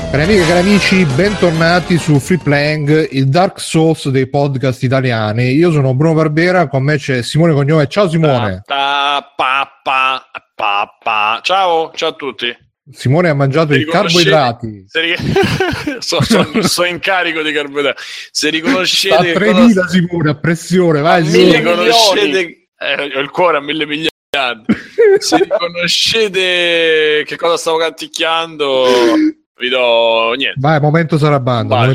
Cari amiche e cari amici, bentornati su Free Playing, il Dark Souls dei podcast italiani. Io sono Bruno Barbera, con me c'è Simone Cognome. Ciao Simone. Ciao a tutti. Simone ha mangiato i carboidrati. Sono in carico di carboidrati. Se riconoscete... A 3000 Simone, a pressione, vai. Se riconoscete... ho il cuore a 1.000 miliardi. Se riconoscete che cosa stavo canticchiando... Vi do niente. Vai, momento Sarabanda.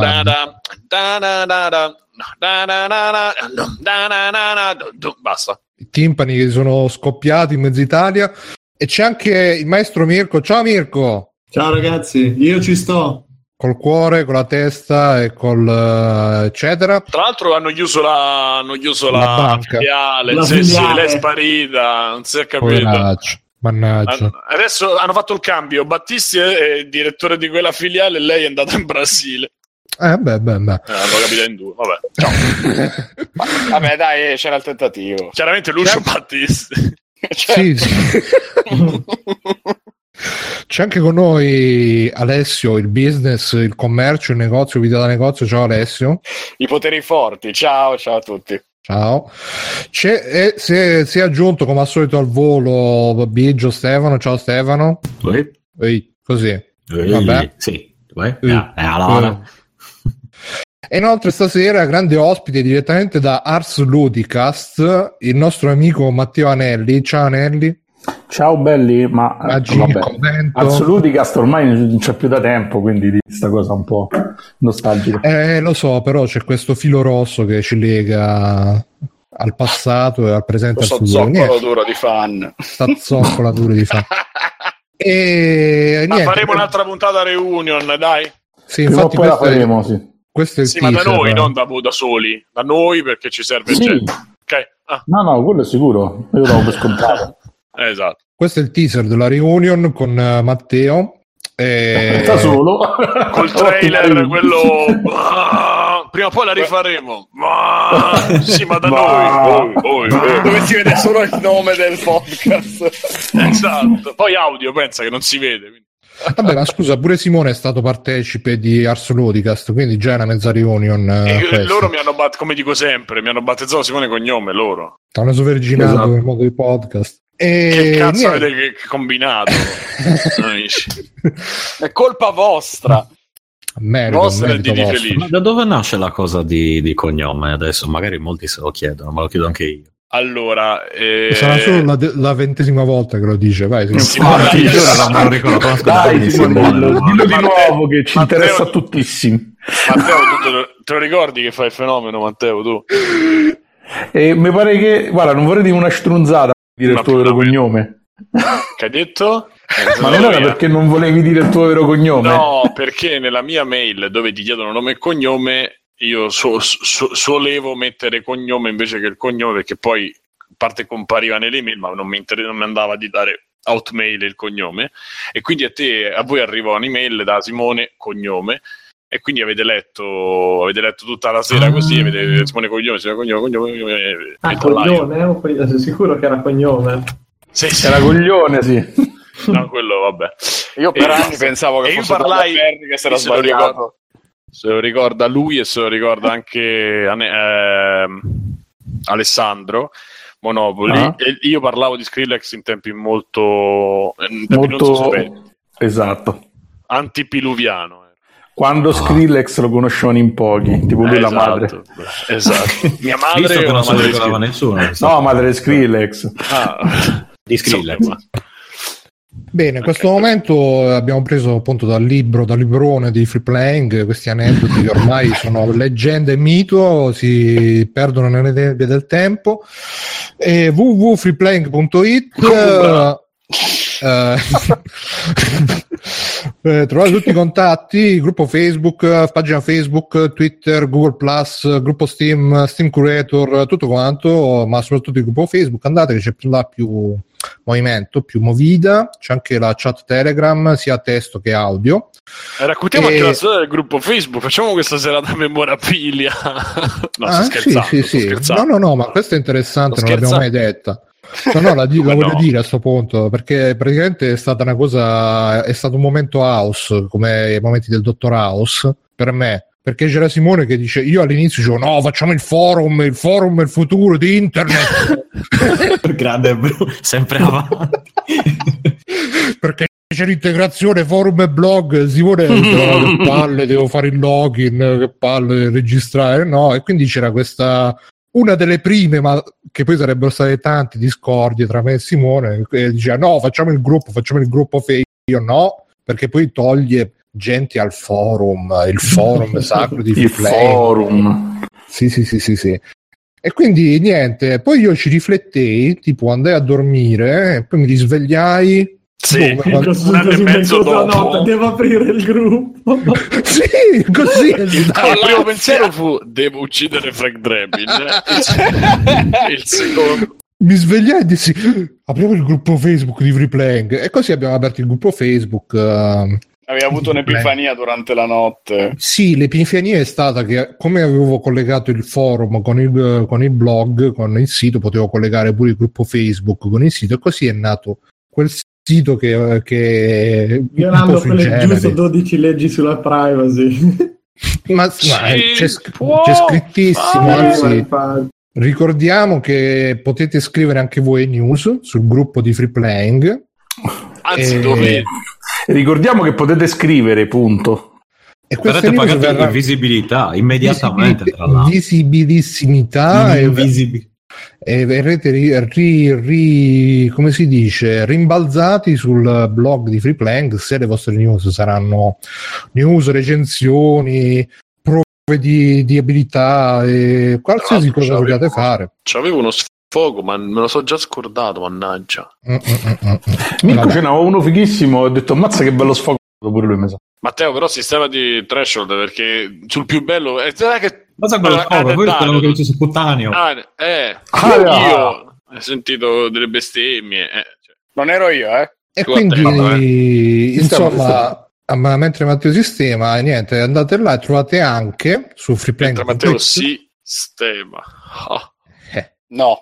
Basta. I timpani che sono scoppiati in mezza Italia. E c'è anche il maestro Mirko. Ciao Mirko. Ciao ragazzi, io ci sto. Col cuore, con la testa e col eccetera. Tra l'altro hanno chiuso la filiale. Sì, lei è sparita, non si è capito. Mannaggia. Adesso hanno fatto il cambio. Battisti è direttore di quella filiale e lei è andata in Brasile. Beh. Hanno capito in due. Vabbè, ciao. Vabbè, dai, c'era il tentativo. Chiaramente Lucio Battisti. Sì. C'è anche con noi Alessio, il business, il commercio, il negozio, vita da negozio. Ciao Alessio. I poteri forti. Ciao a tutti. Ciao. Si è aggiunto come al solito al volo Biggio Stefano. Ciao Stefano. Così. Vabbè. Sì. Allora. E inoltre stasera grande ospite direttamente da Ars Ludicast, il nostro amico Matteo Anelli. Ciao Anelli. Ciao belli, ma Ars Ludicast ormai non c'è più da tempo, quindi di questa cosa un po' nostalgica. Lo so, però c'è questo filo rosso che ci lega al passato e al presente. Questo zoccolatura di fan. Zoccolatura di fan. E ma niente, faremo un'altra puntata reunion, dai. Sì, infatti poi la faremo, sì. Questo è il teaser, ma da noi, non da soli, da noi, perché ci serve gente. Okay. No, quello è sicuro. Io l'avevo per scontato. Esatto. Questo è il teaser della reunion con Matteo. Da solo col trailer, quello. Prima o poi la rifaremo. Sì, ma da noi. Dove si vede solo il nome del podcast. Esatto. Poi audio, pensa che non si vede. Quindi. Vabbè, ma scusa, pure Simone è stato partecipe di Ars Ludicast, quindi già è una mezza reunion. Loro mi hanno come dico sempre, mi hanno battezzato Simone Cognome, loro. Hanno sovverginato nel modo di podcast. Che cazzo avete che combinato? È colpa vostra. Vostra e di Felice. Ma da dove nasce la cosa di cognome adesso? Magari molti se lo chiedono, ma lo chiedo anche io. Allora, sarà solo la 20ª volta che lo dice, vai. Dillo di nuovo che ci interessa tuttissimi. Matteo, te lo ricordi che fai il fenomeno, Matteo, tu? Mi pare che, guarda, non vorrei dire una strunzata dire il tuo vero cognome. Che hai detto? Ma non era perché non volevi dire il tuo vero cognome? No, perché nella mia mail dove ti chiedono nome e cognome io solevo mettere cognome invece che il cognome, perché poi a parte compariva nelle email, ma non mi andava di dare Hotmail il cognome, e quindi a voi arriva un'email da Simone Cognome, e quindi avete letto tutta la sera così, avete Simone Cognome. Cognome? Sei sicuro che era cognome? Sì. Era coglione, sì. No, quello vabbè. Io per anni pensavo che fosse Tagliaferri che si era sbagliato. Se lo ricorda lui e se lo ricorda anche Alessandro Monopoli. E io parlavo di Skrillex in tempi molto esatto, antipiluviano. Quando Skrillex lo conoscevano in pochi, tipo lui la madre. Esatto. Mia madre non se lo ricordava nessuno. No, madre Skrillex. Di Skrillex. Bene, in questo momento abbiamo preso appunto dal librone di Free Playing questi aneddoti che ormai sono leggenda e mito, si perdono nelle nebbie del tempo. www.freeplaying.it trovate tutti i contatti, gruppo Facebook, pagina Facebook, Twitter, Google Plus, gruppo Steam Curator, tutto quanto, ma soprattutto il gruppo Facebook. Andate che c'è più movimento, più movida, c'è anche la chat Telegram sia testo che audio. Raccontiamo anche la storia del gruppo Facebook, facciamo questa serata memorabilia. No, sto scherzando. Sì. No, ma questa è interessante, non l'abbiamo mai detta. No, la voglio dire a sto punto, perché praticamente è stata una cosa, è stato un momento house, come i momenti del Dottor House, per me. Perché c'era Simone che dice, io all'inizio dicevo no, facciamo il forum è il futuro di internet. Grande, sempre avanti. Perché c'è l'integrazione forum e blog, Simone che palle, devo fare il login, che palle registrare, no, e quindi c'era questa, una delle prime, ma che poi sarebbero state tante discordie tra me e Simone, che diceva no, facciamo il gruppo Facebook, io no, perché poi toglie gente al forum, il forum sacro di il forum. Sì. E quindi niente, poi io ci riflettei, tipo andai a dormire e poi mi risvegliai. Sì, un anno e mezzo dopo notte, devo aprire il gruppo. Sì, così il primo pensiero fu devo uccidere Frank Drebin. Il secondo mi svegliai e dissi apriamo il gruppo Facebook di Freeplaying, e così abbiamo aperto il gruppo Facebook. Avevi avuto un'epifania durante la notte. Sì, l'epifania è stata che, come avevo collegato il forum con il blog, con il sito, potevo collegare pure il gruppo Facebook con il sito, e così è nato quel sito che violando quelle giusto 12 leggi sulla privacy. ma c'è scrittissimo, anzi ricordiamo che potete scrivere anche voi news sul gruppo di Freeplaying, anzi dove ricordiamo che potete scrivere, punto, e verrete pagati in visibilità immediatamente, tra l'altro visibilissimità e verrete come si dice, rimbalzati sul blog di Freeplaying se le vostre news saranno news, recensioni, prove di abilità e qualsiasi cosa vogliate fare. C'avevo uno sfogo, ma me lo so già scordato, mannaggia. Mirko, ce n'avevo uno fighissimo, ho detto ammazza che bello sfogo, pure lui mi sa. Matteo, però sistema di threshold, perché sul più bello è che cosa quello quello che dice su Cuttaneo. Io ho sentito delle bestemmie, non ero io, e quindi insomma, ma mentre Matteo sistema, niente, andate là e trovate anche su Freeplaying. Mentre Matteo sistema. No.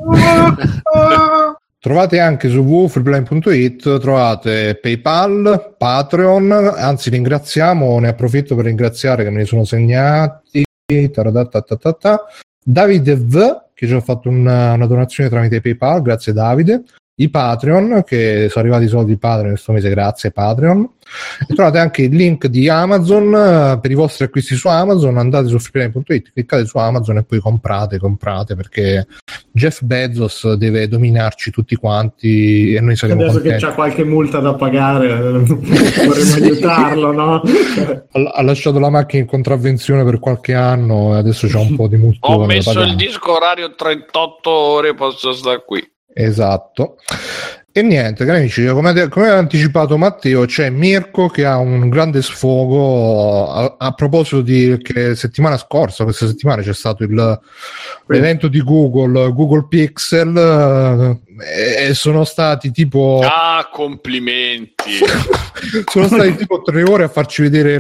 Trovate anche su www.freeplaying.it, trovate PayPal, Patreon, anzi ringraziamo, ne approfitto per ringraziare che me ne sono segnati, Davide V, che ci ha fatto una donazione tramite PayPal, grazie Davide, i Patreon, che sono arrivati i soldi Patreon questo mese, grazie Patreon, e trovate anche il link di Amazon per i vostri acquisti su Amazon. Andate su freeplaying.it, cliccate su Amazon e poi comprate, perché Jeff Bezos deve dominarci tutti quanti e noi saremo adesso contenti. Che c'ha qualche multa da pagare vorremmo aiutarlo, no? Ha lasciato la macchina in contravvenzione per qualche anno e adesso c'ha un po' di multa. Ho messo il disco orario 38 ore, posso stare qui. Esatto. E niente, cari amici, come ha anticipato Matteo, c'è Mirko che ha un grande sfogo a proposito di che questa settimana c'è stato l'evento di Google Pixel, e sono stati tipo complimenti. Sono stati tipo 3 ore a farci vedere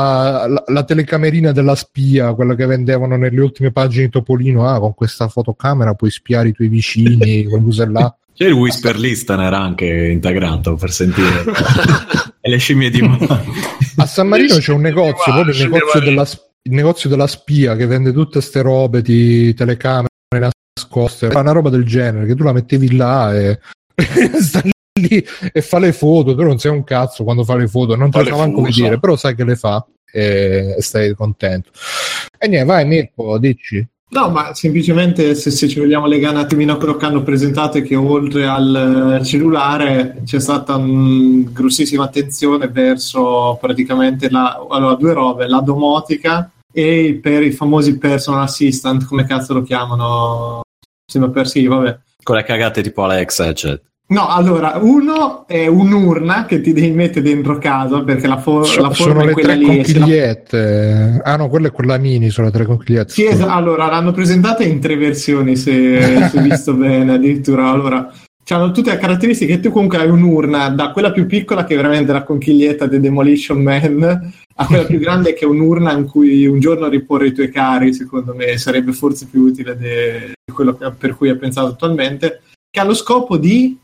la telecamerina della spia, quella che vendevano nelle ultime pagine di Topolino. Con questa fotocamera puoi spiare i tuoi vicini, quelle cose là. C'è il Whisper Listener anche integrato per sentire e le scimmie di a San Marino c'è un negozio, proprio il negozio della spia, che vende tutte ste robe di telecamere nascoste, una roba del genere, che tu la mettevi là e sta lì e fa le foto. Tu non sai un cazzo quando fa le foto, non te le fa manco vedere, però sai che le fa e stai contento. E niente, vai Mirko, dici. No, ma semplicemente se ci vogliamo legare un attimino a quello che hanno presentato, è che oltre al cellulare c'è stata grossissima attenzione verso praticamente due robe: la domotica e per i famosi personal assistant, come cazzo lo chiamano? Sembra vabbè. Con le cagate tipo Alexa, eccetera. No, allora, uno è un'urna che ti devi mettere dentro casa, perché la forma è quella lì. Sono le 3 conchigliette. No, quella è quella mini, sono le 3 conchigliette. Sì, allora, l'hanno presentata in 3 versioni, se visto bene, addirittura. Allora, hanno tutte le caratteristiche. Tu comunque hai un'urna, da quella più piccola, che è veramente la conchiglietta di Demolition Man, a quella più grande, che è un'urna in cui un giorno riporre i tuoi cari. Secondo me sarebbe forse più utile di quello per cui è pensato attualmente. che ha lo scopo di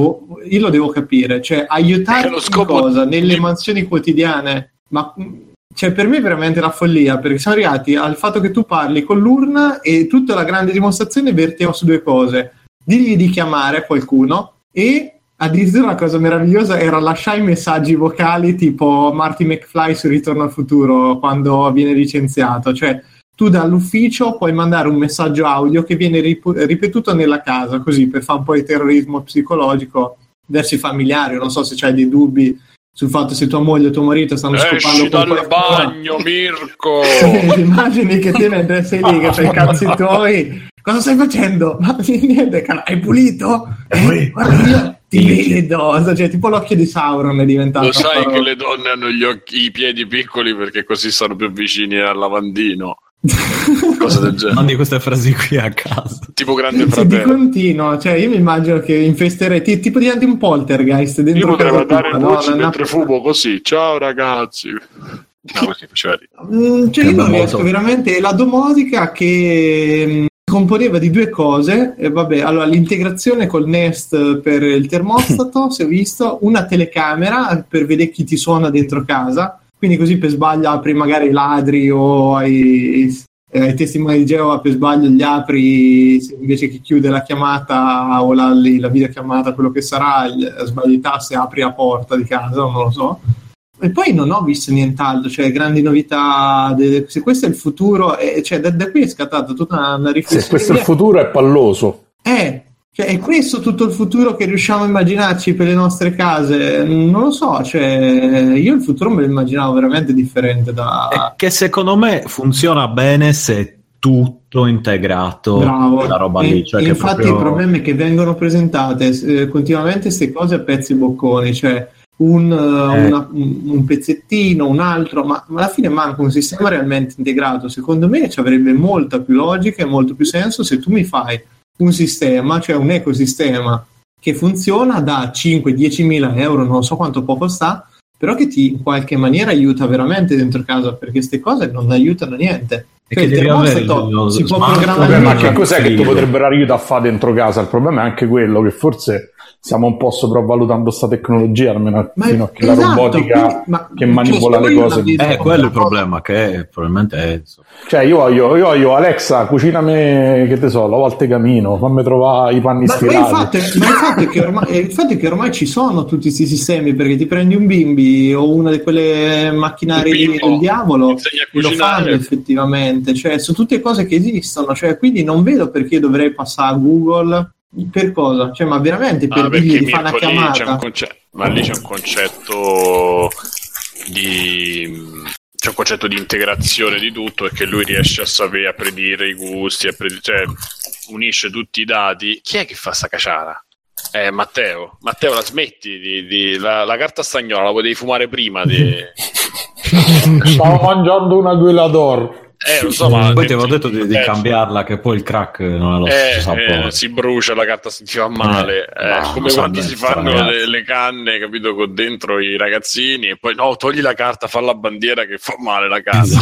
io lo devo capire, cioè aiutare in cosa? Nelle mansioni quotidiane, ma cioè per me è veramente la follia, perché siamo arrivati al fatto che tu parli con l'urna e tutta la grande dimostrazione verteva su due cose: digli di chiamare qualcuno, e addirittura la cosa meravigliosa era lasciare i messaggi vocali tipo Marty McFly su Ritorno al futuro quando viene licenziato, cioè tu dall'ufficio puoi mandare un messaggio audio che viene ripetuto nella casa, così per fare un po' di terrorismo psicologico verso i familiari. Non so se c'hai dei dubbi sul fatto se tua moglie o tuo marito stanno scopando dal bagno, Mirko. Immagini che te ne sei lì che fai i cazzi tuoi. Cosa stai facendo? Ma niente, hai pulito? Guarda, io ti vedo, cioè tipo l'occhio di Sauron è diventato. Lo sai che le donne hanno i piedi piccoli perché così stanno più vicini al lavandino. Cosa del genere. Mandi queste frasi qui a caso. Tipo Grande Fratello. Di continuo, cioè io mi immagino che infesterei tipo diventi un poltergeist dentro. Io potrei mandare voci mentre fumo così. Ciao ragazzi. No, così faceva cioè io non riesco veramente. La domotica che componeva di due cose, e vabbè, allora l'integrazione col Nest per il termostato, si è visto, una telecamera per vedere chi ti suona dentro casa, quindi così per sbaglio apri magari i ladri o ai testimoni di Geova, per sbaglio gli apri invece che chiude la chiamata o la videochiamata, quello che sarà, sbagli tasse, apri la porta di casa, non lo so. E poi non ho visto nient'altro, cioè grandi novità. Se questo è il futuro, cioè da qui è scattata tutta una riflessione. Se questo è il futuro è palloso. Cioè, è questo tutto il futuro che riusciamo a immaginarci per le nostre case? Non lo so, cioè io il futuro me lo immaginavo veramente differente da... Che secondo me funziona bene se è tutto integrato. Bravo. La roba lì, cioè che infatti proprio... il problema è che vengono presentate continuamente queste cose a pezzi bocconi, cioè un pezzettino, un altro, ma alla fine manca un sistema realmente integrato. Secondo me ci avrebbe molta più logica e molto più senso se tu mi fai un sistema, cioè un ecosistema che funziona da 5-10.000 euro, non so quanto può costare, però che ti in qualche maniera aiuta veramente dentro casa, perché queste cose non aiutano niente. Cioè, che devi avere si può programmare. Ma che cos'è che ti potrebbero aiutare a fare dentro casa? Il problema è anche quello, che forse stiamo un po' sopravvalutando questa tecnologia, almeno fino a che la robotica che manipola le cose. Quello è il problema, che probabilmente è... Cioè io voglio Alexa, cucinami, che te so, la volta camino, fammi trovare i panni stirati. Ma il fatto è che ormai ci sono tutti questi sistemi, perché ti prendi un bimbi o una di quelle macchinari del diavolo e lo fanno effettivamente, cioè sono tutte cose che esistono, cioè quindi non vedo perché dovrei passare a Google. Per cosa? Cioè, ma veramente per dirgli di fare una chiamata? Ma lì c'è un concetto c'è un concetto di integrazione di tutto, e che lui riesce a sapere, a predire i gusti, cioè unisce tutti i dati. Chi è che fa sta caciara? Matteo, la smetti la carta stagnola la potevi fumare prima stavo mangiando una Guilador. Lo so, ma poi ti avevo detto di cambiarla, che poi il crack non è lo stesso sapore. Si brucia la carta, si fa male, come quando si fanno le canne, capito, con dentro i ragazzini, e poi no, togli la carta, fa la bandiera che fa male la casa.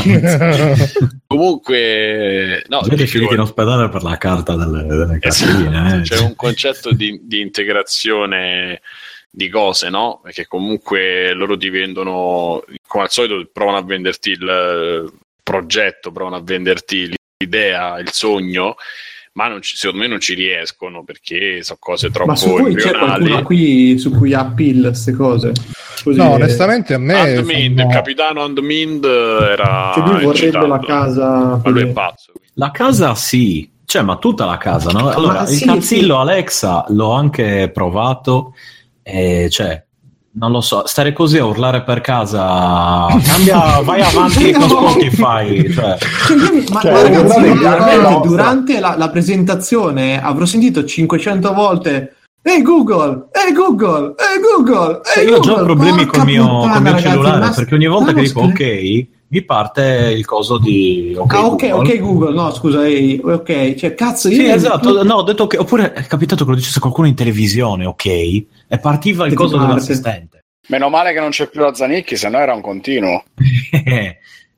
Comunque no, siete finiti in ospedale per la carta delle cartine. C'è un concetto di integrazione di cose, no? Perché comunque loro ti vendono, come al solito, provano a venderti il progetto, provano a venderti l'idea, il sogno, ma secondo me non ci riescono, perché sono cose troppo embrionali. Ma c'è qualcuno qui su cui ha appeal queste cose? Così no, onestamente a me il capitano Andmind era che lui vorrebbe la casa. Ma lui è pazzo. La casa sì, cioè, ma tutta la casa, no? Allora, il cazzillo Alexa l'ho anche provato, cioè non lo so, stare così a urlare per casa, cambia, vai avanti con Spotify, cioè. Ragazzi, durante la presentazione avrò sentito 500 volte Ehi Google, io ho già problemi col mio cellulare, perché ogni volta che dico ok mi parte il coso di ok Google, no scusa, ok, cioè cazzo io... Sì, esatto, no, ho detto che, oppure è capitato che lo dicesse qualcuno in televisione, ok, e partiva il coso dell'assistente. Meno male che non c'è più la Zanicchi, sennò era un continuo.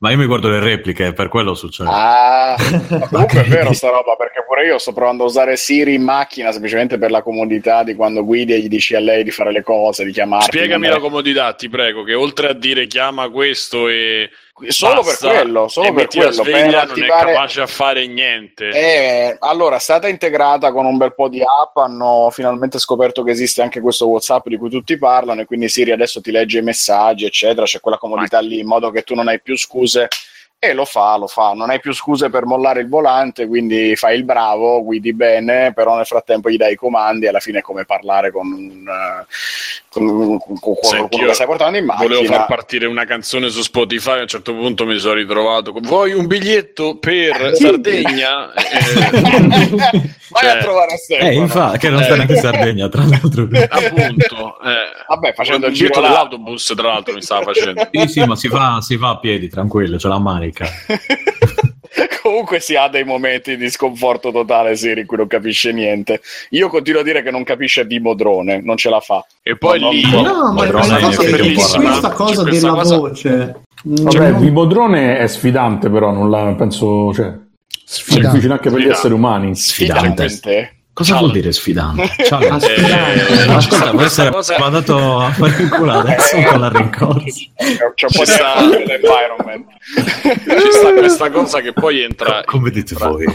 Ma io mi guardo le repliche, per quello succede. Comunque è vero sta roba, perché pure io sto provando a usare Siri in macchina semplicemente per la comodità di quando guidi e gli dici a lei di fare le cose, di chiamarti. Spiegami la comodità, ti prego, che oltre a dire chiama questo e solo basta, per quello, solo per la quello, sveglia, per attivare... non è capace a fare niente. Allora, è stata integrata con un bel po' di app, hanno finalmente scoperto che esiste anche questo WhatsApp di cui tutti parlano, e quindi Siri adesso ti legge i messaggi, eccetera, c'è quella comodità lì, in modo che tu non hai più scuse. E lo fa, non hai più scuse per mollare il volante, quindi fai il bravo, guidi bene, però nel frattempo gli dai i comandi, e alla fine è come parlare con qualcuno che stai portando in macchina. Volevo far partire una canzone su Spotify, a un certo punto mi sono ritrovato con vuoi un biglietto per Sardegna? Vai a trovare Stefano. Infatti, che non sta neanche in Sardegna, tra l'altro. Appunto. Vabbè, facendo il giro dell'autobus, tra l'altro mi stava facendo. Sì, ma si va a piedi, tranquillo, c'è la manica. Comunque si ha dei momenti di sconforto totale Siri in cui non capisce niente. Io continuo a dire che non capisce Vimodrone, non ce la fa. E poi lì ma questa cosa della voce. Vabbè, Vimodrone è sfidante, però non la penso, cioè è difficile anche per gli esseri umani. Sfidante. Cosa vuol dire sfidante? Ciao, Ascolta, può essere mandato a fare il culo adesso con la rincorsa. C'è un po' di environment. Ci sta questa cosa che poi entra. Come dite voi?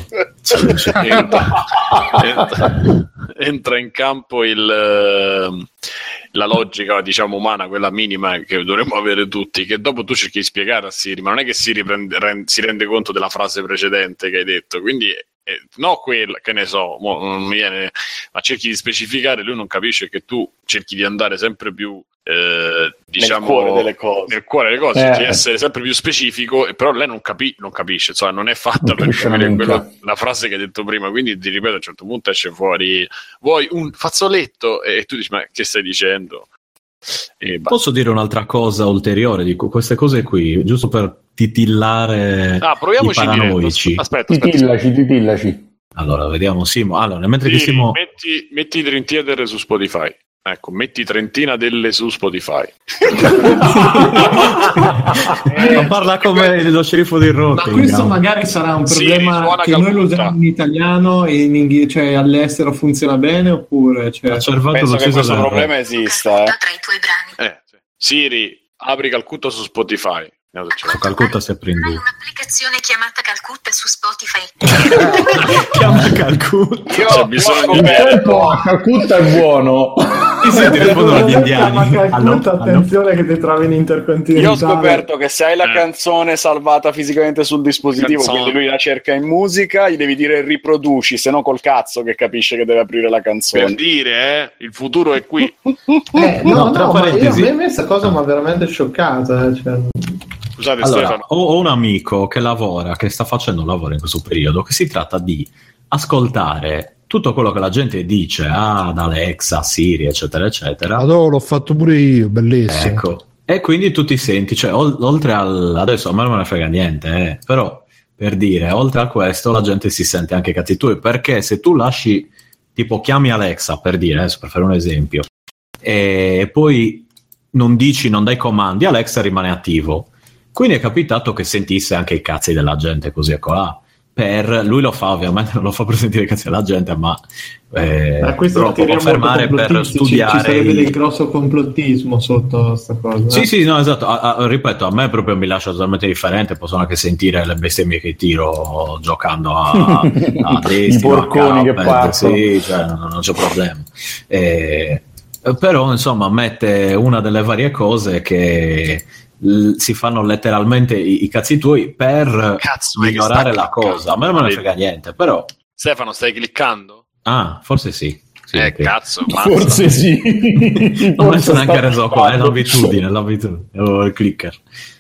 Entra in campo la logica, diciamo, umana, quella minima che dovremmo avere tutti, che dopo tu cerchi di spiegare a Siri, ma non è che Siri si rende conto della frase precedente che hai detto, quindi no, quella che ne so, non mi viene, ma cerchi di specificare, lui non capisce che tu cerchi di andare sempre più diciamo nel cuore delle cose, cerchi di essere sempre più specifico, però lei non capisce, insomma, non è fatta per capire la frase che hai detto prima, quindi ti ripeto, a un certo punto esce fuori vuoi un fazzoletto e tu dici ma che stai dicendo? Posso dire un'altra cosa ulteriore di queste cose qui, giusto per titillare i paranoici? Aspetta. Titillaci. Allora, vediamo Simo. Allora, mentre che Simo... metti Dream Theater su Spotify. Ecco, metti Trentina delle su Spotify. Ma parla come lo sceriffo di Rocca. Ma questo magari sarà un problema che noi lo usiamo in italiano e in inglese, cioè all'estero funziona bene, oppure penso che questo problema esista. Tra i tuoi brani. Siri, apri Calcutta su Spotify. Calcutta si apprende. Hai un'applicazione chiamata Calcutta su Spotify. Chiama Calcutta. C'è bisogno di Calcutta è buono. Ti rispondono gli indiani. Attenzione che ti trovi in intercontinentale. Io ho scoperto che se hai la canzone salvata fisicamente sul dispositivo, quindi lui la cerca in musica, gli devi dire riproduci, se no col cazzo che capisce che deve aprire la canzone. Per dire, il futuro è qui. No, ma io, a me questa cosa mi ha veramente scioccata. Scusate, allora, Stefano. ho un amico che sta facendo un lavoro in questo periodo, che si tratta di ascoltare tutto quello che la gente dice ad Alexa, Siri, eccetera, eccetera. Allora, l'ho fatto pure io, bellissimo. Ecco. E quindi tu ti senti, cioè, oltre adesso a me non me ne frega niente, però per dire, oltre a questo, la gente si sente anche cazzi tuoi, perché se tu lasci, tipo, chiami Alexa, per dire, adesso per fare un esempio, e poi non dai comandi, Alexa rimane attivo. Quindi è capitato che sentisse anche i cazzi della gente così e colà. Lui lo fa, ovviamente non lo fa per sentire i cazzi della gente, ma questo può fermare per studiare. Ci sarebbe del grosso complottismo sotto questa cosa. Sì, no, esatto. Ripeto, a me proprio mi lascia totalmente differente. Possono anche sentire le bestemmie che tiro giocando a Destiny, i porconi che partono. Sì, cioè, non c'è problema. Però, insomma, mette una delle varie cose che si fanno letteralmente i cazzi tuoi per migliorare la cosa. A me non me ne frega niente, però. Stefano, stai cliccando? Ah, forse sì. Cazzo, forse sì. Non mi sono neanche reso qua, è l'abitudine, il clicker.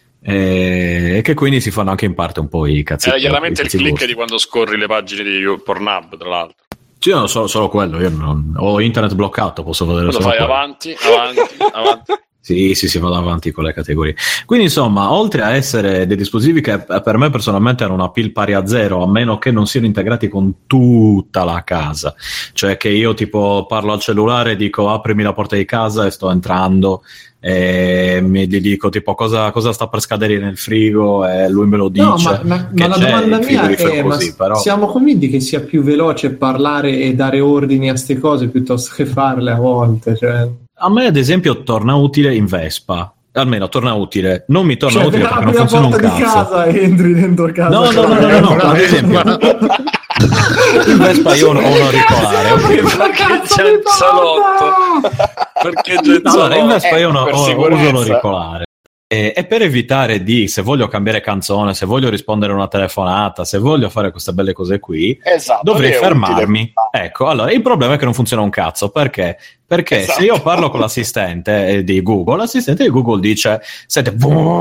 E che quindi si fanno anche in parte un po' i cazzi. Chiaramente il click di quando scorri le pagine di Pornhub, tra l'altro. Sì, no, solo quello. Io non ho internet bloccato, posso vedere lo solo fai quello. avanti. Sì, vado avanti con le categorie. Quindi insomma, oltre a essere dei dispositivi che per me personalmente hanno una appeal pari a 0, a meno che non siano integrati con tutta la casa, cioè che io tipo parlo al cellulare, dico aprimi la porta di casa e sto entrando e gli dico tipo cosa sta per scadere nel frigo e lui me lo dice. No, ma la domanda mia è così, però siamo convinti che sia più veloce parlare e dare ordini a ste cose piuttosto che farle a volte, cioè... A me ad esempio torna utile in Vespa, almeno torna utile, non mi torna utile perché non funziona un cazzo. Di casa e entri dentro casa. No, ad esempio in Vespa io ho un auricolare, perché c'è il salotto, perché c'è il salotto. Allora in Vespa io uso l'auricolare e per evitare di, se voglio cambiare canzone, se voglio rispondere a una telefonata, se voglio fare queste belle cose qui, dovrei fermarmi. Ecco, allora il problema è che non funziona un cazzo, perché se io parlo con l'assistente di Google, l'assistente di Google dice sente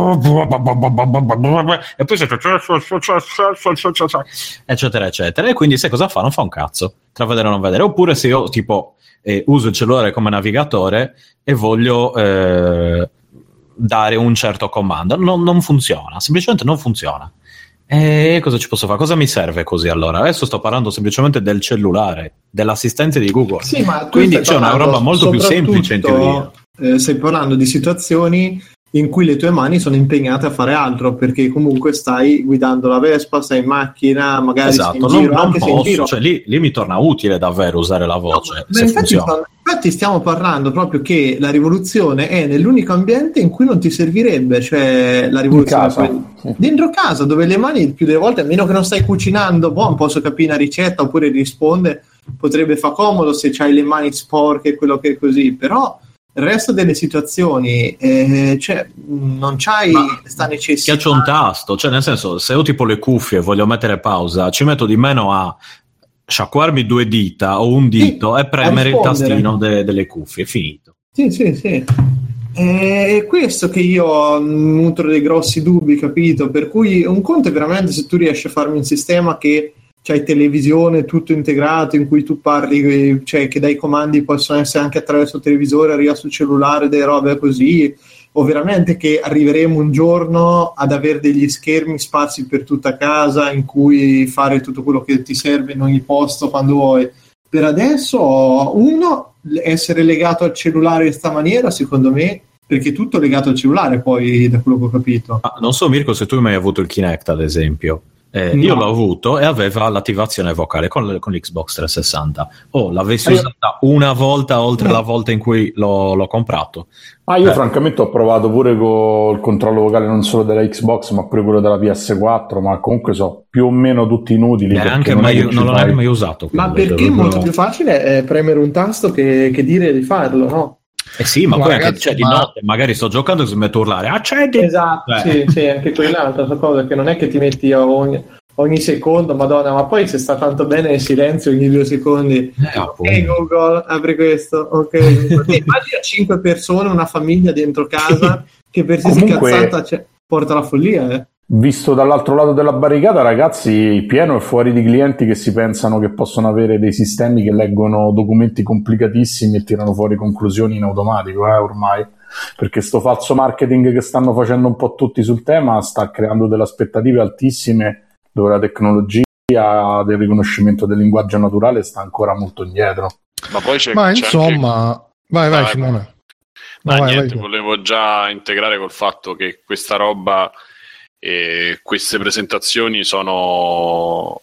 e poi eccetera eccetera, e quindi sai cosa fa? Non fa un cazzo tra vedere e non vedere. Oppure se io tipo uso il cellulare come navigatore e voglio dare un certo comando, non funziona, semplicemente non funziona. E cosa ci posso fare? Cosa mi serve così allora? Adesso sto parlando semplicemente del cellulare, dell'assistente di Google. Sì, ma quindi c'è una roba molto più semplice in teoria. Stai parlando di situazioni in cui le tue mani sono impegnate a fare altro, perché comunque stai guidando la Vespa, stai in macchina, magari esatto, sei in giro, non posso, cioè lì mi torna utile davvero usare la voce, se funziona. Infatti stiamo parlando proprio che la rivoluzione è nell'unico ambiente in cui non ti servirebbe, cioè la rivoluzione dentro casa, dove le mani il più delle volte, a meno che non stai cucinando, posso capire una ricetta oppure risponde, potrebbe fa comodo se c'hai le mani sporche, quello che è così, però il resto delle situazioni cioè non c'hai sta necessità. Schiaccio un tasto, cioè nel senso, se io tipo le cuffie e voglio mettere pausa, ci metto di meno a sciacquarmi 2 dita o un dito e premere il tastino delle cuffie, finito. Sì. È questo che io nutro dei grossi dubbi, capito? Per cui un conto è veramente se tu riesci a farmi un sistema che c'hai televisione tutto integrato, in cui tu parli, cioè che dai comandi possono essere anche attraverso il televisore, arriva sul cellulare, delle robe così, o veramente che arriveremo un giorno ad avere degli schermi sparsi per tutta casa in cui fare tutto quello che ti serve in ogni posto quando vuoi. Per adesso, essere legato al cellulare in sta maniera, secondo me, perché è tutto legato al cellulare poi, da quello che ho capito. Non so Mirko se tu hai mai avuto il Kinect ad esempio. No. Io l'ho avuto e aveva l'attivazione vocale con l'Xbox 360. L'avessi usata una volta oltre la volta in cui l'ho comprato. Io francamente ho provato pure con il controllo vocale non solo della Xbox ma pure quello della PS4, ma comunque so più o meno tutti inutili. Non l'ho neanche mai usato. Ma perché è molto più facile premere un tasto che dire di farlo, no? Sì, ma poi ragazzi, anche di notte magari sto giocando e si mette a urlare accendi. Esatto, sì, anche quella è un'altra cosa, che non è che ti metti ogni secondo, madonna, ma poi se sta tanto bene il silenzio ogni 2 secondi. Ok Google, apri questo, ok. Immagina 5 persone, una famiglia dentro casa che per si scazzata porta alla follia, Visto dall'altro lato della barricata, ragazzi, pieno è fuori di clienti che si pensano che possono avere dei sistemi che leggono documenti complicatissimi e tirano fuori conclusioni in automatico, ormai. Perché sto falso marketing che stanno facendo un po' tutti sul tema sta creando delle aspettative altissime, dove la tecnologia del riconoscimento del linguaggio naturale sta ancora molto indietro. Ma poi c'è insomma, anche... vai Simone. Vai. Volevo già integrare col fatto che questa roba queste presentazioni sono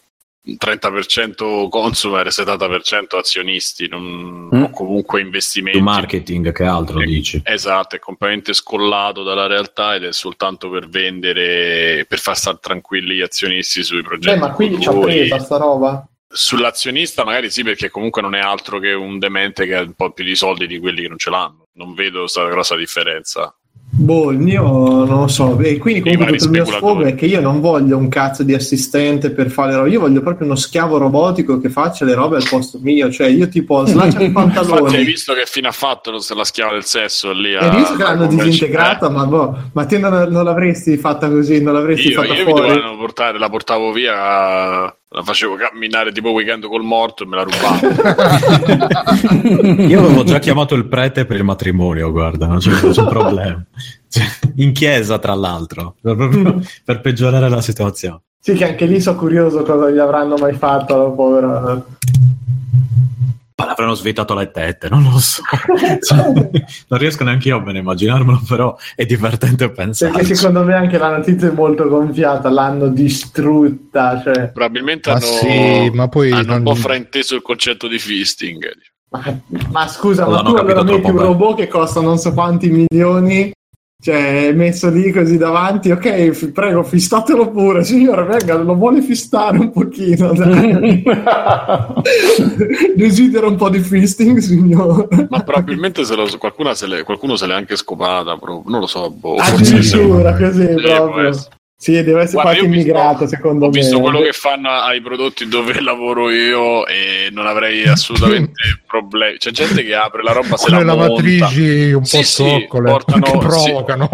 30% consumer e 70% azionisti, o comunque investimenti. Più marketing che altro, dici. Esatto, è completamente scollato dalla realtà ed è soltanto per vendere, per far stare tranquilli gli azionisti sui progetti. Ma quindi c'ha presa sta roba? Sull'azionista magari sì, perché comunque non è altro che un demente che ha un po' più di soldi di quelli che non ce l'hanno. Non vedo questa grossa differenza. Il mio non lo so, e quindi comunque tutto il mio sfogo è che io non voglio un cazzo di assistente per fare le robe, io voglio proprio uno schiavo robotico che faccia le robe al posto mio, cioè io tipo slaccia i pantaloni. Infatti hai visto che fine ha fatto la schiava del sesso lì? Hai visto che l'hanno disintegrata? Ma te non l'avresti fatta così, non l'avresti fatta fuori? La portavo via la facevo camminare tipo Weekend col morto e me la rubavo. Io avevo già chiamato il prete per il matrimonio, guarda, non c'è nessun problema. In chiesa, tra l'altro, per peggiorare la situazione. Sì, che anche lì sono curioso cosa gli avranno mai fatto alla povera. Ma l'avranno svitato le tette, non lo so. Non riesco neanche io a bene immaginarmelo, però è divertente pensare. Perché secondo me anche la notizia è molto gonfiata, l'hanno distrutta. Cioè. Probabilmente ma poi hanno un po' frainteso il concetto di fisting. Ma scusa, ma tu allora metti un robot che costa non so quanti milioni, cioè messo lì così davanti, ok, prego, fistatelo pure, signore, venga, lo vuole fistare un pochino, dai. Desidera un po' di fisting, signore. Ma probabilmente qualcuno se l'è anche scopata, proprio. Non lo so, addirittura così proprio. Sì, deve essere quasi immigrato, secondo me. Ho visto quello che fanno ai prodotti dove lavoro io e non avrei assolutamente problemi. C'è gente che apre la roba, se la monta. lavatrici un po' zoccole, che provocano.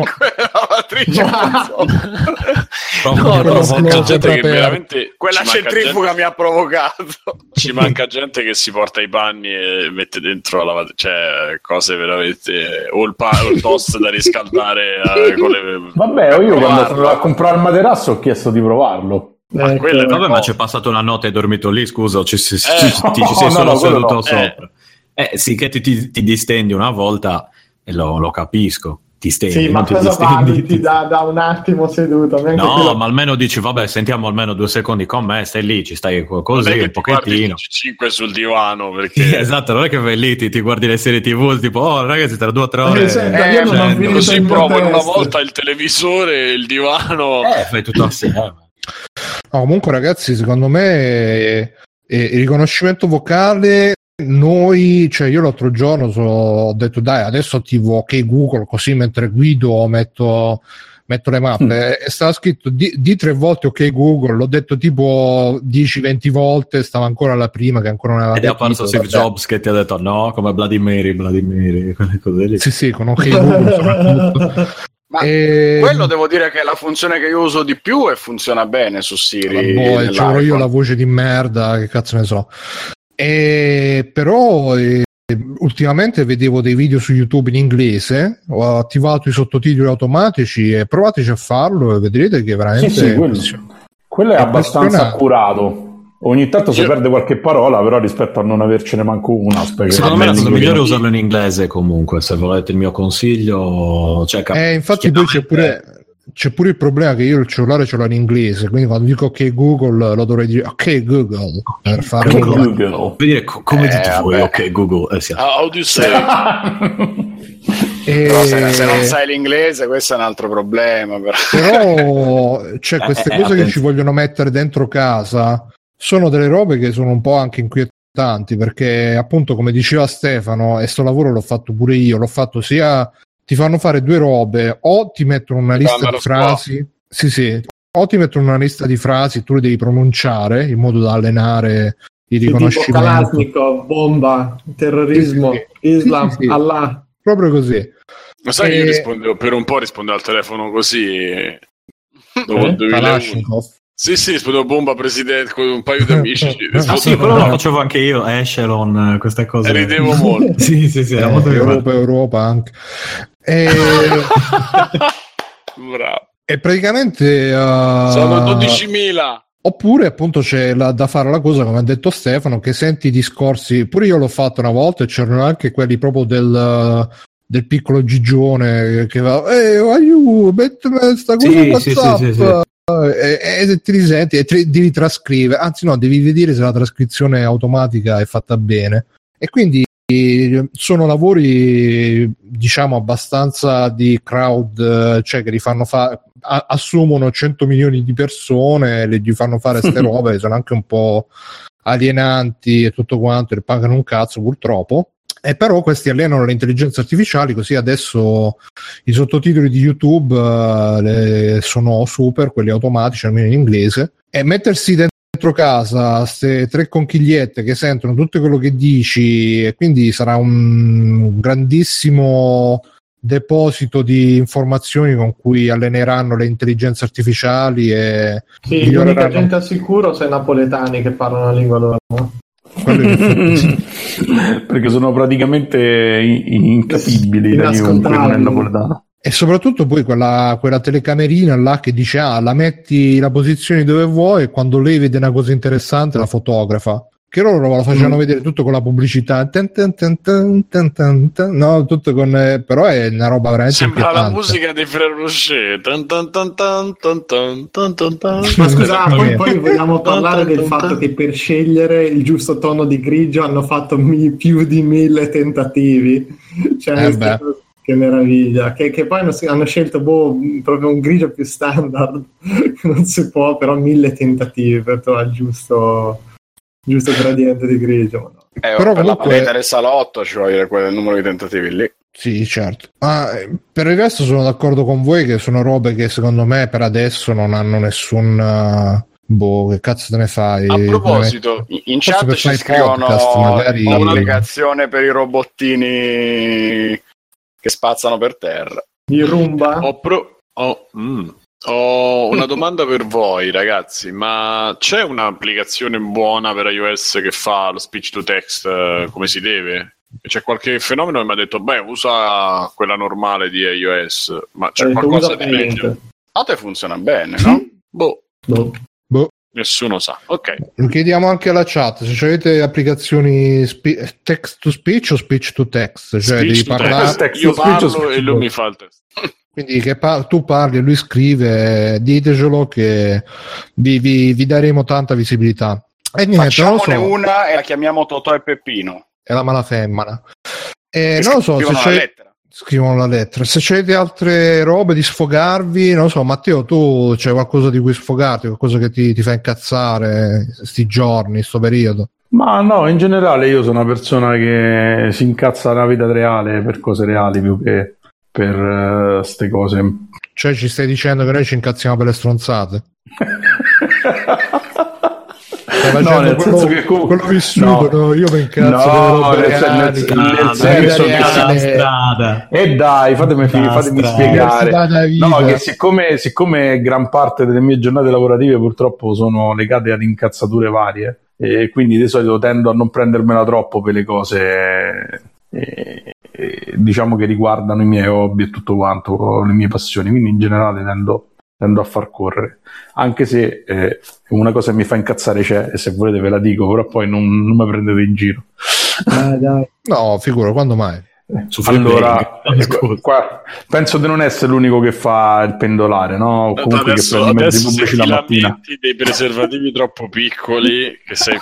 C'è gente che veramente... Quella centrifuga mi ha provocato. Ci manca gente che si porta i panni e mette dentro la lavatrice. Cioè, cose veramente... O il toast da riscaldare con le... Vabbè, io quando sono a comprare il materasso ho chiesto di provarlo. Vabbè, ma c'è passato una notte e hai dormito lì, scusa, ti ci sei solo seduto sopra. Sì, che ti distendi una volta e lo capisco. Ti stendi, sì, ma cosa valuti da un attimo seduto? No, ma almeno dici, vabbè, sentiamo almeno 2 secondi con me, stai lì, ci stai così un pochettino. 5 sul divano, perché... Esatto, non è che vai lì, ti guardi le serie TV, tipo, oh ragazzi, tra 2 o 3 ore... io non ho così provo una volta il televisore, il divano... fai tutto assieme. No, comunque ragazzi, secondo me il riconoscimento vocale... cioè io l'altro giorno ho detto dai, adesso attivo ok Google, così mentre guido metto le mappe e stava scritto di 3 volte ok Google, l'ho detto tipo 10-20 volte, stava ancora la prima che ancora non aveva ed è apparso Steve Jobs che ti ha detto no, come Bloody Mary quelle cose lì. Sì, con ok Google soprattutto. Ma quello devo dire che è la funzione che io uso di più e funziona bene su Siri. C'ho io la voce di merda, che cazzo ne so. Però ultimamente vedevo dei video su YouTube in inglese, ho attivato i sottotitoli automatici e provateci a farlo e vedrete che veramente quello è abbastanza accurato. Ogni tanto si perde qualche parola, però rispetto a non avercene manco una, secondo me la cosa migliore è usarlo in inglese comunque, se volete il mio consiglio, infatti poi c'è pure il problema che io il cellulare ce l'ho in inglese, quindi quando dico ok Google lo dovrei dire ok Google per fare Google. Dire come dite voi ok Google. How do you say? Però se non sai l'inglese questo è un altro problema. Però c'è queste cose che ci vogliono mettere dentro casa, sono delle robe che sono un po' anche inquietanti, perché appunto come diceva Stefano, e sto lavoro l'ho fatto pure io, l'ho fatto sia... ti fanno fare 2 robe, o ti mettono una lista di frasi, o ti mettono una lista di frasi, tu le devi pronunciare in modo da allenare il riconoscimento. Tipo Kalashnikov, bomba, terrorismo, Islam, Allah. Proprio così. Ma sai che io rispondevo al telefono così dopo il 2001. Sì, rispondevo bomba presidente con un paio di amici. Sì, quello lo facevo anche io, Echelon, queste cose. Ridevo molto. sì, era molto Europa anche. Bravo. E praticamente sono 12.000. Oppure appunto c'è da fare la cosa, come ha detto Stefano, che senti i discorsi, pure io l'ho fatto una volta e c'erano anche quelli proprio del piccolo Gigione che va mettimi sta cosa WhatsApp. Sì. E se ti risenti e devi trascrivere, anzi no, devi vedere se la trascrizione automatica è fatta bene, e quindi sono lavori diciamo abbastanza di crowd, cioè che li fanno assumono 100 milioni di persone, gli fanno fare ste robe, sono anche un po' alienanti e tutto quanto, e pagano un cazzo purtroppo. E però questi allenano le intelligenze artificiali, così adesso i sottotitoli di YouTube sono super, quelli automatici, almeno in inglese, e mettersi dentro casa queste 3 conchigliette che sentono tutto quello che dici, e quindi sarà un grandissimo deposito di informazioni con cui alleneranno le intelligenze artificiali e sì, l'unica gente al sicuro sono i napoletani che parlano la lingua loro, no? Perché sono praticamente incapibili da chiunque non è napoletano. E soprattutto poi quella telecamerina là che dice la metti la posizione dove vuoi e quando lei vede una cosa interessante la fotografa, che loro lo facevano vedere tutto con la pubblicità, no, tutto con però è una roba veramente sembra inquietante. La musica dei Frère Rocher. Ma scusa, poi vogliamo parlare del fatto che per scegliere il giusto tono di grigio hanno fatto più di 1000 tentativi, cioè che meraviglia, che poi hanno scelto proprio un grigio più standard, non si può, però 1000 tentativi per trovare il giusto gradiente di grigio. Però per comunque... la paletta del salotto ci vuole quel numero di tentativi lì. Sì, certo. Ma per il resto sono d'accordo con voi che sono robe che secondo me per adesso non hanno nessun che cazzo te ne fai? A proposito, in chat ci scrivono un'applicazione per i robottini che spazzano per terra. Il Roomba? Ho una domanda per voi, ragazzi, ma c'è un'applicazione buona per iOS che fa lo speech to text come si deve? C'è qualche fenomeno che mi ha detto, usa quella normale di iOS, ma c'è qualcosa di meglio? A te funziona bene, no? Boh. Nessuno sa. Ok. Lo chiediamo anche alla chat, se avete applicazioni text to speech o speech to text, cioè devi parlare. Io parlo e lui mi fa il testo. Quindi che tu parli e lui scrive, ditecelo che vi daremo tanta visibilità. E niente, facciamone una e la chiamiamo Totò e Peppino. È la malafemmina. Non lo so se c'è... lettera. Scrivono la lettera. Se c'avete altre robe di sfogarvi, non lo so, Matteo, tu c'è qualcosa di cui sfogarti, qualcosa che ti fa incazzare sti giorni, sto periodo? Ma no, in generale io sono una persona che si incazza nella vita reale per cose reali più che per ste cose. Cioè ci stai dicendo che noi ci incazziamo per le stronzate? No, nel senso che quello vissuto, no, io mi incazzo nel senso che dai, fatemi spiegare. No, che siccome gran parte delle mie giornate lavorative purtroppo sono legate ad incazzature varie e quindi di solito tendo a non prendermela troppo per le cose diciamo che riguardano i miei hobby e tutto quanto, le mie passioni, quindi in generale tendo a far correre, anche se una cosa che mi fa incazzare c'è, e se volete ve la dico, però poi non mi prendete in giro. Dai. No, figura, quando mai? Allora, qua, penso di non essere l'unico che fa il pendolare, no? Comunque adesso, che prende mezzi pubblici la mattina. Dei preservativi troppo piccoli che sei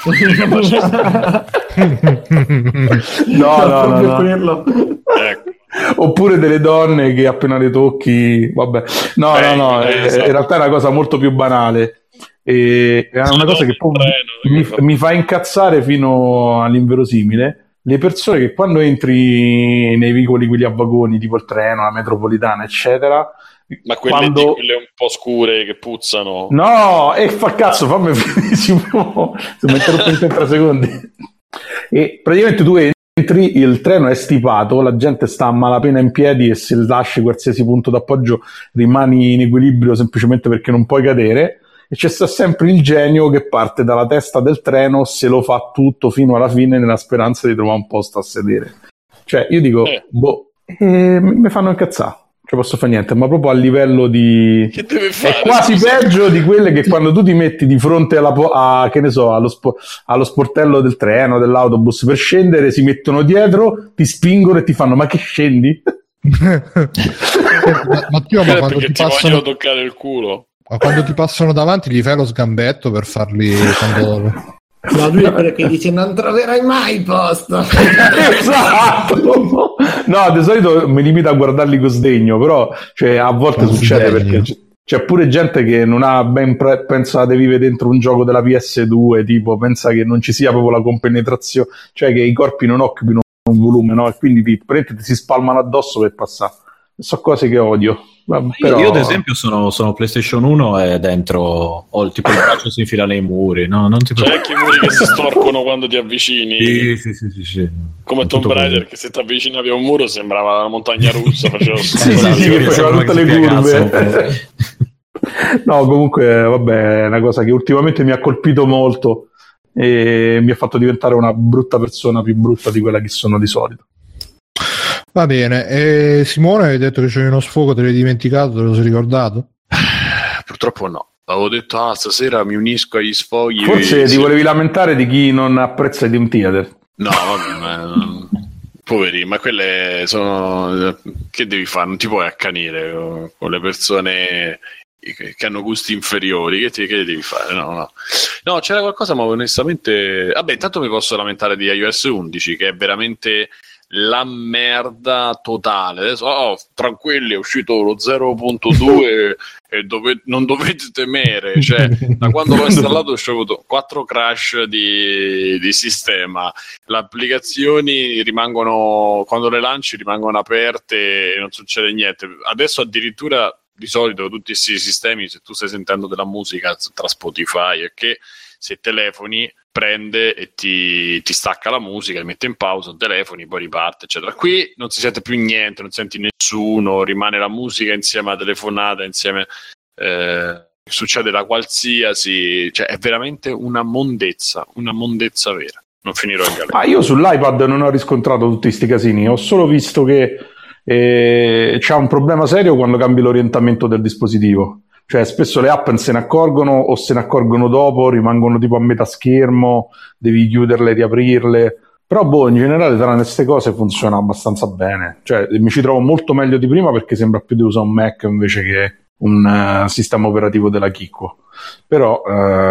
no. Ecco. Oppure delle donne che appena le tocchi, vabbè, no, esatto. In realtà è una cosa molto più banale, è una cosa che mi fa incazzare fino all'inverosimile. Le persone che quando entri nei veicoli quelli a vagoni tipo il treno, la metropolitana eccetera, ma quelle un po' scure che puzzano, no, e fa cazzo, fammi finire, se mi interrompo in 30 secondi. E praticamente tu entri, il treno è stipato, la gente sta a malapena in piedi e se lasci qualsiasi punto d'appoggio rimani in equilibrio semplicemente perché non puoi cadere, e c'è sta sempre il genio che parte dalla testa del treno, se lo fa tutto fino alla fine nella speranza di trovare un posto a sedere. Cioè io dico mi fanno incazzare, non posso fare niente, ma proprio a livello di che deve fare, è quasi peggio di quelle che quando tu ti metti di fronte che ne so, allo sportello del treno, dell'autobus per scendere, si mettono dietro, ti spingono e ti fanno ma che scendi? Matteo, ma quando ti vogliono toccare il culo, ma quando ti passano davanti gli fai lo sgambetto per farli quando... No, lui è quello che dice non troverai mai il posto. Esatto. No, di solito mi limito a guardarli con sdegno, però cioè, a volte succede perché c'è pure gente che non ha ben pensa di vivere dentro un gioco della PS2, tipo pensa che non ci sia proprio la compenetrazione, cioè che i corpi non occupino un volume, no? E quindi ti si spalmano addosso per passare. So cose che odio. Però... Io ad esempio sono PlayStation 1 e dentro ho il tipo il braccio si infila nei muri, no? Non ti c'è anche i muri che si storcono quando ti avvicini. Sì. Come Tomb Raider, che se ti avvicinavi a un muro sembrava una montagna russa, faceva faceva tutte le curve. No, comunque vabbè, è una cosa che ultimamente mi ha colpito molto e mi ha fatto diventare una brutta persona, più brutta di quella che sono di solito. Va bene, e Simone, hai detto che c'è uno sfogo, te l'hai dimenticato, te lo sei ricordato? Purtroppo no, avevo detto stasera mi unisco agli sfoghi. Forse ti volevi lamentare di chi non apprezza i Dream Theater. No, vabbè, poveri, ma quelle sono... Che devi fare? Non ti puoi accanire con le persone che hanno gusti inferiori, che devi fare? No, c'era qualcosa, ma onestamente... Vabbè, intanto mi posso lamentare di iOS 11, che è veramente... la merda totale. Adesso tranquilli, è uscito lo 0.2 e non dovete temere, cioè da quando l'ho installato ho avuto 4 crash di sistema, le applicazioni rimangono, quando le lanci rimangono aperte e non succede niente. Adesso addirittura di solito tutti questi sistemi, se tu stai sentendo della musica tra Spotify e che se telefoni prende e ti stacca la musica, ti mette in pausa, telefoni, poi riparte, eccetera. Qui non si sente più niente, non senti nessuno, rimane la musica insieme alla telefonata, insieme succede la qualsiasi, cioè è veramente una mondezza vera. Non finirò in galera. Io sull'iPad non ho riscontrato tutti questi casini, ho solo visto che c'è un problema serio quando cambi l'orientamento del dispositivo. Cioè spesso le app se ne accorgono o se ne accorgono dopo, rimangono tipo a metà schermo, devi chiuderle, riaprirle. Però in generale tra queste cose funziona abbastanza bene. Cioè mi ci trovo molto meglio di prima perché sembra più di usare un Mac invece che un sistema operativo della Chicco. Però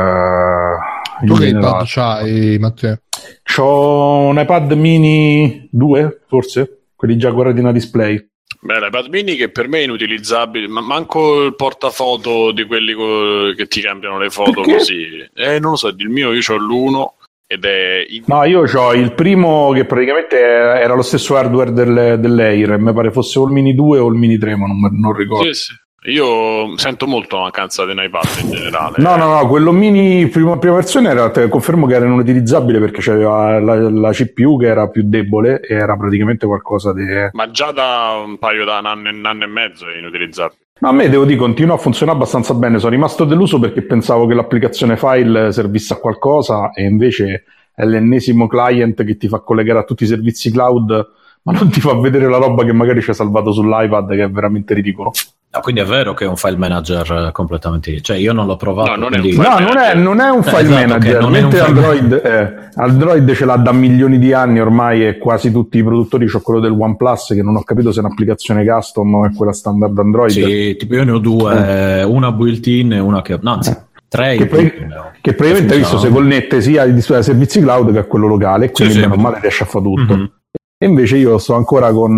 tu che iPad c'hai, Matteo? C'ho un iPad mini 2 forse, quelli già con retina display. Beh, l'iPad mini che per me è inutilizzabile, ma manco il portafoto di quelli che ti cambiano le foto. Perché? Così. Non lo so, il mio, io ho l'1 ed è... No, io ho il primo che praticamente era lo stesso hardware dell'Air, mi pare fosse o il mini 2 o il mini 3, ma non ricordo. Sì. Io sento molto la mancanza di un iPad in generale. No, quello mini prima versione confermo che era inutilizzabile perché c'aveva la CPU che era più debole e era praticamente qualcosa di... Ma già da un paio da un anno e mezzo è inutilizzabile. Ma a me, devo dire, continua a funzionare abbastanza bene. Sono rimasto deluso perché pensavo che l'applicazione file servisse a qualcosa e invece è l'ennesimo client che ti fa collegare a tutti i servizi cloud ma non ti fa vedere la roba che magari ci hai salvato sull'iPad, che è veramente ridicolo. No, quindi è vero che è un file manager completamente, cioè io non l'ho provato. No, quindi... non è un file manager, mentre Android ce l'ha da milioni di anni ormai e quasi tutti i produttori. C'ho quello del OnePlus che non ho capito se è un'applicazione custom o è quella standard Android. Sì, tipo io ne ho due, una built-in e una che... No, anzi, tre. Che praticamente hai visto se connette sia ai servizi cloud che a quello locale, e quindi meno male riesce a fare tutto. Mm-hmm. E invece io sto ancora con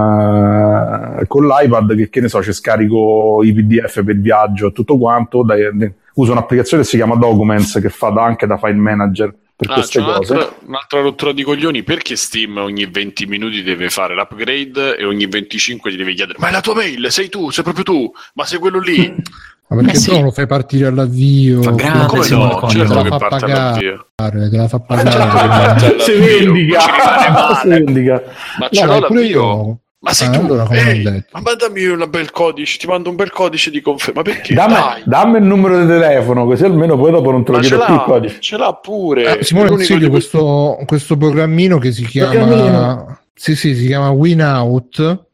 l'iPad che ne so, ci scarico i PDF per il viaggio e tutto quanto, uso un'applicazione che si chiama Documents che fa anche da file manager per queste cose. Un'altra rottura di coglioni, perché Steam ogni 20 minuti deve fare l'upgrade e ogni 25 ti deve chiedere: ma è la tua mail, sei tu, sei proprio tu, ma sei quello lì? Ma perché tu non lo fai partire all'avvio? Fa grande, come no? Certo che parte all'avvio. Te la fa pagare. Si vendica. Ma ce l'ho l'avvio. Ma sei tu? Allora, ma mandami un bel codice, ti mando un bel codice di conferma. Ma perché? Dammi il numero di telefono, così almeno poi dopo non te lo chiedo più il codice. Ce l'ha pure. Simone consiglio questo programmino che si chiama si chiama Winout,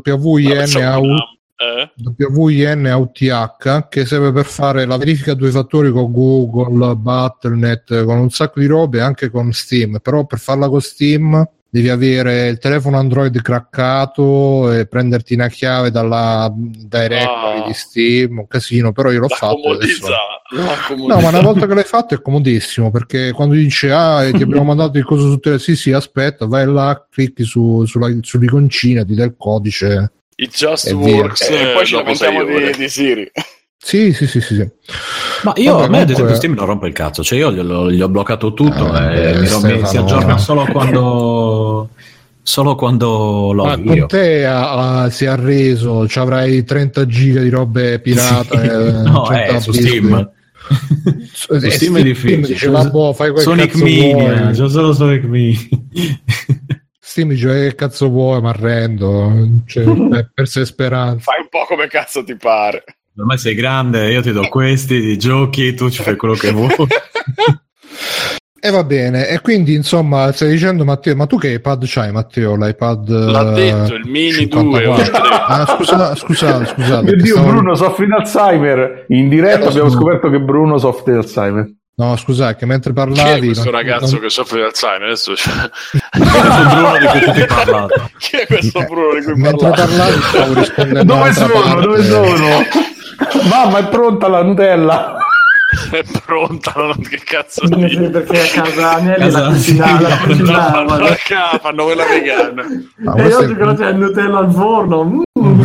WINOUTH, che serve per fare la verifica a due fattori con Google, Battle.net, con un sacco di robe, anche con Steam. Però per farla con Steam devi avere il telefono Android craccato e prenderti una chiave dalla directory di Steam, un casino. Però io l'ho fatto adesso. No, ma una volta che l'hai fatto è comodissimo, perché quando dice ti abbiamo mandato il coso su telefono, sì aspetta, vai là, clicchi sull'iconcina, ti dà il codice. It just works. E poi ci lamentiamo di Siri. Sì. Ma io a me ad esempio Steam non rompe il cazzo, cioè io gli ho bloccato tutto e si aggiorna solo solo quando lo ma con te si è arreso, ci avrai 30 giga di robe pirata. No, su Steam. Su Steam è difficile. Diceva, fai quel Sonic cazzo Mini, vuoi. c'è solo Sonic Mini. Steam dice che cazzo vuoi, ma arrendo, cioè, per se speranza. Fai un po' come cazzo ti pare. Ormai sei grande, io ti do questi giochi, tu ci fai quello che vuoi. E va bene, e quindi insomma stai dicendo, Matteo, ma tu che iPad c'hai, Matteo? L'iPad l'ha detto, il Mini 2 o il 3. Scusate mio Dio, Bruno soffre di Alzheimer. In diretta abbiamo scoperto che Bruno soffre di Alzheimer. No, scusate, che mentre Chi è parlavi questo ragazzo che soffre di Alzheimer? Adesso Bruno di cui tu ti parlavi. Chi è questo Bruno di cui mentre parlavi stavo rispondendo. Dove sono? Mamma, è pronta la Nutella? È pronta, che cazzo perché a casa Agnelli la cucinava, fanno quella vegana. E oggi però c'è il Nutella al forno.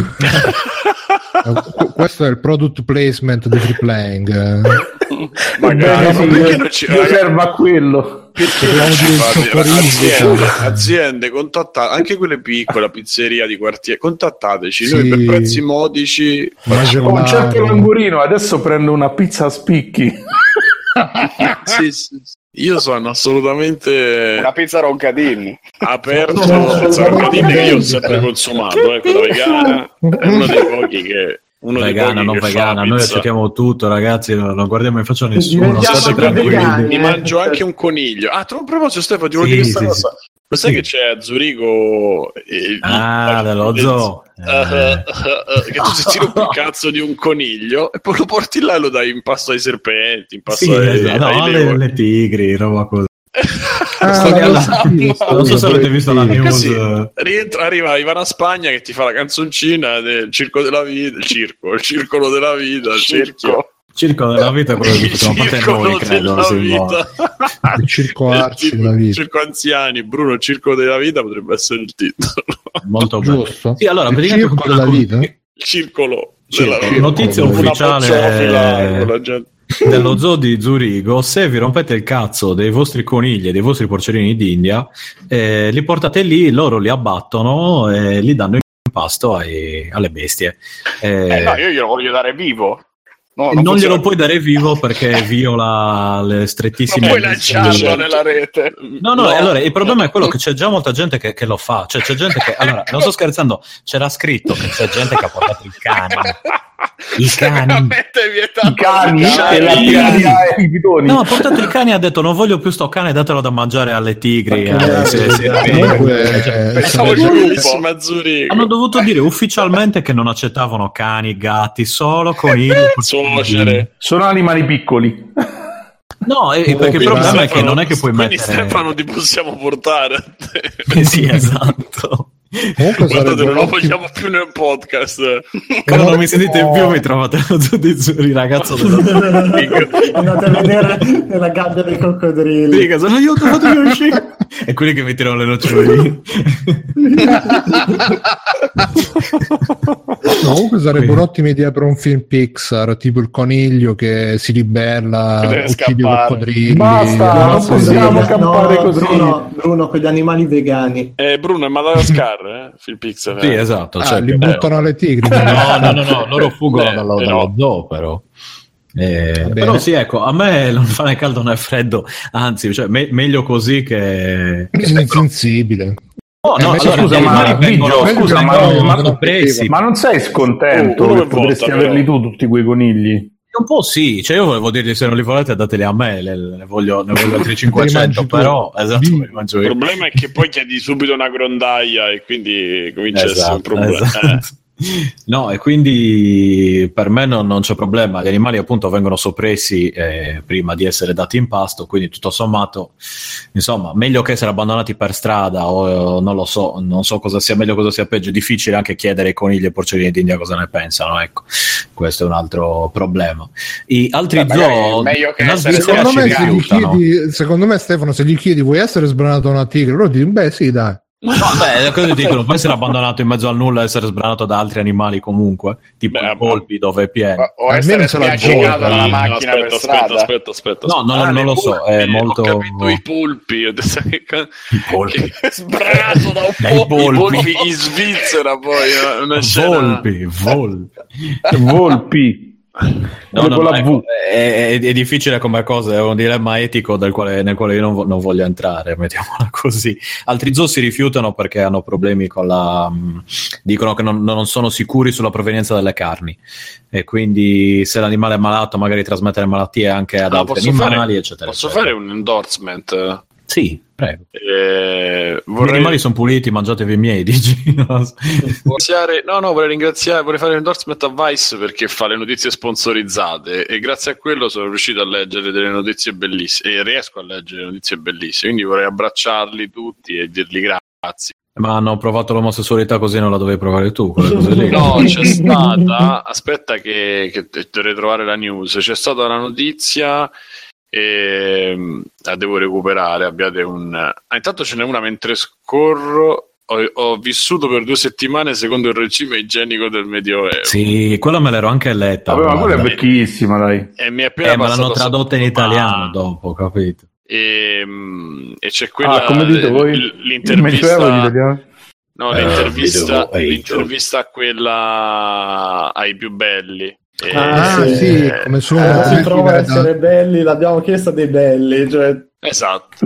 Questo è il product placement di Free Playing. Magari perché non ci serve a quello. Aziende contattate, anche quelle piccole, la pizzeria di quartiere, contattateci, noi per prezzi modici ho un certo langurino, adesso prendo una pizza a spicchi. sì. Io sono assolutamente una pizza Roncadini aperto, pizza Roncadini che io ho sempre consumato, quella vegana è uno dei pochi che vegana, non vegana, noi accettiamo tutto, ragazzi, non guardiamo in faccia a nessuno, state tranquilli. Mi mangio anche un coniglio. A proposito, Stefano, ti volevo dire questa cosa. Lo sai che c'è a Zurigo dello zoo che tu si tira un cazzo di un coniglio e poi lo porti là e lo dai in pasto ai serpenti, in pasto alle tigri, roba così. Non so se avete visto la news. Arriva Ivana Spagna che ti fa la canzoncina del circo della vita, il circolo della vita, Circo della vita è quello che facciamo parte noi, credo. Il circo Arci della vita. Circo anziani, Bruno, il circo della vita potrebbe essere il titolo. Molto giusto. Sì, allora, il circo della vita. Il circolo. Notizia ufficiale dello zoo di Zurigo: se vi rompete il cazzo dei vostri conigli e dei vostri porcellini d'India, li portate lì, loro li abbattono e li danno in pasto alle bestie. No, io glielo voglio dare vivo. No, non glielo puoi dare vivo perché viola le strettissime. Non puoi lanciarlo nella rete. No. Allora il problema è quello che c'è già molta gente che lo fa. Cioè, c'è gente che. Allora, non sto scherzando, c'era scritto che c'è gente che ha portato il cane. I cani e la tigre ai bidoni. No, ha portato il cane e ha detto: non voglio più sto cane, datelo da mangiare alle tigri. Hanno dovuto dire ufficialmente che non accettavano cani, gatti, solo conigli. Sono animali piccoli. No, perché il problema è che non è che puoi mettere. Stefano ti possiamo portare. Sì, esatto. Guardate, non lo vogliamo più nel podcast. Quando non mi sentite più mi trovate il ragazzo andate a vedere nella gabbia dei coccodrilli. Sono io che ho fatto uscire. E quelli che mi tirano le nocciole. Comunque sarebbe un'ottima idea per un film Pixar, tipo il coniglio che si ribella, uccide i coccodrilli. Basta, non possiamo scappare così. Bruno, con gli animali vegani. Bruno è Madagascar, film Pixar. Sì, esatto. Li buttano alle tigri. No, loro fuggono dallo zoo, però. Però sì, ecco, a me non fa né caldo né freddo, anzi, cioè, meglio così che insensibile. No, scusa, ma non sei scontento che potresti averli tu tutti quei conigli? Un po' sì, cioè io volevo dirgli se non li volete dateli a me, ne voglio altri 500, però esatto, li mangio io. Il problema è che poi chiedi subito una grondaia e quindi comincia a essere un problema. Esatto. No, e quindi per me non c'è problema, gli animali appunto vengono soppressi prima di essere dati in pasto, quindi tutto sommato, insomma, meglio che essere abbandonati per strada o non lo so, non so cosa sia meglio, cosa sia peggio. È difficile anche chiedere ai conigli e porcellini d'India cosa ne pensano, ecco, questo è un altro problema. I altri zoo meglio che secondo me Stefano, se gli chiedi vuoi essere sbranato a una tigre, loro dicono beh sì dai. No, beh, cosa dicono? Può essere abbandonato in mezzo al nulla e essere sbranato da altri animali comunque, tipo i polpi dove è pieno. O essere spiaginato dalla macchina per strada. Aspetta. No, non lo so, è molto... Ho capito i polpi. I polpi. Sbranato da un po'. I polpi in Svizzera poi. Una scena... Volpi. No, è difficile come cosa, è un dilemma etico nel quale io non voglio entrare, mettiamola così. Altri zoo si rifiutano perché hanno problemi con dicono che non sono sicuri sulla provenienza delle carni, e quindi se l'animale è malato magari trasmettere malattie anche ad altri animali, eccetera. Posso fare un endorsement? Sì, prego. Gli animali sono puliti, mangiatevi i miei, dici? Vorrei fare un endorsement a Vice perché fa le notizie sponsorizzate e grazie a quello sono riuscito a leggere delle notizie bellissime e riesco a leggere notizie bellissime, quindi vorrei abbracciarli tutti e dirgli grazie. Ma hanno provato l'omosessualità così non la dovevi provare tu, quelle cose lì? No, c'è stata, aspetta che dovrei trovare la news, c'è stata una notizia e la devo recuperare. Abbiate intanto ce n'è una mentre scorro. Ho vissuto per 2 settimane secondo il regime igienico del Medioevo. Sì, quella me l'ero anche letta. Ma quella è vecchissima, dai. E mi è appena me l'hanno tradotta in italiano dopo, capito? E c'è quella come dite voi? l'intervista. No, l'intervista a quella ai più belli. Sì, come sono si prova a essere belli, l'abbiamo chiesto dei belli, cioè... Esatto.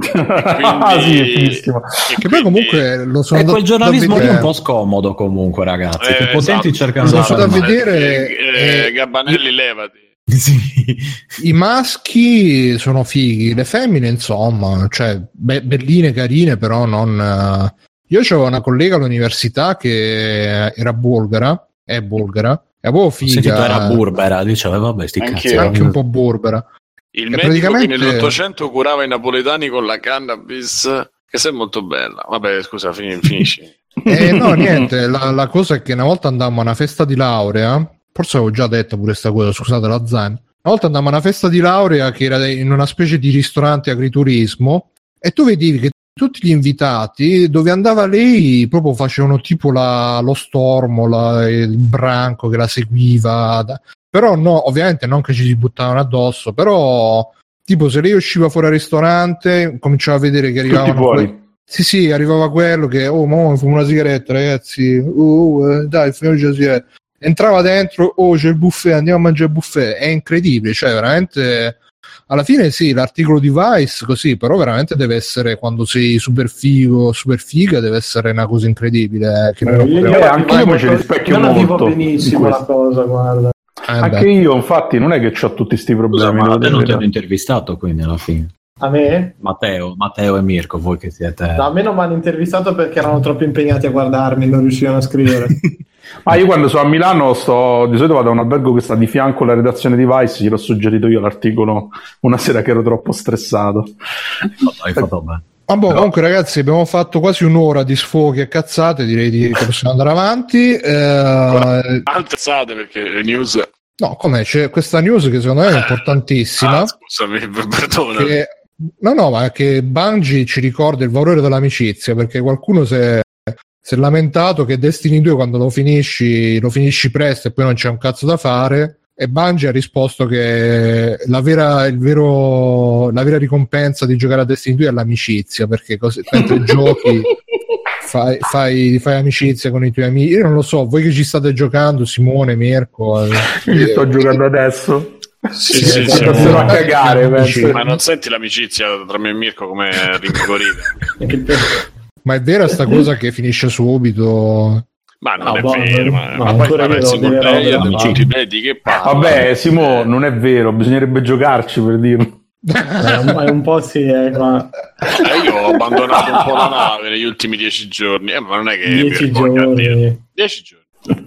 Quindi, che poi comunque lo sono quel giornalismo lì un po' scomodo comunque, ragazzi, che potenti cercano di fare da vedere Gabbanelli levati. Sì. I maschi sono fighi, le femmine insomma, cioè belline, carine, però non... Io c'avevo una collega all'università che era bulgara, è bulgara, è proprio figa. Sentito era burbera, diceva vabbè sti cazzi. Anche un po' burbera. Il medico che nell'800 curava i napoletani con la cannabis, che sei molto bella. Vabbè, scusa, finisci. No, niente, la cosa è che una volta andammo a una festa di laurea, forse avevo già detto pure questa cosa, scusate la Zan. Una volta andammo a una festa di laurea che era in una specie di ristorante agriturismo e tu vedevi che tutti gli invitati dove andava lei proprio facevano tipo lo stormo, il branco che la seguiva, però no, ovviamente non che ci si buttavano addosso, però tipo se lei usciva fuori al ristorante cominciava a vedere che arrivavano fuori. Sì, arrivava quello che mo fumo una sigaretta ragazzi, dai fumiamoci la sigaretta, entrava dentro, c'è il buffet, andiamo a mangiare il buffet, è incredibile, cioè veramente alla fine sì, l'articolo di Vice così, però veramente deve essere, quando sei super figo, super figa, deve essere una cosa incredibile. Che anche io mi ci rispecchio molto. Non vivo benissimo la cosa, guarda. Anche io, infatti, non è che ho tutti sti problemi. Ma te non ti hanno intervistato quindi alla fine? A me? Matteo e Mirko, voi che siete... No, a me non mi hanno intervistato perché erano troppo impegnati a guardarmi, non riuscivano a scrivere. Ma io quando sono a Milano di solito vado a un albergo che sta di fianco alla redazione di Vice, gliel'ho suggerito io l'articolo una sera che ero troppo stressato. Hai fatto bene. Comunque ragazzi abbiamo fatto quasi un'ora di sfoghi e cazzate, direi che possiamo andare avanti. Cazzate perché le news... No, com'è? C'è questa news che secondo me è importantissima. Scusami, perdona. No, ma che Bungie ci ricorda il valore dell'amicizia, perché qualcuno si è lamentato che Destiny 2 quando lo finisci presto e poi non c'è un cazzo da fare, e Bungie ha risposto che la vera ricompensa di giocare a Destiny 2 è l'amicizia, perché così mentre giochi fai amicizia con i tuoi amici. Io non lo so, voi che ci state giocando, Simone, Mirko, io sto giocando adesso. Sì, a cagare, ma non senti l'amicizia tra me e Mirko come rinvigorita? Ma è vera sta cosa che finisce subito? Ma non è vero, ma poi parla il single player, multiplayer, di che parla? Vabbè, Simo, non è vero, bisognerebbe giocarci per dirlo. È un po' sì, ma... io ho abbandonato un po' la nave negli ultimi 10 giorni, ma non è che 10 giorni. 10 giorni.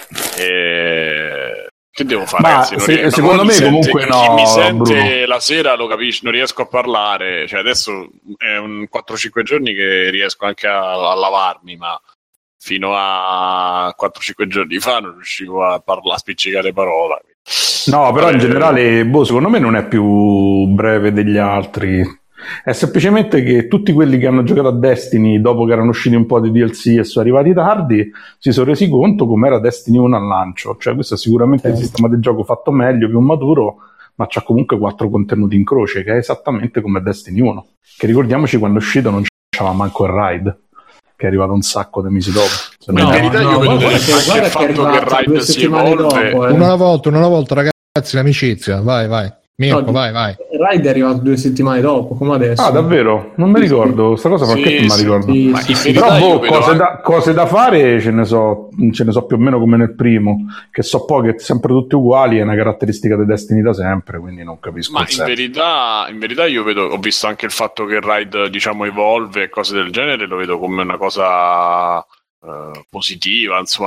Che devo fare? Ragazzi, secondo me comunque no. Chi mi sente Bruno, la sera lo capisce, non riesco a parlare, cioè adesso è un 4-5 giorni che riesco anche a lavarmi, ma fino a 4-5 giorni fa non riuscivo a spiccicare parola. No, però in generale, secondo me non è più breve degli altri. È semplicemente che tutti quelli che hanno giocato a Destiny dopo che erano usciti un po' di DLC e sono arrivati tardi si sono resi conto com'era Destiny 1 al lancio. Cioè questo è sicuramente il sistema di gioco fatto meglio, più maturo, ma c'ha comunque 4 contenuti in croce, che è esattamente come Destiny 1, che ricordiamoci quando è uscito non c'aveva manco il raid, che è arrivato un sacco di mesi dopo. In verità io vedo anche il fatto che il raid si evolve una volta ragazzi, l'amicizia, vai Mirko, vai. Il raid è arrivato 2 settimane dopo, come adesso. Ah, davvero? Non mi ricordo, sta cosa perché non mi ricordo. Però cose da fare ce ne so più o meno come nel primo, che so poche, sempre tutti uguali, è una caratteristica dei Destiny da sempre, quindi non capisco. Ma in verità io ho visto anche il fatto che il raid, diciamo, evolve e cose del genere, lo vedo come una cosa positiva, insomma,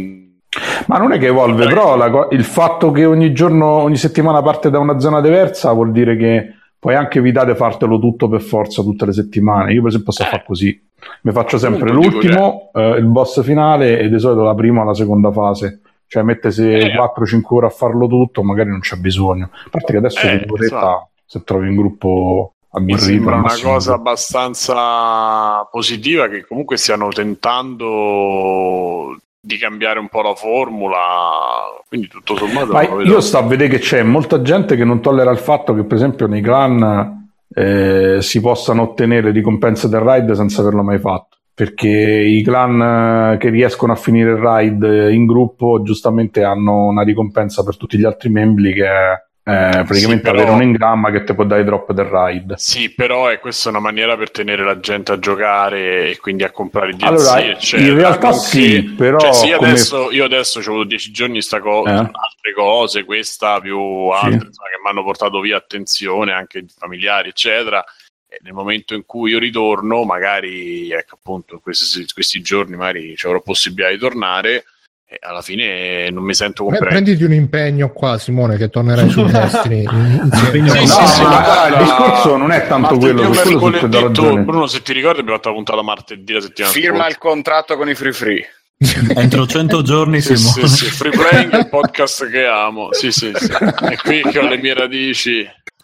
ma non è che evolve, però il fatto che ogni giorno, ogni settimana parte da una zona diversa vuol dire che puoi anche evitare di fartelo tutto per forza tutte le settimane. Io per esempio posso fare così, mi faccio sempre l'ultimo, il boss finale e di solito la prima o la seconda fase, cioè mettesi 4-5 ore a farlo tutto, magari non c'è bisogno, a parte che adesso se trovi un gruppo mi sembra una cosa abbastanza positiva che comunque stiano tentando di cambiare un po' la formula, quindi tutto sommato. Ma io sto a vedere che c'è molta gente che non tollera il fatto che per esempio nei clan si possano ottenere ricompense del raid senza averlo mai fatto, perché i clan che riescono a finire il raid in gruppo giustamente hanno una ricompensa per tutti gli altri membri che è praticamente avere un engramma che ti può dare i drop del raid. Sì, però questa è una maniera per tenere la gente a giocare e quindi a comprare DLC. Allora, eccetera. In realtà sì, però io adesso ho avuto 10 giorni altre cose, questa più altre, insomma, che mi hanno portato via attenzione anche di familiari, eccetera. E nel momento in cui io ritorno, magari, ecco, appunto, questi giorni magari ci avrò possibilità di tornare. E alla fine non mi sento comprendere. Prenditi un impegno qua, Simone, che tornerai su Destiny. Il discorso non è tanto quello. Bruno, se ti ricordi, abbiamo fatto la puntata martedì la settimana scorsa. Firma il contratto con i free. Entro 100 giorni, Simone. Sì. Free Playing è il podcast che amo. Sì. È qui che ho le mie radici,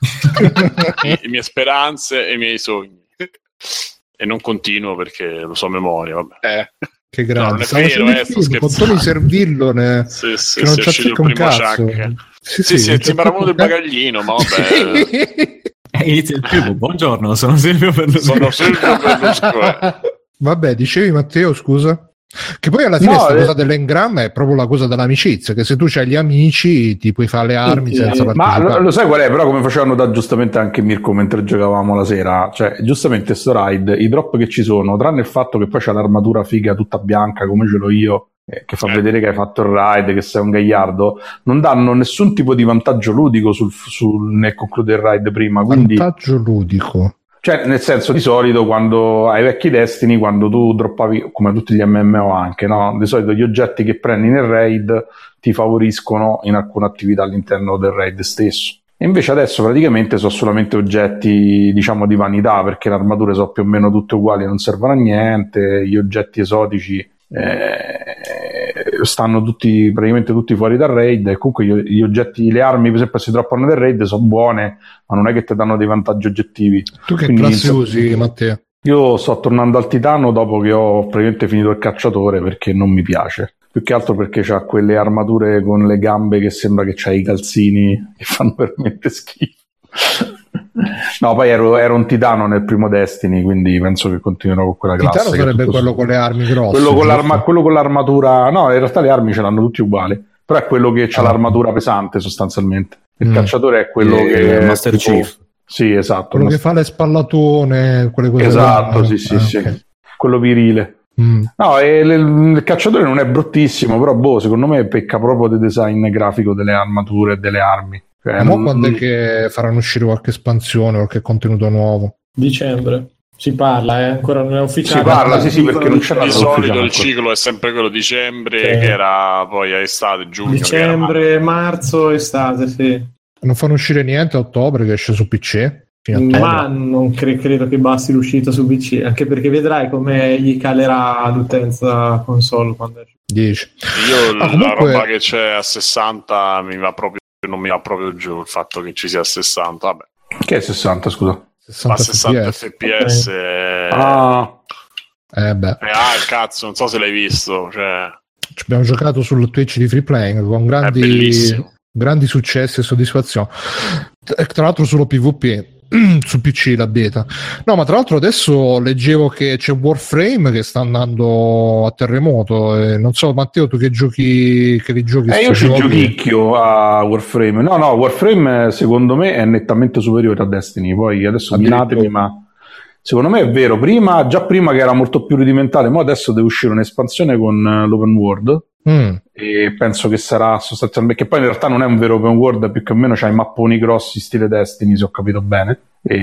le mie speranze e i miei sogni. E non continuo perché lo so a memoria. Vabbè. Che grande, no, non è vero, con Tony Servillo che non c'è più un cazzo. Sì, sembra uno del bagaglino, ma vabbè. Inizia il primo. Buongiorno, sono Silvio Berlusconi. Vabbè, dicevi Matteo, scusa? Che poi alla fine questa cosa dell'engramma è proprio la cosa dell'amicizia, che se tu c'hai gli amici ti puoi fare le armi senza partecipare. Ma lo sai qual è? Però come faceva notare giustamente anche Mirko mentre giocavamo la sera, cioè giustamente sto raid, i drop che ci sono, tranne il fatto che poi c'è l'armatura figa tutta bianca come ce l'ho io, che fa vedere che hai fatto il raid, che sei un gagliardo, non danno nessun tipo di vantaggio ludico nel concludere il raid prima. Quindi vantaggio ludico? Cioè, nel senso, di solito quando ai vecchi Destiny, quando tu droppavi, come tutti gli MMO anche, no? Di solito gli oggetti che prendi nel raid ti favoriscono in alcune attività all'interno del raid stesso. E invece adesso praticamente sono solamente oggetti, diciamo, di vanità, perché le armature sono più o meno tutte uguali, non servono a niente, gli oggetti esotici stanno praticamente tutti fuori dal raid, e comunque gli oggetti, le armi per esempio si droppano nel raid, sono buone, ma non è che ti danno dei vantaggi oggettivi. Tu che classe usi, Matteo? Io sto tornando al titano dopo che ho praticamente finito il cacciatore, perché non mi piace, più che altro perché c'ha quelle armature con le gambe che sembra che c'hai i calzini che fanno veramente schifo. No, poi ero un titano nel primo Destiny, quindi penso che continuerò con quella classe. Titano sarebbe quello con le armi grosse. Quello con l'armatura. No, in realtà le armi ce l'hanno tutti uguali, però è quello che ha l'armatura pesante sostanzialmente. Il cacciatore è quello che è Master Chief. Sì, esatto. Quello che fa le spallatone, quelle cose. Esatto, sì. Okay. Quello virile. No, il cacciatore non è bruttissimo, però secondo me pecca proprio del design grafico delle armature e delle armi. Ma quando è che faranno uscire qualche espansione, qualche contenuto nuovo? Dicembre. Si parla, ancora non è ufficiale. Si parla, sì, perché non c'è di solito il ciclo è sempre quello dicembre, che era poi a estate, giugno. Dicembre, marzo, estate, sì. Non fanno uscire niente a ottobre che esce su PC? Ma non credo che basti l'uscita su PC, anche perché vedrai come gli calerà l'utenza console quando esce. 10. Io la roba che c'è a 60 non mi va proprio giù il fatto che ci sia a 60. Vabbè. Che è 60, scusa? 60 fps. Beh. Cazzo, non so se l'hai visto. Cioè... Ci abbiamo giocato sul Twitch di Free Playing con grandi successi e soddisfazioni. Tra l'altro solo PvP. Su PC la beta. No, ma tra l'altro adesso leggevo che c'è Warframe che sta andando a terremoto. Non so, Matteo, tu che li giochi? Io ci giochicchio a Warframe. No, Warframe secondo me è nettamente superiore a Destiny. Poi adesso minatemi, ma secondo me è vero. Già prima che era molto più rudimentale, ma adesso deve uscire un'espansione con l'open world. E penso che sarà sostanzialmente, che poi in realtà non è un vero open world, più che o meno c'ha i mapponi grossi stile Destiny, se ho capito bene.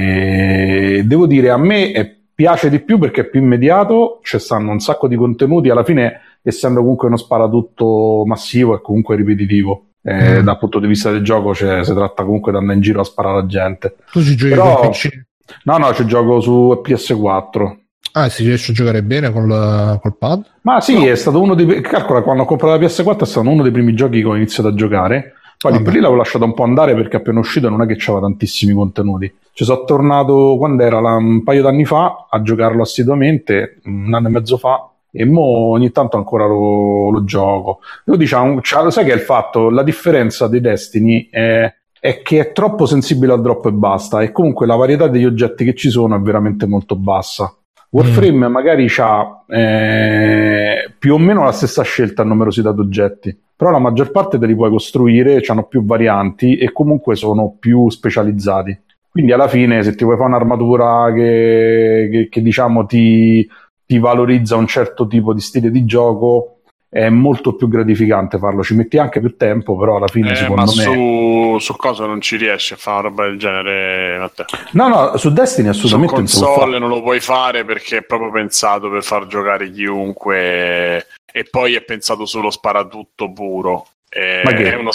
E devo dire, a me piace di più perché è più immediato, ci stanno un sacco di contenuti, alla fine essendo comunque uno sparatutto massivo è comunque ripetitivo. Dal punto di vista del gioco si tratta comunque di andare in giro a sparare alla gente. Tu ci giochi con PC? No, ci gioco su PS4. Si riesce a giocare bene col pad? Ma sì, è stato uno dei... Calcola, quando ho comprato la PS4 è stato uno dei primi giochi che ho iniziato a giocare. Poi lì per lì l'avevo lasciato un po' andare perché appena uscito non è che c'aveva tantissimi contenuti. Ci sono tornato quando era un paio d'anni fa a giocarlo assiduamente, un anno e mezzo fa, e mo ogni tanto ancora lo gioco. Io diciamo, sai che è il fatto? La differenza dei Destiny è che è troppo sensibile al drop e basta, e comunque la varietà degli oggetti che ci sono è veramente molto bassa. Warframe magari c'ha più o meno la stessa scelta a numerosità di oggetti, però la maggior parte te li puoi costruire, c'hanno più varianti e comunque sono più specializzati. Quindi alla fine se ti vuoi fare un'armatura che diciamo ti valorizza un certo tipo di stile di gioco, è molto più gratificante farlo, ci metti anche più tempo, però alla fine secondo me su cosa non ci riesci a fare una roba del genere, Matteo? No, su Destiny assolutamente su console non lo puoi fare perché è proprio pensato per far giocare chiunque, e poi è pensato solo sparatutto puro. Ma che è uno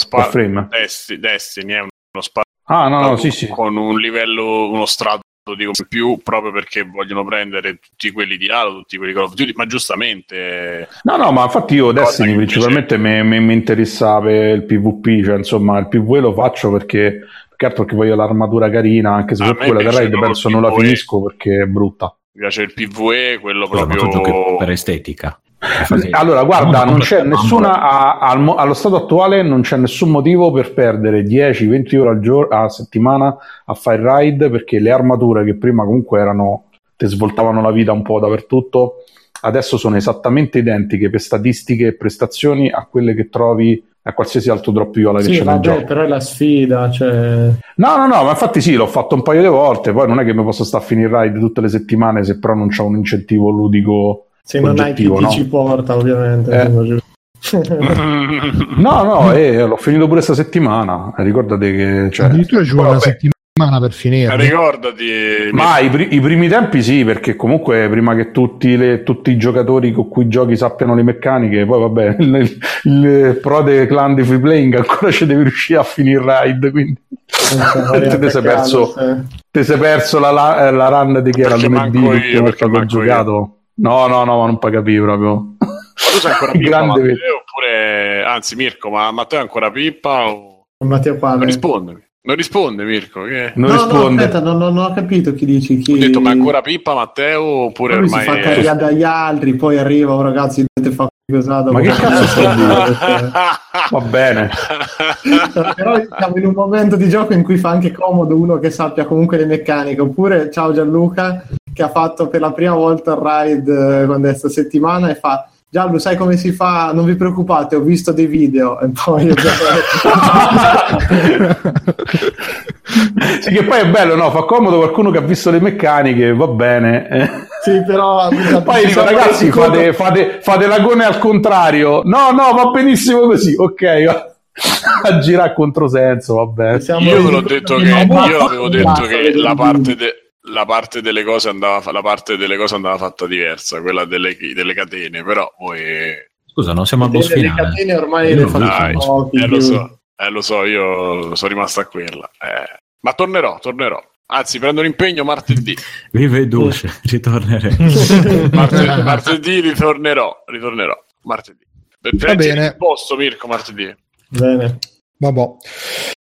Destiny è uno sparatutto sì. Con un livello, uno strato dico più, proprio perché vogliono prendere tutti quelli di Halo, tutti quelli di Call of Duty, ma giustamente no, ma infatti io Destiny principalmente mi interessava il PvP, cioè insomma il PvE lo faccio perché voglio l'armatura carina, anche se quella del Raid penso non la finisco perché è brutta. Mi piace il PvE, quello proprio per estetica. Allora guarda, non c'è nessuna allo stato attuale non c'è nessun motivo per perdere 10-20 ore a settimana a fare il raid, perché le armature che prima comunque ti svoltavano la vita un po' dappertutto, adesso sono esattamente identiche per statistiche e prestazioni a quelle che trovi a qualsiasi altro drop viola che c'è nel gioco. Però è la sfida, cioè... No, ma infatti sì, l'ho fatto un paio di volte, poi non è che mi posso stare a finire il raid tutte le settimane se però non c'è un incentivo ludico. Se non hai chi ti ci porta, ovviamente. No, l'ho finito pure sta settimana. Ricordate che... addirittura ci vuole una settimana per finire. Ricordati... Ma i primi tempi sì, perché comunque prima che tutti i giocatori con cui giochi sappiano le meccaniche, poi vabbè, il pro dei clan di Free Playing ancora ci devi riuscire a finire il raid, quindi... ti sei perso la run di che era lunedì perché ho giocato... No, ma non puoi capire proprio. Ma tu sei ancora Pippa, Matteo, oppure... Anzi, Mirko, ma Matteo è ancora Pippa o... Matteo quale? Non risponde Mirko. Che... Non risponde. Aspetta, non ho capito chi dici. Ho detto, ma è ancora Pippa, Matteo, oppure ormai... si fa carriera dagli altri, poi arriva un ragazzo e fa pesato. Ma che cazzo sta dire? Va bene. Però siamo in un momento di gioco in cui fa anche comodo uno che sappia comunque le meccaniche. Oppure, ciao Gianluca, che ha fatto per la prima volta il raid quando è sta settimana e fa: Giallo, sai come si fa? Non vi preoccupate, ho visto dei video. E poi sì, che poi è bello, no? Fa comodo qualcuno che ha visto le meccaniche, va bene. Sì, però poi dico, ragazzi, fate l'agone al contrario. No, va benissimo così, ok. A girare a controsenso, va bene. Io avevo detto che la parte delle cose andava fatta diversa, quella delle catene, però voi... Scusa, non siamo al boss finale. Le catene ormai le fanno lo so, io sono rimasto a quella. Ma tornerò. Anzi, prendo l'impegno martedì. Vive e duce, ritornerei. Martedì ritornerò. Martedì. Va bene. Posto, Mirko, martedì. Bene. Vabbè.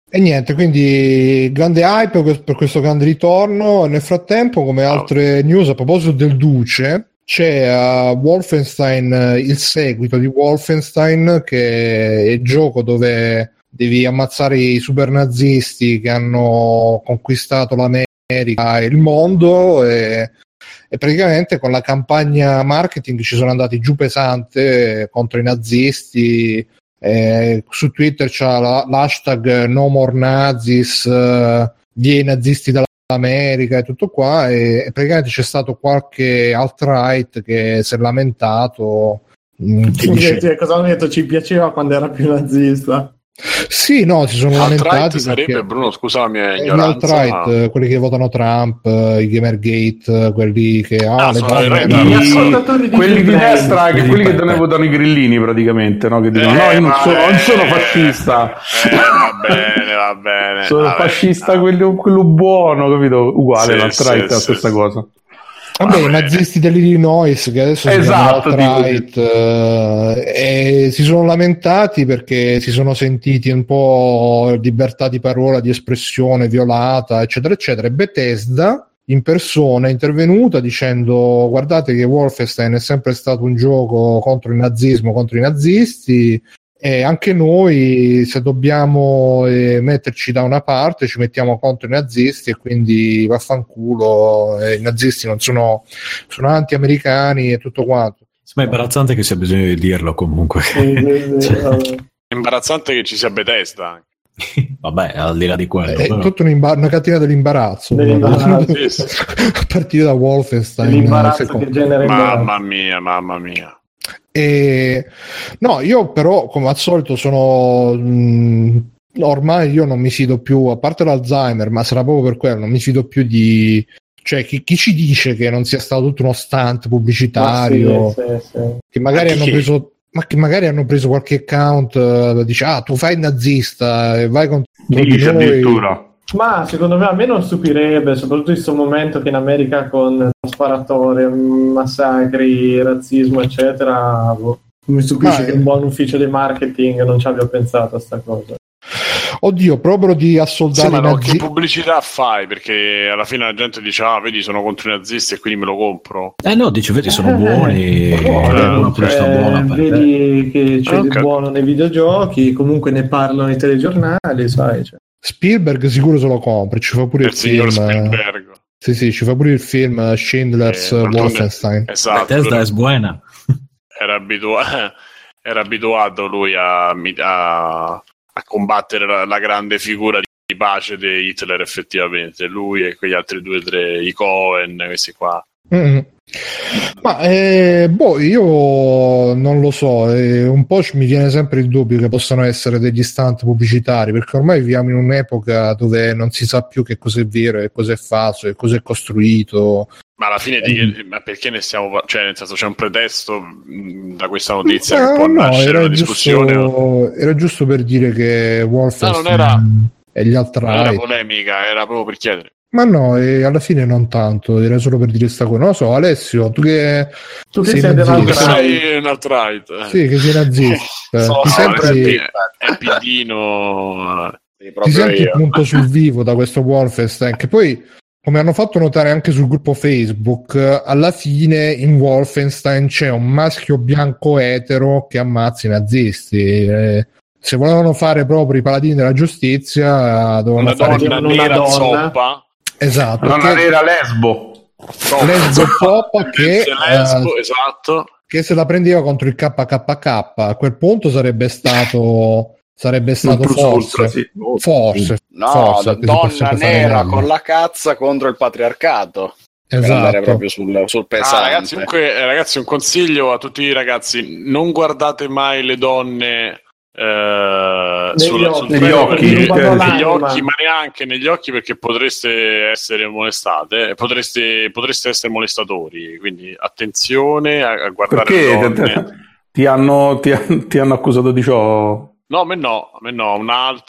E niente, quindi grande hype per questo grande ritorno. Nel frattempo, come altre news a proposito del Duce, c'è Wolfenstein, il seguito di Wolfenstein, che è il gioco dove devi ammazzare i super nazisti che hanno conquistato l'America e il mondo, e praticamente con la campagna marketing ci sono andati giù pesante contro i nazisti. Su Twitter c'è l'hashtag No More Nazis, via i nazisti dall'America e tutto qua, e praticamente c'è stato qualche alt-right che si è lamentato. Cosa hanno detto? Ci piaceva quando era più nazista. Sì, no, si sono lamentati. Sarebbe, Bruno, scusa la mia ignoranza. Alt-right, quelli che votano Trump, i Gamergate, quelli che quelli di destra, che quelli che votano i grillini praticamente, no? Che dicono no, io non sono fascista. Va bene. Sono fascista, quello buono, capito? Uguale l'alt-right, la stessa cosa. Vabbè, i nazisti dell'Illinois che adesso si chiamano alt-right, e si sono lamentati perché si sono sentiti un po' libertà di parola, di espressione violata, eccetera eccetera, e Bethesda in persona è intervenuta dicendo: guardate che Wolfenstein è sempre stato un gioco contro il nazismo, contro i nazisti, e anche noi, se dobbiamo metterci da una parte, ci mettiamo contro i nazisti, e quindi vaffanculo, i nazisti non sono anti-americani e tutto quanto. Ma è imbarazzante che sia bisogno di dirlo comunque. È imbarazzante che ci sia Bethesda. Vabbè, al di là di quello. È tutta una catena dell'imbarazzo. A partire da Wolfenstein. L'imbarazzo che genera mamma mia. No, io però come al solito ormai io non mi fido più, a parte l'Alzheimer, ma sarà proprio per quello, non mi fido più di, cioè chi ci dice che non sia stato tutto uno stunt pubblicitario, che magari hanno preso qualche account, dice tu fai il nazista e vai contro di noi. Addirittura. Ma secondo me a me non stupirebbe, soprattutto in questo momento che in America con sparatorie, massacri, razzismo eccetera, mi stupisce che un buon ufficio di marketing non ci abbia pensato a sta cosa. Oddio, proprio di assoldare i nazisti. Che pubblicità fai? Perché alla fine la gente dice vedi, sono contro i nazisti e quindi me lo compro. No, dice vedi, sono buoni, una pubblicità buona, vedi che c'è del buono nei videogiochi, comunque ne parlano i telegiornali, sai, cioè. Spielberg sicuro se lo compra, ci fa pure il film. Spielberg. Sì, ci fa pure il film Schindler's Wolfenstein. Esatto. Bethesda è buona. Era abituato lui a combattere la grande figura di pace di Hitler, effettivamente. Lui e quegli altri 2 o 3, i Cohen, questi qua. Mm-hmm. Ma io non lo so, un po' mi viene sempre il dubbio che possano essere degli stunt pubblicitari, perché ormai viviamo in un'epoca dove non si sa più che cosa è vero e cosa è falso e cosa è costruito. Ma alla fine ma perché ne stiamo, cioè nel senso c'è un pretesto da questa notizia che può nascere una discussione? Era giusto per dire che Wolfenstein e gli altri non era polemica, era proprio per chiedere. Ma no, alla fine non tanto, era solo per dire sta cosa. Non lo so, Alessio, tu che sei un alt-right. Sì, che sei nazista. È pidino. Ti senti appunto sul vivo da questo Wolfenstein, che poi, come hanno fatto notare anche sul gruppo Facebook, alla fine in Wolfenstein c'è un maschio bianco etero che ammazza i nazisti. Se volevano fare proprio i paladini della giustizia, dovevano fare una donna zoppa. Esatto, una vera lesbo poppa che esatto, che se la prendeva contro il KKK. A quel punto sarebbe stato forse donna nera con la cazza contro il patriarcato. Esatto. Per andare proprio sul pesante. Ragazzi, un consiglio a tutti i ragazzi: non guardate mai le donne negli occhi, ma neanche negli occhi, perché potreste essere molestate, potreste essere molestatori, quindi attenzione a guardare. Perché le donne. Ti hanno accusato di ciò? No, a me no, un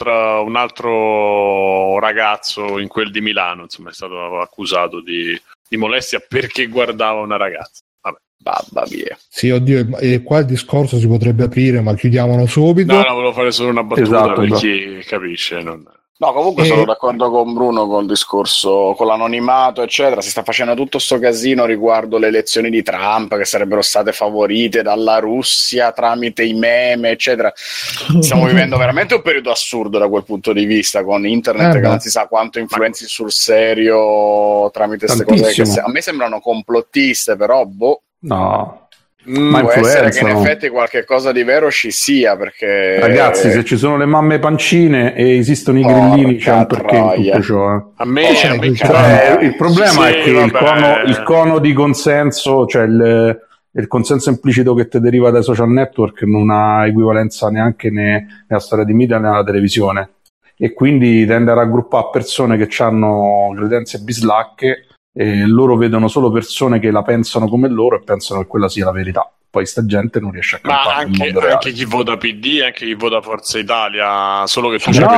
altro ragazzo in quel di Milano, insomma, è stato accusato di molestia perché guardava una ragazza. Babba mia. Sì, oddio, qua il discorso si potrebbe aprire, ma chiudiamolo subito. No, volevo fare solo una battuta per chi capisce. No, comunque sono d'accordo con Bruno col discorso, con l'anonimato, eccetera. Si sta facendo tutto sto casino riguardo le elezioni di Trump, che sarebbero state favorite dalla Russia tramite i meme, eccetera. Stiamo vivendo veramente un periodo assurdo da quel punto di vista, con internet che non si sa quanto influenzi sul serio tramite queste cose che a me sembrano complottiste, però no. Ma può essere che in effetti qualche cosa di vero ci sia, perché ragazzi, se ci sono le mamme pancine e esistono i grillini, c'è un perché in tutto ciò. A me il problema è che il cono di consenso, cioè il consenso implicito che ti deriva dai social network non ha equivalenza neanche nella storia di media né nella televisione, e quindi tende a raggruppare persone che hanno credenze bislacche. E loro vedono solo persone che la pensano come loro e pensano che quella sia la verità. Poi sta gente non riesce a campare nel mondo reale. Anche chi vota PD, anche chi vota Forza Italia, solo che tu però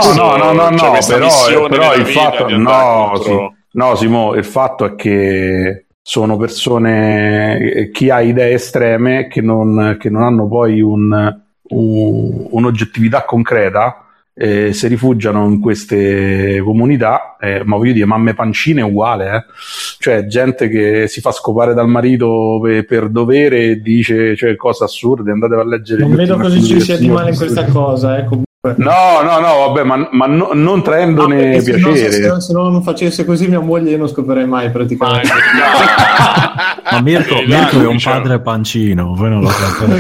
il fatto Simo, il fatto è che sono persone, chi ha idee estreme che non hanno poi un'oggettività concreta, si rifugiano in queste comunità, ma voglio dire, mamme pancine è uguale, cioè gente che si fa scopare dal marito per dovere e dice, cioè, cose assurde, andate a leggere. Non vedo così ci sia di male in questa cosa, comunque. No, vabbè, ma non traendone piacere. Se non facesse così mia moglie io non scoprirei mai praticamente. Ma Mirko è un padre pancino, voi non lo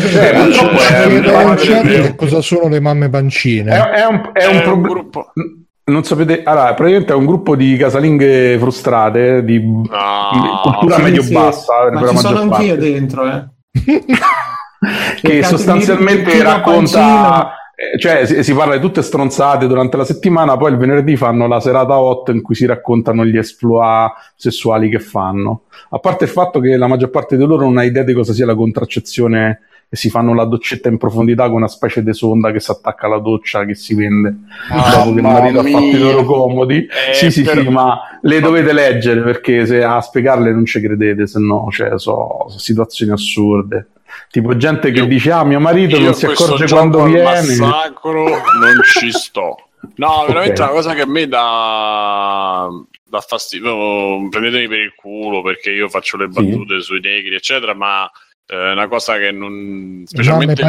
sapete. Cosa sono le mamme pancine? È un gruppo. Non sapete, allora, praticamente è un gruppo di casalinghe frustrate di cultura medio-bassa. Ma ci sono anch'io dentro, che sostanzialmente racconta. Cioè si parla di tutte stronzate durante la settimana, poi il venerdì fanno la serata hot in cui si raccontano gli exploit sessuali che fanno. A parte il fatto che la maggior parte di loro non ha idea di cosa sia la contraccezione, e si fanno la doccetta in profondità con una specie di sonda che si attacca alla doccia che si vende dopo che il marito ha fatto i loro comodi. Sì, ma le dovete leggere, perché se a spiegarle non ci credete, se no, cioè, sono situazioni assurde. Tipo gente che dice mio marito non si accorge quando viene. Massacro non ci sto. No, veramente una cosa che a me dà fastidio. Prendetemi per il culo perché io faccio le battute sui negri eccetera, ma una cosa che non, specialmente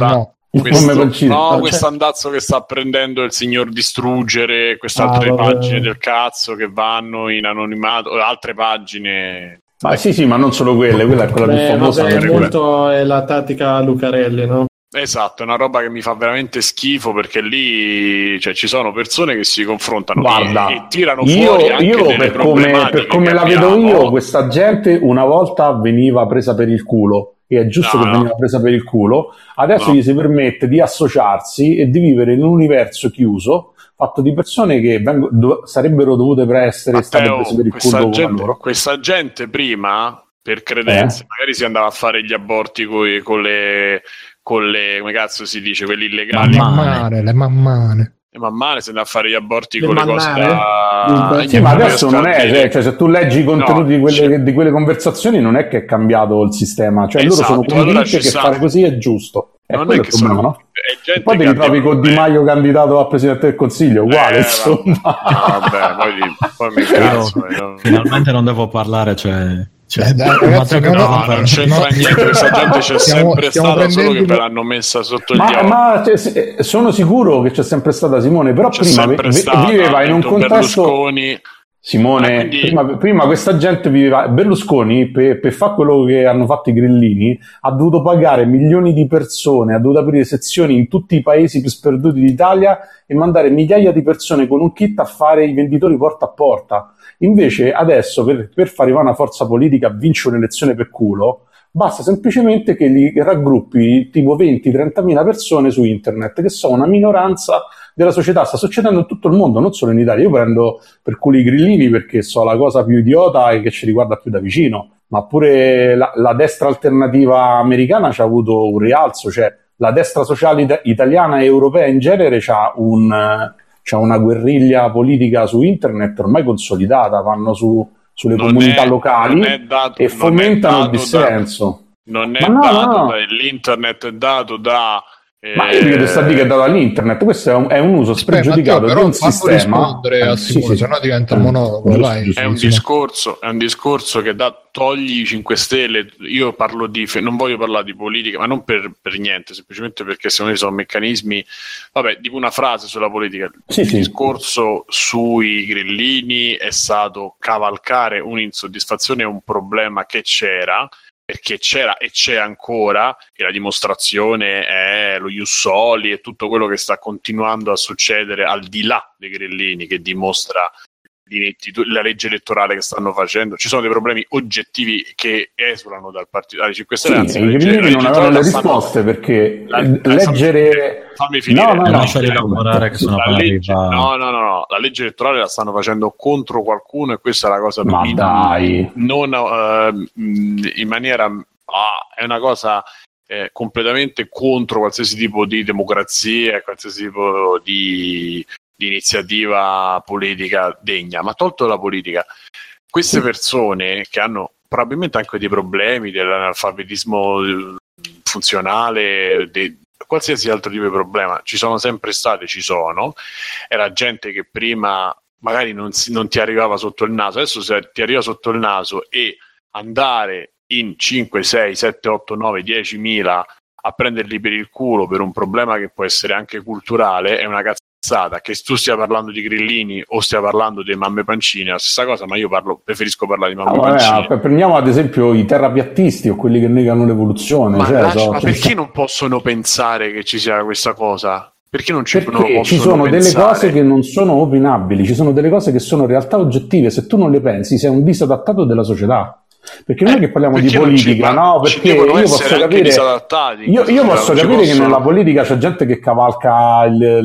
questo andazzo che sta prendendo il signor Distruggere, queste altre pagine del cazzo che vanno in anonimato, altre pagine. Ma sì, ma non solo quella è quella più famosa. È la tattica Lucarelli, no? Esatto, è una roba che mi fa veramente schifo, perché lì, cioè, ci sono persone che si confrontano e tirano fuori anche delle per come la vedo io, questa gente una volta veniva presa per il culo, e è giusto che veniva presa per il culo, adesso gli si permette di associarsi e di vivere in un universo chiuso fatto di persone che sarebbero dovute essere state prese per il culo come loro. Questa gente prima, per credenze, magari si andava a fare gli aborti con le come cazzo si dice, quelli illegali, le mammane si andava a fare gli aborti con le cose sì, ma adesso non è, cioè se tu leggi i contenuti di quelle conversazioni non è che è cambiato il sistema, cioè loro sono convinti che fare così è giusto. Non è che problema, no? E poi ti ritrovi con Di Maio candidato a Presidente del Consiglio, uguale, insomma. Vabbè, poi mi cazzo. Finalmente non devo parlare, ragazzi, non c'entra niente, questa gente c'è sempre stata, solo che ve l'hanno messa sotto gli occhi. Ma sono sicuro che c'è sempre stata, Simone, però prima viveva in un contesto... Berlusconi. Simone, prima questa gente viveva. Berlusconi, per fare quello che hanno fatto i grillini, ha dovuto pagare milioni di persone, ha dovuto aprire sezioni in tutti i paesi più sperduti d'Italia e mandare migliaia di persone con un kit a fare i venditori porta a porta. Invece adesso per far arrivare una forza politica a vincere un'elezione per culo, basta semplicemente che li raggruppi tipo 20-30 mila persone su internet, che sono una minoranza della società. Sta succedendo in tutto il mondo, non solo in Italia. Io prendo per culo i grillini perché so la cosa più idiota e che ci riguarda più da vicino, ma pure la destra alternativa americana c'ha avuto un rialzo, cioè la destra sociale italiana e europea in genere c'ha una guerriglia politica su internet ormai consolidata, vanno sulle comunità locali e fomentano il dissenso. Non è dato, l'internet è dato da Ma io che sta a dire che è dato all'internet, questo è un uso spregiudicato di un sistema. Rispondere a Simone, sì. sennò diventa un monologo. È un discorso che togli i 5 Stelle. Io parlo non voglio parlare di politica, ma non per niente, semplicemente perché secondo me sono meccanismi. Vabbè, dico una frase sulla politica. Il discorso sui grillini è stato cavalcare un'insoddisfazione e un problema che c'era, perché c'era e c'è ancora, e la dimostrazione è lo Ius Soli e tutto quello che sta continuando a succedere al di là dei grillini, che dimostra la legge elettorale che stanno facendo. Ci sono dei problemi oggettivi che esulano dal partito dai 5 Stelle. Anzi, i grillini non avevano le risposte perché leggere... Fammi finire. No, La legge elettorale la stanno facendo contro qualcuno, e questa è la cosa. Ma dai, non in maniera è una cosa completamente contro qualsiasi tipo di democrazia, qualsiasi tipo di iniziativa politica degna. Ma tolto la politica, queste persone che hanno probabilmente anche dei problemi dell'analfabetismo funzionale, qualsiasi altro tipo di problema, ci sono sempre state, era gente che prima magari non ti arrivava sotto il naso. Adesso se ti arriva sotto il naso, e andare in 5, 6, 7, 8, 9, 10.000 a prenderli per il culo per un problema che può essere anche culturale è una cazzata. Che tu stia parlando di grillini o stia parlando di mamme pancine è la stessa cosa, ma io preferisco parlare di mamme pancine. Prendiamo ad esempio i terrapiattisti o quelli che negano l'evoluzione. Ma perché non possono pensare che ci sia questa cosa? Perché non ci possono pensare? Ci sono delle cose che non sono opinabili, ci sono delle cose che sono realtà oggettive. Se tu non le pensi, sei un disadattato della società. Perché non è che parliamo di politica, no? Perché io posso capire, io posso capire che nella politica c'è gente che cavalca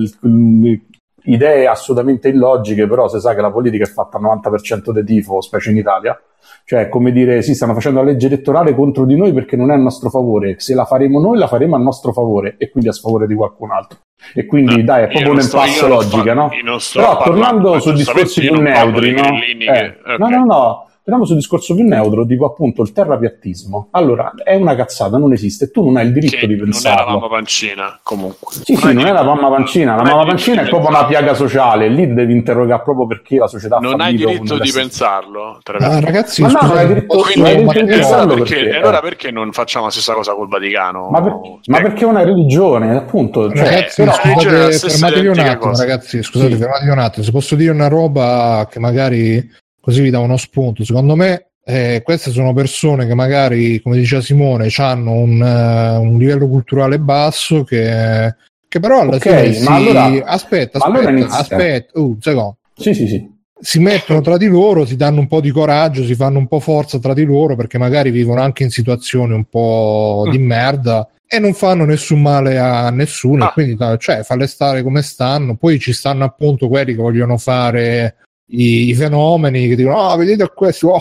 idee assolutamente illogiche, però si sa che la politica è fatta al 90% dei tifo, specie in Italia. Cioè, come dire, sì, stanno facendo la legge elettorale contro di noi perché non è a nostro favore. Se la faremo noi, la faremo a nostro favore, e quindi a sfavore di qualcun altro. E quindi, è proprio un impasse logica, no? Però tornando su discorsi più neutri, no? No. Torniamo sul discorso più neutro, tipo appunto il terrapiattismo. Allora, è una cazzata, non esiste, tu non hai il diritto di pensarlo. Non è la mamma pancina, comunque. Sì, non è la mamma pancina. La mamma pancina è proprio una piaga sociale. Lì devi interrogare proprio perché la società non hai diritto di pensarlo. Ragazzi, non hai diritto di pensarlo. Allora perché non facciamo la stessa cosa col Vaticano? Ma perché è una religione, appunto. Ragazzi, fermatevi un attimo, ragazzi. Scusate, fermatevi un attimo. Se posso dire una roba che magari... così vi dà uno spunto. Secondo me queste sono persone che magari, come diceva Simone, hanno un livello culturale basso che però alla fine aspetta, un secondo. Sì. Si mettono tra di loro, si danno un po' di coraggio, si fanno un po' forza tra di loro, perché magari vivono anche in situazioni un po' di merda e non fanno nessun male a nessuno, e quindi falle stare come stanno. Poi ci stanno appunto quelli che vogliono fare i fenomeni, che dicono vedete questo,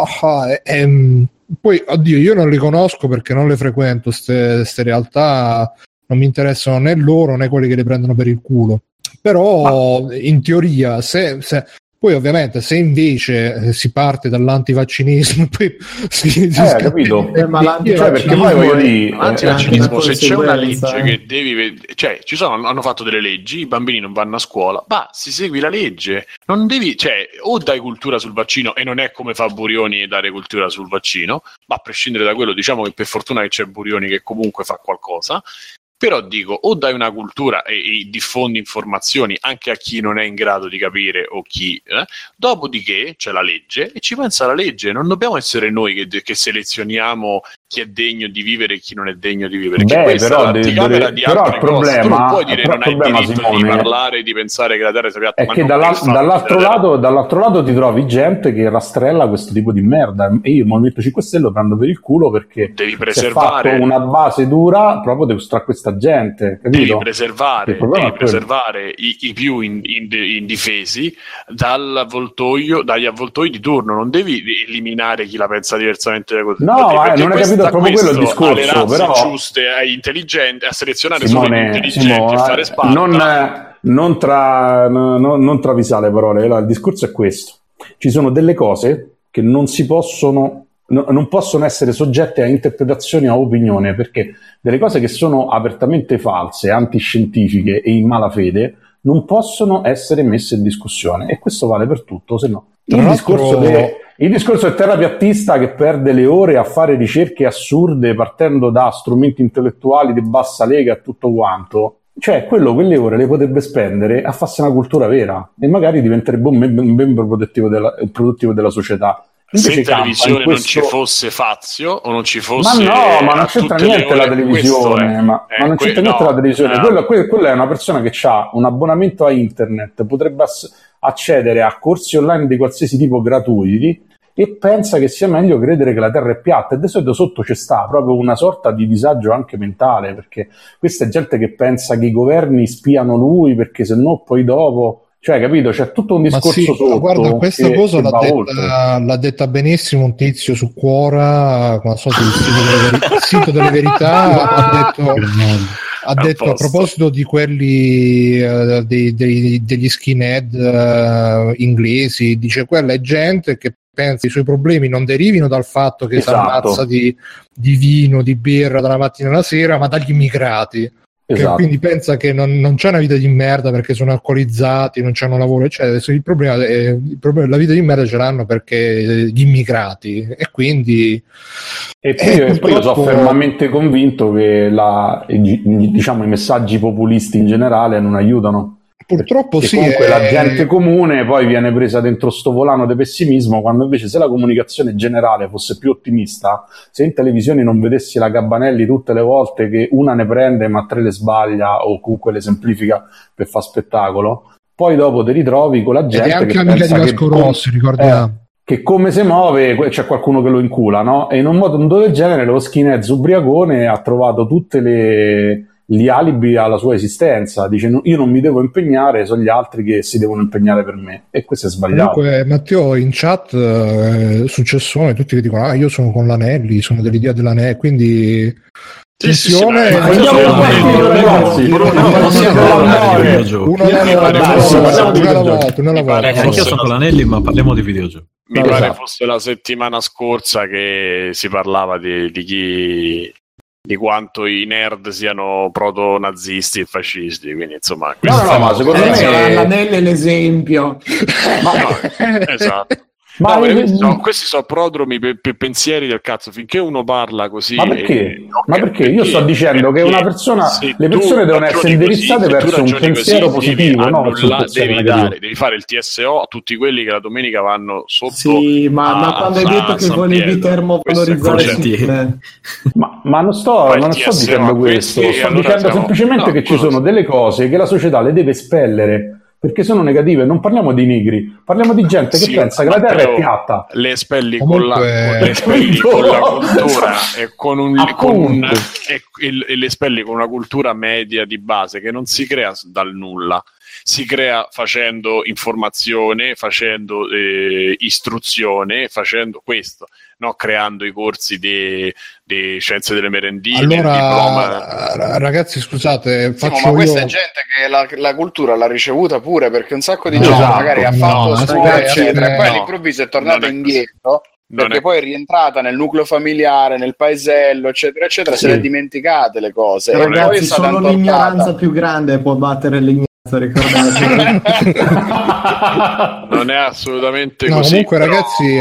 poi oddio, io non li conosco perché non le frequento ste realtà, non mi interessano né loro né quelli che le prendono per il culo, però in teoria se poi ovviamente se invece si parte dall'antivaccinismo poi capito? Perché poi voglio dire, l'antivaccinismo, se c'è una legge che devi, hanno fatto delle leggi, i bambini non vanno a scuola, si segui la legge, non devi, o dai cultura sul vaccino, e non è come fa Burioni dare cultura sul vaccino, ma a prescindere da quello, diciamo che per fortuna che c'è Burioni che comunque fa qualcosa. Però dico, o dai una cultura e diffondi informazioni anche a chi non è in grado di capire o chi, dopodiché c'è la legge e ci pensa la legge. Non dobbiamo essere noi che selezioniamo chi è degno di vivere e chi non è degno di vivere. Però il problema, tu non puoi dire non hai il diritto di parlare, di pensare che la terra sia piatta. È che dall'altro lato ti trovi gente che rastrella questo tipo di merda, e io il Movimento 5 Stelle lo prendo per il culo perché devi preservare, si è fatto una base dura proprio tra questa gente, capito? Devi preservare i più indifesi dagli avvoltoi di turno, non devi eliminare chi la pensa diversamente da così. No, non hai capito, è proprio quello il discorso, alle razze però giuste, ai intelligenti, a selezionare solo gli intelligenti e fare spalla. Non travisare le parole, il discorso è questo: ci sono delle cose che non si possono non possono essere soggette a interpretazioni o a opinione, perché delle cose che sono apertamente false, antiscientifiche e in malafede non possono essere messe in discussione, e questo vale per tutto, se no il discorso del terapiattista che perde le ore a fare ricerche assurde partendo da strumenti intellettuali di bassa lega e tutto quanto, cioè quelle ore le potrebbe spendere a farsi una cultura vera e magari diventerebbe un membro produttivo della società. Se in televisione non ci fosse Fazio o non ci fosse, ma non c'entra niente la televisione, ma non c'entra niente la televisione. Quella è una persona che ha un abbonamento a internet, potrebbe accedere a corsi online di qualsiasi tipo gratuiti e pensa che sia meglio credere che la Terra è piatta, e di solito sotto c'è sta proprio una sorta di disagio anche mentale, perché questa è gente che pensa che i governi spiano lui perché se no poi dopo, cioè, capito? C'è tutto un discorso sotto. Guarda, questa cosa l'ha detta benissimo un tizio su Quora, non so se il sito delle verità, ha detto a proposito di quelli degli skinhead inglesi, dice quella è gente che pensa che i suoi problemi non derivino dal fatto che si ammazza di vino, di birra dalla mattina alla sera, ma dagli immigrati. Esatto. Quindi pensa che non c'è una vita di merda perché sono alcolizzati, non c'hanno lavoro, eccetera. Il problema la vita di merda ce l'hanno perché gli immigrati, e quindi poi io sono fermamente convinto che diciamo i messaggi populisti in generale non aiutano. Purtroppo sì. Comunque la gente comune poi viene presa dentro sto volano di pessimismo, quando invece se la comunicazione generale fosse più ottimista, se in televisione non vedessi la Gabanelli tutte le volte che una ne prende ma tre le sbaglia o comunque le semplifica per far spettacolo, poi dopo ti ritrovi con la gente, ed è anche che amica pensa di Vasco Rossi, ricordiamo. Che come se muove c'è qualcuno che lo incula, no? E in un modo del genere lo skinhead ubriacone ha trovato tutte gli alibi alla sua esistenza, dice io non mi devo impegnare, sono gli altri che si devono impegnare per me, e questo è sbagliato. Comunque Matteo, in chat successone tutti che dicono io sono con l'Anelli, sono dell'idea dell'Anelli, quindi attenzione, una volta. Anch'io sono con l'Anelli, ma parliamo di videogiochi. Mi pare fosse la settimana scorsa che si parlava di quanto i nerd siano proto-nazisti e fascisti, quindi insomma ma secondo me l'Anelli è l'esempio. Esatto. Questi sono prodromi per pensieri del cazzo, finché uno parla così. Ma perché? Io sto dicendo che una persona, le persone devono essere indirizzate verso un pensiero positivo, no? Devi fare il TSO a tutti quelli che la domenica vanno sotto. Sì, ma quando hai detto che volevi termovalorizzare, ma non sto dicendo questo, sto dicendo semplicemente che ci sono delle cose che la società le deve espellere perché sono negative. Non parliamo di nigri, parliamo di gente che pensa che la terra è piatta. Le espelli con la cultura e e le espelli con una cultura media di base che non si crea dal nulla, si crea facendo informazione, facendo istruzione, facendo questo, no? Creando i corsi di scienze delle merendine. Allora, ragazzi, scusate, ma questa è gente che la cultura l'ha ricevuta pure, perché un sacco di gente magari ha fatto scuola, eccetera, e poi all'improvviso è tornata indietro. Perché poi è rientrata nel nucleo familiare, nel paesello, eccetera, eccetera, se le è dimenticate le cose. Ragazzi, solo l'ignoranza più grande può battere l'ignoranza, ricordate. Non è assolutamente così. Comunque, ragazzi,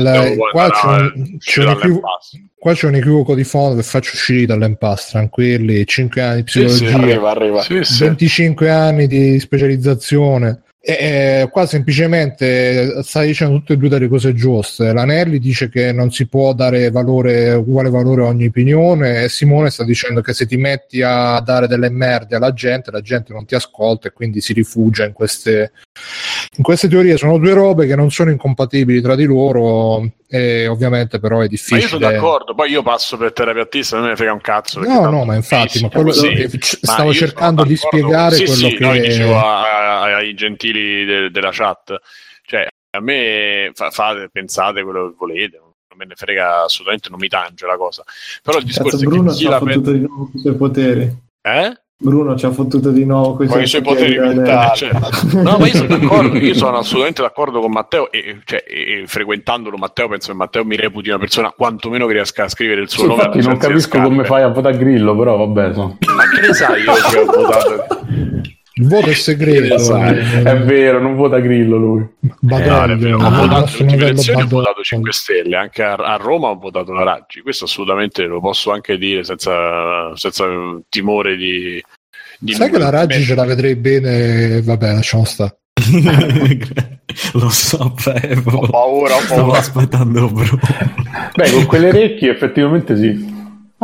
qua c'è un equivoco di fondo che faccio uscire dall'Empass, tranquilli. 5 anni di psicologia, arriva. 25 anni di specializzazione. Qua semplicemente sta dicendo tutte e due delle cose giuste. L'Anelli dice che non si può dare uguale valore a ogni opinione, e Simone sta dicendo che se ti metti a dare delle merde alla gente, la gente non ti ascolta e quindi si rifugia in queste teorie. Sono due robe che non sono incompatibili tra di loro, e ovviamente però è difficile. Ma io sono d'accordo, poi io passo per terapeutista, non me ne frega un cazzo. No, ma infatti, ma quello stavo cercando di spiegare quello che no, dicevo ai gentili della chat, cioè a me pensate quello che volete, non me ne frega assolutamente, non mi tange la cosa, però il discorso Bruno è che chi la tutto di nuovo sui suoi poteri. Bruno ci ha fottuto di nuovo con i suoi poteri mentali. No, ma io sono d'accordo, io sono assolutamente d'accordo con Matteo e frequentandolo Matteo, penso che Matteo mi reputi una persona quantomeno che riesca a scrivere il suo nome. Infatti non capisco come fai a votare Grillo, però vabbè. Ma che ne sai io che ho votato? Il voto è segreto. È vero, non vota Grillo lui. Ho votato in elezioni, ho votato 5 Stelle, anche a Roma ho votato la Raggi. Questo assolutamente lo posso anche dire senza timore di sai che la Raggi ce la vedrei bene, vabbè, lasciamo stare. Lo sapevo, ho paura. Stavo aspettando Bruno. Beh, con quelle orecchie effettivamente sì.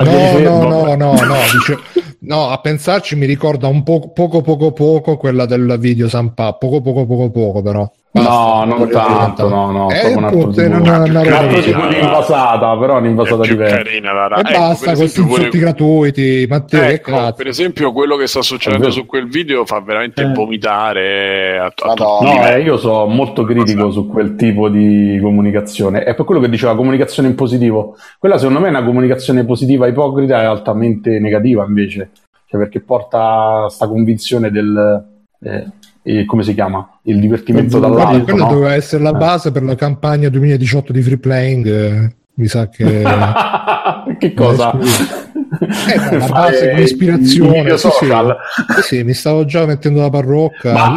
No, a pensarci mi ricorda un poco quella del video Sampa, poco però. Basta, non tanto, no, è un altro tipo di invasata, però un'invasata diversa. Carina la Raggi. E basta con tutti gratuiti, Matteo, ecco, per esempio quello che sta succedendo su quel video fa veramente vomitare a io sono molto critico su quel tipo di comunicazione. È per quello che diceva comunicazione in positivo. Quella secondo me è una comunicazione positiva ipocrita e altamente negativa invece, cioè perché porta sta convinzione del come si chiama? Il divertimento dall'alto. Quello doveva essere la base per la campagna 2018 di Free Playing. Mi sa che che cosa? La base di ispirazione. Sì, mi stavo già mettendo la parrocca. Ma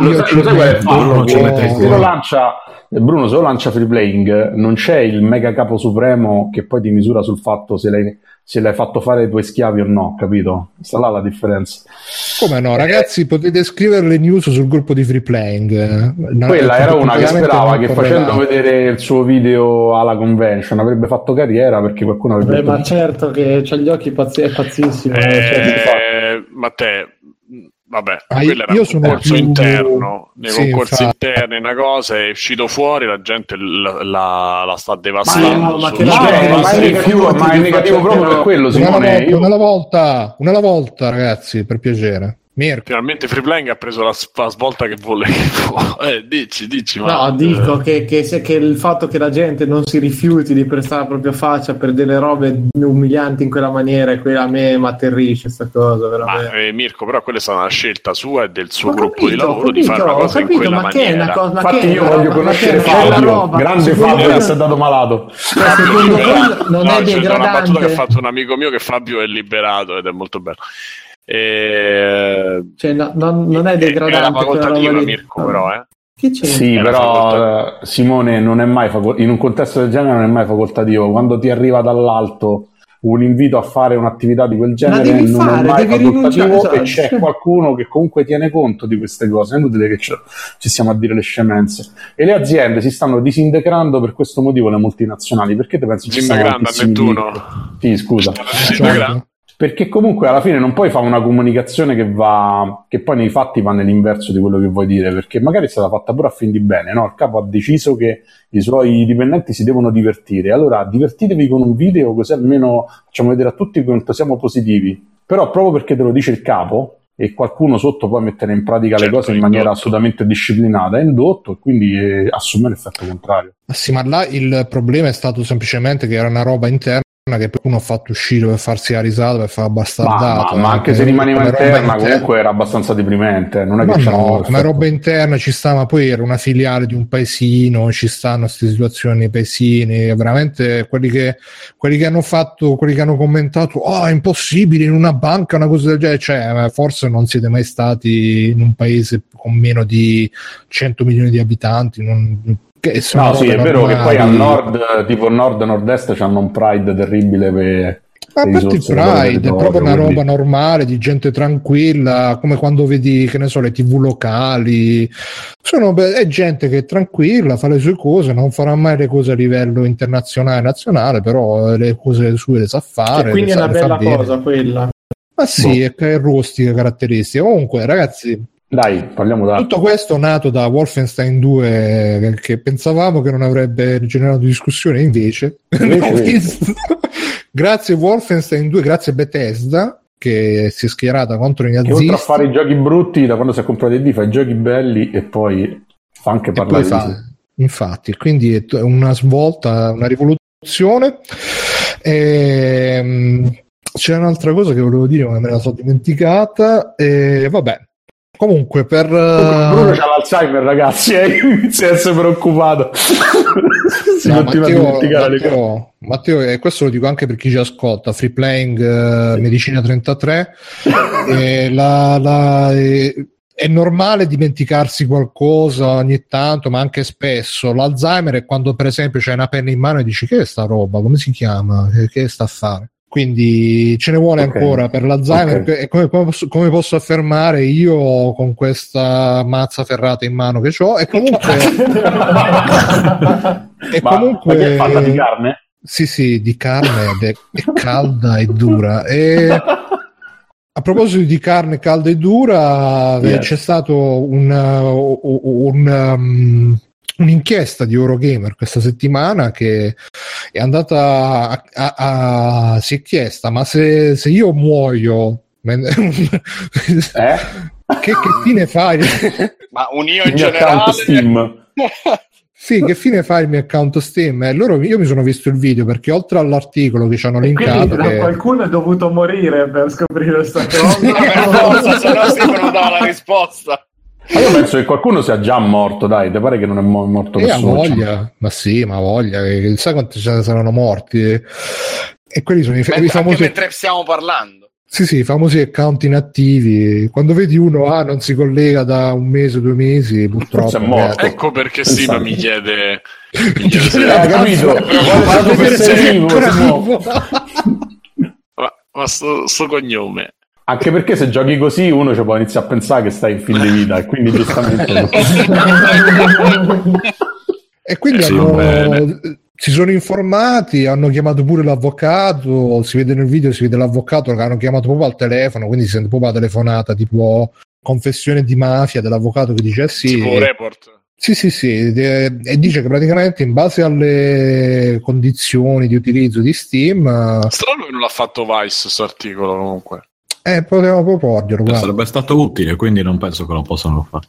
Bruno, se lo lancia Free Playing non c'è il mega capo supremo che poi ti misura sul fatto se l'hai fatto fare ai tuoi schiavi o no, capito? Sta là la differenza. Come no, ragazzi, potete scrivere le news sul gruppo di Free Playing. Quella era una che sperava che facendo vedere il suo video alla convention avrebbe fatto carriera, perché qualcuno avrebbe ma certo che c'ha gli occhi è pazzissimo. Matteo, vabbè, io sono un concorso interno, nei concorsi interni una cosa è uscito fuori, la gente la sta devastando. Ma è negativo proprio per quello, Simone. Una alla volta, ragazzi, per piacere. Finalmente Free Playing ha preso la svolta che vuole. Dici no, dico che il fatto che la gente non si rifiuti di prestare la propria faccia per delle robe umilianti in quella maniera, a me mi atterrisce sta cosa veramente. Mirko, però quella è stata una scelta sua e del suo gruppo di lavoro di fare una cosa in quella maniera. Infatti io voglio conoscere Fabio, grande Fabio che si è dato malato. Secondo voi non è degradante? C'è una battuta che ha fatto un amico mio che Fabio è liberato ed è molto bello. Cioè, non è degradante, è la facoltativa, Mirko, però che c'è? Sì, però Simone non è mai in un contesto del genere non è mai facoltativo. Quando ti arriva dall'alto un invito a fare un'attività di quel genere non è mai facoltativo, e c'è qualcuno che comunque tiene conto di queste cose. È inutile che ci stiamo a dire le scemenze, e le aziende si stanno disintegrando per questo motivo, le multinazionali. Perché te pensi ci stanno tantissimi... Sì, scusa. Perché comunque alla fine non puoi fare una comunicazione che poi nei fatti va nell'inverso di quello che vuoi dire, perché magari è stata fatta pure a fin di bene, no? Il capo ha deciso che i suoi dipendenti si devono divertire, allora divertitevi con un video così almeno facciamo vedere a tutti quanto siamo positivi. Però proprio perché te lo dice il capo e qualcuno sotto poi mettere in pratica le cose in maniera assolutamente disciplinata è indotto, e quindi assume l'effetto contrario. Sì, ma là il problema è stato semplicemente che era una roba interna che uno ha fatto uscire per farsi la risata, per fare bastardata, ma anche se rimaneva interna comunque era abbastanza deprimente, non è che come roba interna ci sta, ma poi era una filiale di un paesino, ci stanno queste situazioni nei paesini, veramente quelli che hanno commentato è impossibile in una banca una cosa del genere, cioè forse non siete mai stati in un paese con meno di 100 milioni di abitanti, no, sì, è vero che poi al nord, tipo nord-nord-est, c'hanno un pride terribile per a parte il Pride è proprio una roba normale di gente tranquilla, come quando vedi, che ne so, le TV locali. È gente che è tranquilla, fa le sue cose, non farà mai le cose a livello internazionale, nazionale, però le cose sue le sa fare. E quindi è una bella cosa quella. Ma sì, è rustica caratteristica. Comunque, ragazzi, dai, parliamo da... Tutto questo nato da Wolfenstein 2, che pensavamo che non avrebbe generato discussione, invece grazie Wolfenstein 2, grazie Bethesda, che si è schierata contro i nazisti. Oltre a fare i giochi brutti, da quando si è comprato ID fa i giochi belli e poi fa anche parlare di sé. Infatti, quindi è una svolta, una rivoluzione. c'è un'altra cosa che volevo dire, ma me la sono dimenticata. E vabbè. Comunque, Bruno c'ha l'Alzheimer, ragazzi, inizia a essere preoccupato. Si continua a dimenticare le cose. Matteo, e questo lo dico anche per chi ci ascolta, Free Playing Medicina 33, è normale dimenticarsi qualcosa ogni tanto, ma anche spesso. L'Alzheimer è quando, per esempio, c'hai una penna in mano e dici: che è sta roba? Come si chiama? Che sta a fare? Quindi ce ne vuole ancora per l'Alzheimer. E come posso affermare io con questa mazza ferrata in mano che ho, e comunque ma che è fatta di carne? Sì, di carne, è calda e dura. E a proposito di carne calda e dura, c'è stato un'inchiesta di Eurogamer questa settimana che è andata si è chiesta: ma se io muoio che fine fai? Ma un io in generale Steam. Sì, che fine fa il mio account Steam? Io mi sono visto il video, perché oltre all'articolo che ci hanno linkato, qualcuno è dovuto morire per scoprire questa cosa. Se no Steam non dava la risposta. Io penso che qualcuno sia già morto, dai, ti pare che non è morto nessuno? Voglia, ma sì, ma voglia, sai quanti ce ne saranno morti? E quelli sono i famosi. Mentre stiamo parlando. Sì, i famosi account inattivi. Quando vedi uno non si collega da un mese, 2 mesi, purtroppo è morto. Ecco perché Sima mi chiede capito? Ma sto cognome. Anche perché se giochi così uno ci può iniziare a pensare che stai in fin di vita, e quindi giustamente e quindi si sono informati, hanno chiamato pure l'avvocato, si vede nel video, si vede l'avvocato che hanno chiamato proprio al telefono, quindi si sente proprio la telefonata tipo confessione di mafia dell'avvocato che dice sì, tipo report. Sì, e dice che praticamente in base alle condizioni di utilizzo di Steam, strano che non l'ha fatto Vice questo articolo comunque. Potevamo proporglielo. Sarebbe stato utile, quindi non penso che lo possano fare.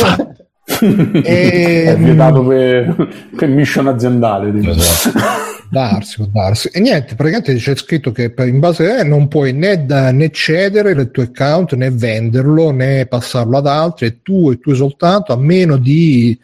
È vietato per mission aziendale. Darsi. E niente, praticamente c'è scritto che in base a non puoi né cedere il tuo account, né venderlo, né passarlo ad altri, è tuo soltanto, a meno di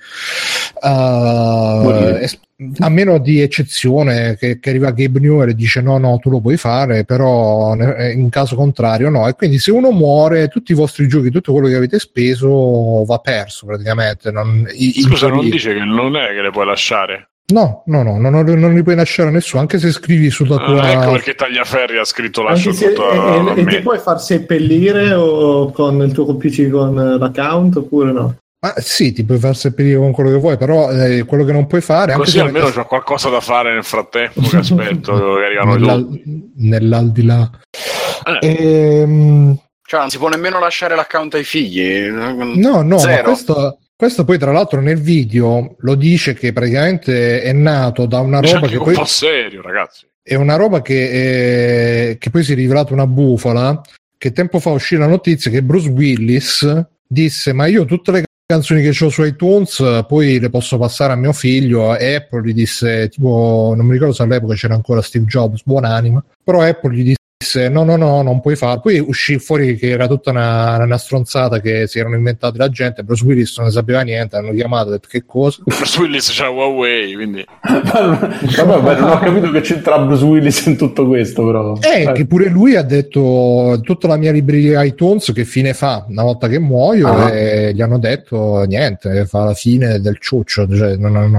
eccezione che arriva Gabe Newell e dice no, tu lo puoi fare, però in caso contrario no. E quindi se uno muore, tutti i vostri giochi, tutto quello che avete speso va perso praticamente. Scusa, non dice che non è che le puoi lasciare? No, non li puoi lasciare a nessuno, anche se scrivi sulla tua... Ecco perché Tagliaferri ha scritto lascio tutto e ti puoi far seppellire o con il tuo PC con l'account oppure no? Ma sì, ti puoi far seppellire con quello che vuoi, però quello che non puoi fare... Così anche almeno c'ho qualcosa da fare nel frattempo, che aspetto che arrivano nell'aldilà. Cioè non si può nemmeno lasciare l'account ai figli? No, ma questo poi tra l'altro nel video lo dice che praticamente è nato da una roba che poi... un po' serio, ragazzi. È una roba che poi si è rivelata una bufala, che tempo fa uscì la notizia che Bruce Willis disse: ma io tutte le canzoni che ho su iTunes poi le posso passare a mio figlio. E Apple gli disse, tipo, non mi ricordo se all'epoca c'era ancora Steve Jobs, buonanima, però Apple gli disse no, non puoi farlo. Poi uscì fuori che era tutta una stronzata che si erano inventati la gente. Bruce Willis non ne sapeva niente, hanno chiamato e detto che cosa. Bruce Willis c'ha Huawei, quindi vabbè, non ho capito che c'entra Bruce Willis in tutto questo, però che pure lui ha detto tutta la mia libreria iTunes che fine fa una volta che muoio, e gli hanno detto niente, fa la fine del ciuccio, cioè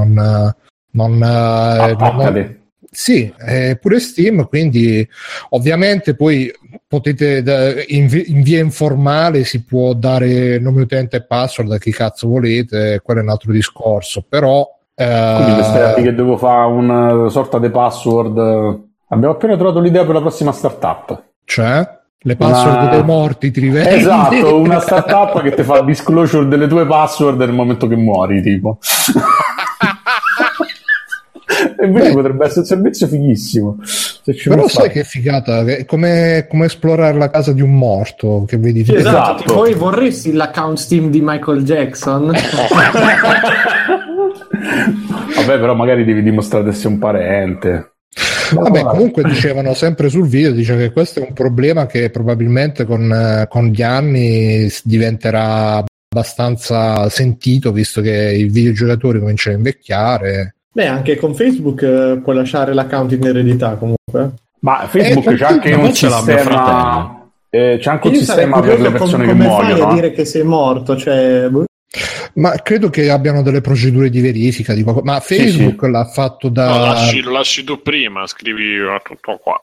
sì, pure Steam, quindi ovviamente poi potete in via informale si può dare nome utente e password a chi cazzo volete, quello è un altro discorso, però quindi queste che devo fare una sorta di password. Abbiamo appena trovato l'idea per la prossima startup, cioè le password dei morti ti rivendi. Esatto, una startup che ti fa disclosure delle tue password nel momento che muori, tipo. E invece potrebbe essere un servizio fighissimo. Però sai che figata, è come esplorare la casa di un morto che vedi. Sì, esatto. Poi vorresti l'account Steam di Michael Jackson? Vabbè, però magari devi dimostrare di essere un parente. Vabbè, comunque dicevano sempre sul video, dice che questo è un problema che probabilmente con gli anni diventerà abbastanza sentito, visto che i videogiocatori cominciano a invecchiare. Beh, anche con Facebook puoi lasciare l'account in eredità comunque. Ma Facebook c'è anche un sistema, c'è anche un sistema per le persone che muoiono. Come fai a dire che sei morto? Cioè... Ma credo che abbiano delle procedure di verifica di qualcosa. Ma Facebook l'ha fatto da... No, lo lasci tu prima, scrivi tutto qua.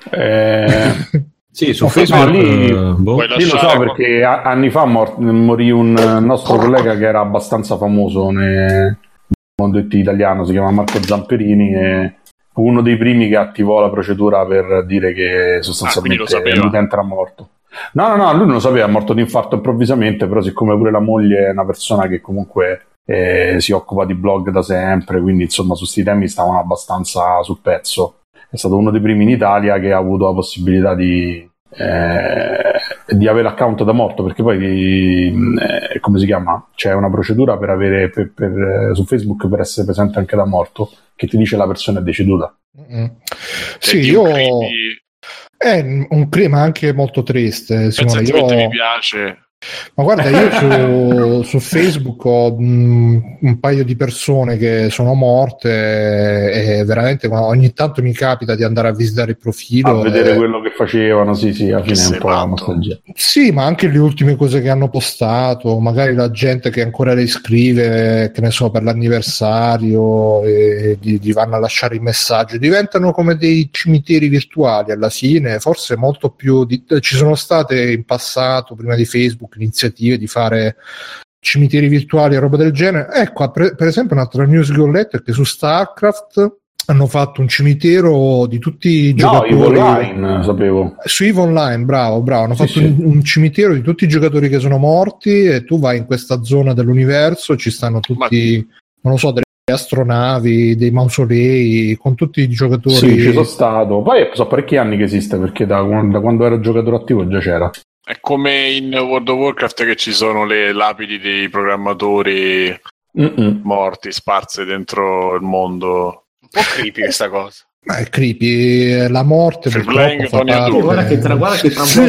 Sì, su Facebook lì lo so perché anni fa morì un nostro collega che era abbastanza famoso nel mondo italiano, si chiama Marco Zamperini, e fu uno dei primi che attivò la procedura per dire che sostanzialmente l'utente era morto. No, lui non lo sapeva, è morto di infarto improvvisamente, però siccome pure la moglie è una persona che comunque si occupa di blog da sempre, quindi insomma su sti temi stavano abbastanza sul pezzo. È stato uno dei primi in Italia che ha avuto la possibilità di avere l'account da morto, perché poi come si chiama? C'è una procedura per avere su Facebook per essere presente anche da morto, che ti dice la persona è deceduta. Sì, io è un clima anche molto triste, Simone. Mi piace. Ma guarda, io su Facebook ho un paio di persone che sono morte e veramente ogni tanto mi capita di andare a visitare il profilo, a vedere quello che facevano. Sì, alla fine è un po' la nostalgia. Sì, ma anche le ultime cose che hanno postato, magari la gente che ancora le scrive, che ne so, per l'anniversario, e gli vanno a lasciare il messaggio, diventano come dei cimiteri virtuali alla fine, forse molto più ci sono state in passato, prima di Facebook, iniziative di fare cimiteri virtuali e roba del genere. Ecco, per esempio un'altra news che ho letto è che su StarCraft hanno fatto un cimitero di tutti i giocatori. EVE Online, sapevo. Su EVE Online, bravo, hanno fatto un cimitero di tutti i giocatori che sono morti, e tu vai in questa zona dell'universo, ci stanno tutti, non lo so, delle astronavi, dei mausolei con tutti i giocatori. Sì, ci sono stato. Poi so parecchi anni che esiste, perché da quando ero giocatore attivo già c'era. È come in World of Warcraft che ci sono le lapidi dei programmatori morti sparse dentro il mondo. Un po' creepy questa cosa. Ma è creepy, la morte guarda che tra un po'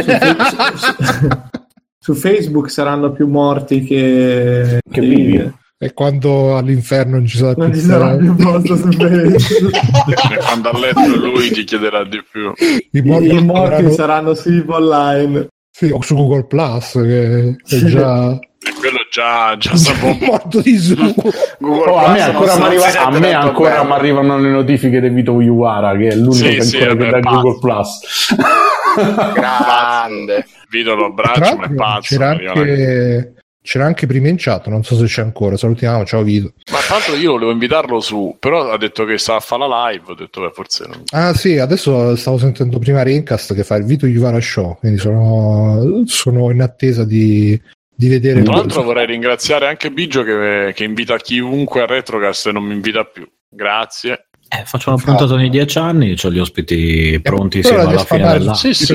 su Facebook saranno più morti che vivi. E quando all'inferno non ci sarà più posto su Facebook. E quando a letto lui ti chiederà di più. I morti saranno su EVE Online. Sì, o su Google Plus, che è già... quello già sapevo morto di su. A me ancora mi arrivano le notifiche di Vito Iuara, che è l'unico che da Google Plus. Grande. Vito lo abbraccio, ma è pazzo. C'era anche prima in chat, non so se c'è ancora. Salutiamo, ciao Vito. Ma tanto io volevo invitarlo su, però ha detto che stava a fare la live, ho detto forse non. Ah sì, adesso stavo sentendo prima Rincast che fa il Vito Iuvara Show, quindi sono in attesa di vedere. Tra l'altro vorrei ringraziare anche Biggio che invita chiunque a Retrocast e non mi invita più. Grazie. Faccio una puntata ogni 10 anni, c'ho gli ospiti pronti fino alla fine dell'anno.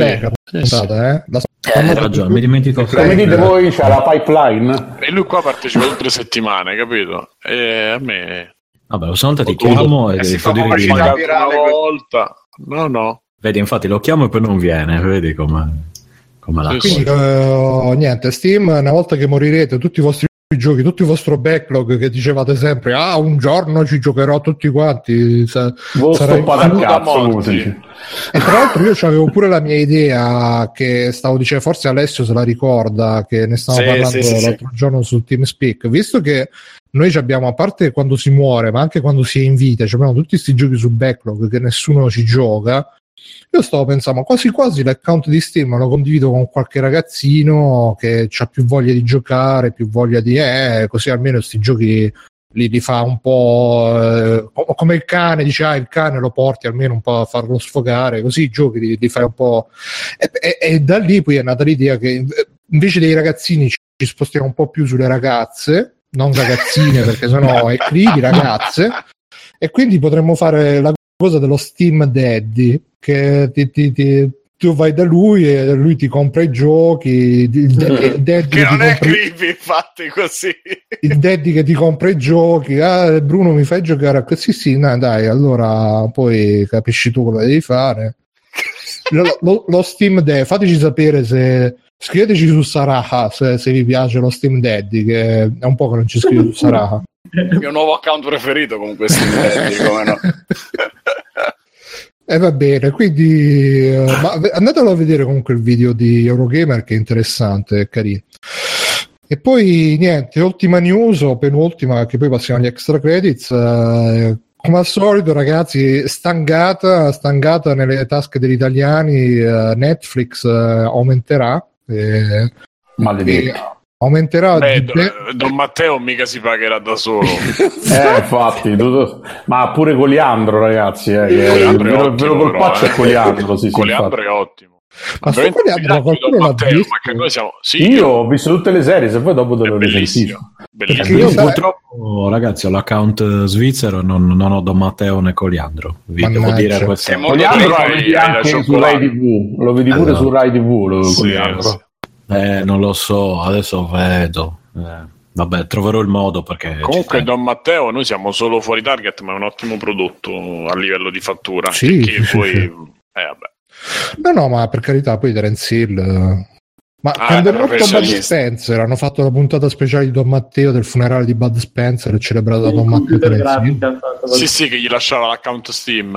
Hai ragione, mi dimentico. Come dite voi, c'è la pipeline. E lui qua partecipa tutte le settimane, capito? E a me... Vabbè, una volta ti chiamo e devi fare una volta. No. Vedi, infatti lo chiamo e poi non viene, vedi come la quindi niente, Steam, una volta che morirete tutti i vostri giochi, tutto il vostro backlog che dicevate sempre un giorno ci giocherò tutti quanti, sarà cazzo, e tra l'altro io avevo pure la mia idea, che stavo dicendo, forse Alessio se la ricorda, che ne stavo parlando l'altro giorno su TeamSpeak, visto che noi abbiamo, a parte quando si muore ma anche quando si è in vita, abbiamo tutti questi giochi su backlog che nessuno ci gioca. Io stavo pensando, quasi quasi l'account di Steam lo condivido con qualche ragazzino che ha più voglia di giocare, più voglia di così almeno questi giochi li fa un po' come il cane, dice il cane lo porti almeno un po' a farlo sfogare, così i giochi li fai un po', e da lì poi è nata l'idea che invece dei ragazzini ci spostiamo un po' più sulle ragazze, non ragazzine perché sennò è creepy, ragazze, e quindi potremmo fare la cosa dello Steam Daddy, che ti tu vai da lui e lui ti compra i giochi, il daddy che non è creepy, infatti, così il daddy che ti compra i giochi. Bruno, mi fai giocare a così? Sì, no, dai, allora poi capisci tu cosa devi fare. Lo Steam Deck, fateci sapere se scriveteci su Saraha se vi piace lo Steam Daddy, che è un po' che non ci scrive su Saraha. Il mio nuovo account preferito con questi Daddy, come no? Va bene, quindi ma andatelo a vedere comunque il video di Eurogamer, che è interessante, è carino. E poi niente, ultima news o penultima, che poi passiamo agli extra credits. Come al solito, ragazzi, stangata nelle tasche degli italiani, Netflix aumenterà. Maledetto. Aumenterà. Don Matteo mica si pagherà da solo. Infatti, ma pure Coliandro, ragazzi. Coliandro è vero colpaccio è Coliandro. Sì, Coliandro è ottimo. Ma sto Coliandro qualcuno l'ha visto? Io ho visto tutte le serie, se poi dopo te lo risentito. Io purtroppo, ragazzi, ho l'account svizzero, non ho Don Matteo né Coliandro. Vi devo dire questo. Coliandro lo vedi anche su Rai TV, lo vedi pure su Rai TV. Coliandro. Non lo so, adesso vedo. Vabbè, troverò il modo, perché comunque Don Matteo, noi siamo solo fuori target, ma è un ottimo prodotto a livello di fattura. Sì, poi vabbè. No, ma per carità, poi Terence Hill. Ma quando è morto Bud Spencer hanno fatto la puntata speciale di Don Matteo del funerale di Bud Spencer e celebrato da Don Matteo Terence Hill. Sì, che gli lasciava l'account Steam.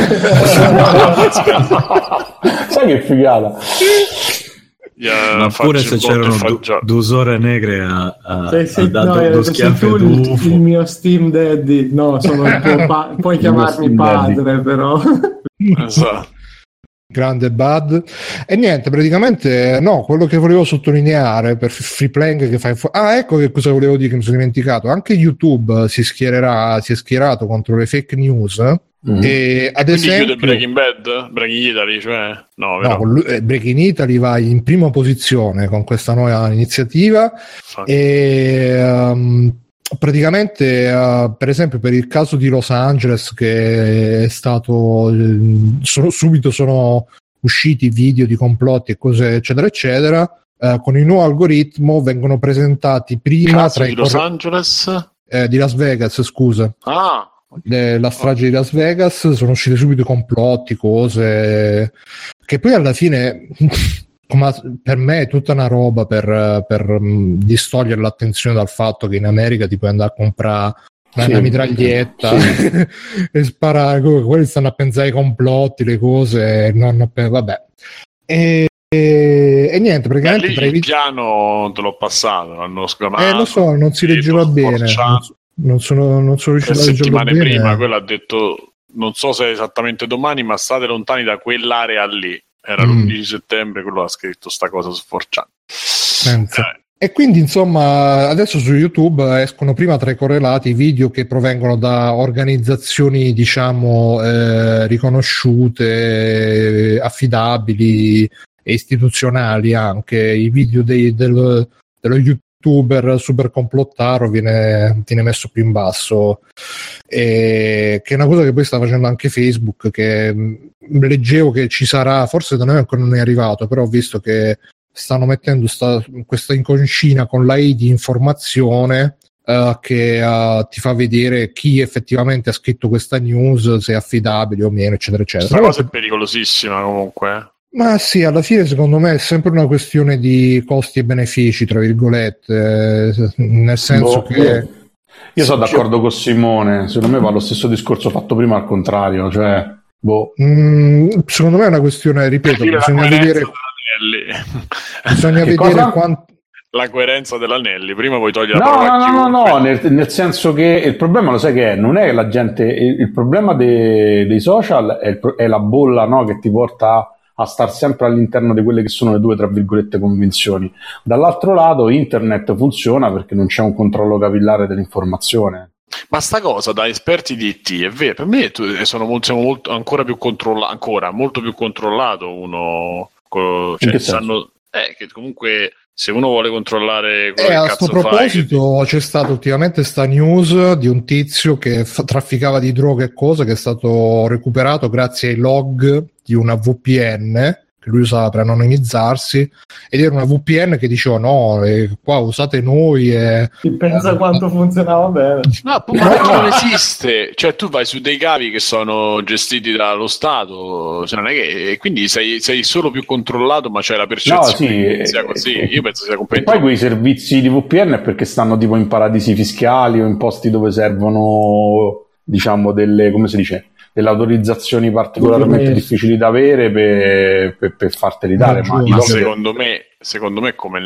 Sai che figata. Ma pure se c'erano due negre a no, tu il mio Steam Daddy, no, sono il tuo puoi chiamarmi padre, daddy. Però esatto. Grande Bud. E niente, praticamente no, quello che volevo sottolineare per Freeplank che fai ecco che cosa volevo dire, che mi sono dimenticato. Anche YouTube si è schierato contro le fake news. E ad esempio Breaking Italy, cioè Breaking Italy va in prima posizione con questa nuova iniziativa. E praticamente per esempio per il caso di Los Angeles, che è stato subito sono usciti video di complotti e cose eccetera eccetera. Con il nuovo algoritmo vengono presentati prima tra di Los Angeles di Las Vegas, scusa. La strage di Las Vegas, sono usciti subito complotti, cose che poi alla fine per me è tutta una roba per distogliere l'attenzione dal fatto che in America ti puoi andare a comprare una mitraglietta e sparare. Quelli stanno a pensare ai complotti, le cose, vabbè. E niente, praticamente il piano te l'ho passato, l'hanno scamato. Lo so, non si leggeva bene. Non sono riuscito a leggere settimane bene. Prima quello ha detto, non so se è esattamente domani, ma state lontani da quell'area lì. Era l'11 settembre, quello ha scritto sta cosa su 4chan. E quindi insomma adesso su YouTube escono prima tra i correlati video che provengono da organizzazioni diciamo riconosciute, affidabili e istituzionali. Anche i video dello YouTuber super complottaro viene messo più in basso, che è una cosa che poi sta facendo anche Facebook, che leggevo che ci sarà, forse da noi ancora non è arrivato, però ho visto che stanno mettendo questa inconcina con l'AI di informazione che ti fa vedere chi effettivamente ha scritto questa news, se è affidabile o meno, eccetera eccetera. Questa cosa è pericolosissima comunque. Ma sì, alla fine secondo me è sempre una questione di costi e benefici, tra virgolette, nel senso che io sono d'accordo con Simone, secondo me va lo stesso discorso fatto prima al contrario, cioè secondo me è una questione, ripeto, bisogna vedere quanto la coerenza dell'Anelli, prima vuoi togliere no, nel senso che il problema, lo sai che è, non è che la gente, il problema dei social è la bolla, no, che ti porta a star sempre all'interno di quelle che sono le tue, tra virgolette, convinzioni. Dall'altro lato internet funziona perché non c'è un controllo capillare dell'informazione. Ma sta cosa da esperti di IT è vero, per me siamo molto ancora più molto più controllato uno, cioè sanno che comunque se uno vuole controllare quello che a cazzo questo proposito c'è stata ultimamente sta news di un tizio che trafficava di droga e cose, che è stato recuperato grazie ai log di una VPN, che che lui usava per anonimizzarsi, ed era una VPN che diceva no, qua usate noi e... Pensa quanto funzionava bene. No, ma non esiste, cioè tu vai su dei cavi che sono gestiti dallo Stato, cioè non è che, quindi sei solo più controllato, ma c'è la percezione che sia così. Io penso sia completamente... E poi quei servizi di VPN è perché stanno tipo in paradisi fiscali o in posti dove servono, diciamo, delle, come si dice, delle autorizzazioni particolarmente difficili da avere per farteli dare. Ma secondo me come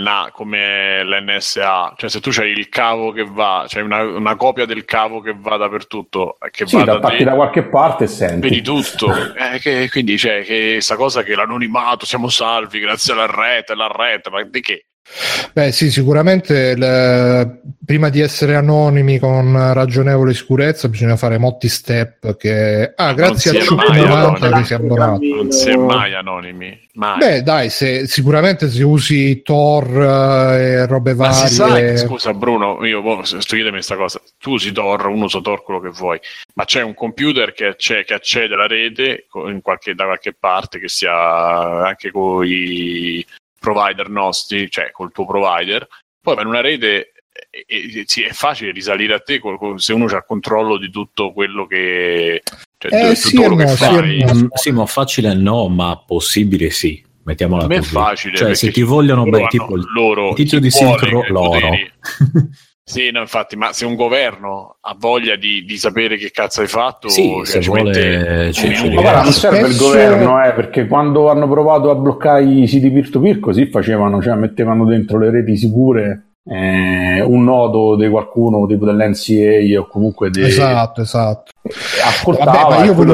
l'NSA, cioè se tu c'hai il cavo che va, c'hai una copia del cavo che va dappertutto, che sì, va da qualche parte e senti. Vedi tutto. Quindi c'è che sta cosa che l'anonimato, siamo salvi grazie alla rete, ma di che? Beh sì, sicuramente prima di essere anonimi con ragionevole sicurezza bisogna fare molti step che grazie al CUP90 che si è abbonato. Non si è mai anonimi, mai. Beh dai, sicuramente se usi Tor e robe varie. Ma si sa, scusa Bruno, io studiatemi questa cosa, tu usi Tor, uno usa Tor quello che vuoi, ma c'è un computer che accede alla rete da qualche parte, che sia anche con i provider nostri, cioè col tuo provider, poi in una rete è facile risalire a te se uno ha il controllo di tutto quello che tutto quello che fai. Sì, ma facile no, ma possibile sì, mettiamola così. È facile, cioè se ti vogliono tipo il titolo di Silk loro sì, no, infatti, ma se un governo ha voglia di sapere che cazzo hai fatto, sì, se vuole ma non serve il governo, perché quando hanno provato a bloccare i siti peer-to-peer così facevano, cioè mettevano dentro le reti sicure un nodo di qualcuno tipo dell'NCA o comunque esatto. Vabbè, ma io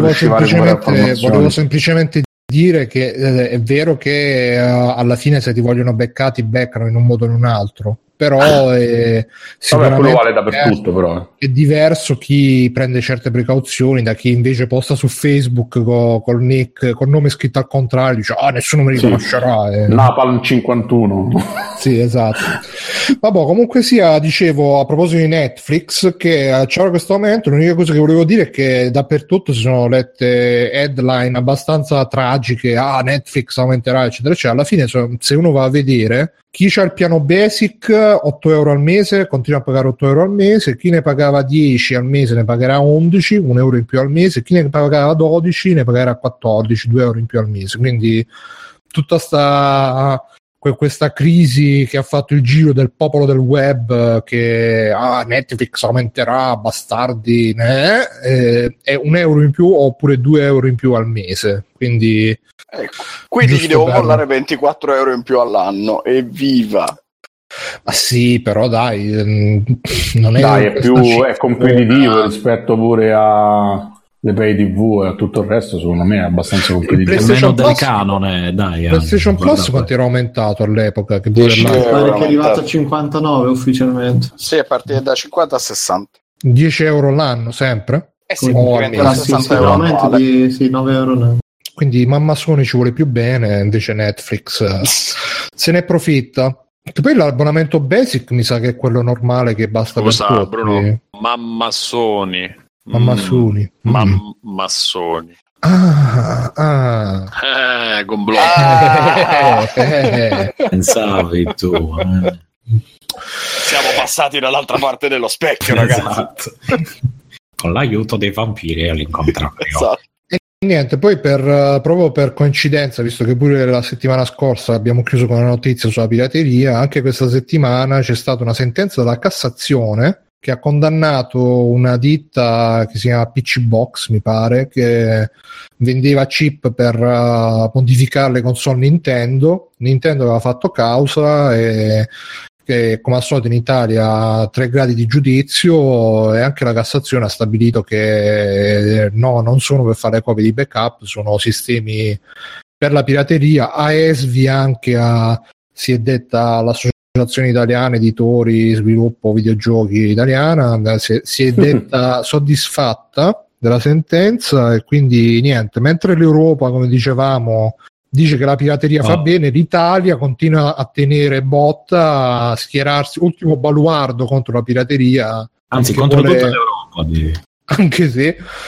volevo semplicemente dire che è vero che alla fine se ti vogliono beccati beccano in un modo o in un altro, però sicuramente quello vale dappertutto, però è diverso chi prende certe precauzioni da chi invece posta su Facebook col nick, col nome scritto al contrario, dice nessuno mi riconoscerà. Napalm 51. Sì, esatto. Vabbè, comunque sia, dicevo a proposito di Netflix che c'è in questo momento, l'unica cosa che volevo dire è che dappertutto si sono lette headline abbastanza tragiche, Netflix aumenterà eccetera eccetera. Alla fine se uno va a vedere, chi c'ha il piano basic 8 euro al mese continua a pagare 8 euro al mese, chi ne pagava 10 al mese ne pagherà 11, 1 euro in più al mese, chi ne pagava 12 ne pagherà 14, 2 euro in più al mese. Quindi tutta questa crisi che ha fatto il giro del popolo del web, che Netflix aumenterà, bastardi, è 1 euro in più oppure 2 euro in più al mese, quindi gli devo mollare 24 euro in più all'anno, evviva. Ma sì, però dai, non è, dai, è competitivo rispetto pure a le pay TV e a tutto il resto. Secondo me è abbastanza competitivo, meno del canone, dai. PlayStation Plus quanto era aumentato all'epoca? Che pare che è arrivato a 59 ufficialmente. Sì, è partito da 50 a 60. 10 euro l'anno sempre? Sì, diventa 60 euro sì, 9 euro l'anno. Quindi mamma Sony ci vuole più bene, invece Netflix se ne approfitta. E poi l'abbonamento basic mi sa che è quello normale che basta per tutti. Bruno, mamma Sony. Massoni. Massoni. Gomblò. Pensavi tu. Siamo passati dall'altra parte dello specchio, ragazzi. Esatto. Con l'aiuto dei vampiri all'incontrario. Esatto. E niente, poi proprio per coincidenza, visto che pure la settimana scorsa abbiamo chiuso con una notizia sulla pirateria, anche questa settimana c'è stata una sentenza della Cassazione che ha condannato una ditta che si chiama PC Box, mi pare, che vendeva chip per modificare le console Nintendo. Nintendo aveva fatto causa e che come al solito in Italia ha 3 gradi di giudizio, e anche la Cassazione ha stabilito che no, non sono per fare copie di backup, sono sistemi per la pirateria. AESVI anche si è detta l'Associazione Italiana Editori Sviluppo Videogiochi Italiana, si è detta soddisfatta della sentenza, e quindi niente, mentre l'Europa, come dicevamo, dice che la pirateria fa bene, l'Italia continua a tenere botta, a schierarsi ultimo baluardo contro la pirateria, anzi contro tutta l'Europa, anche se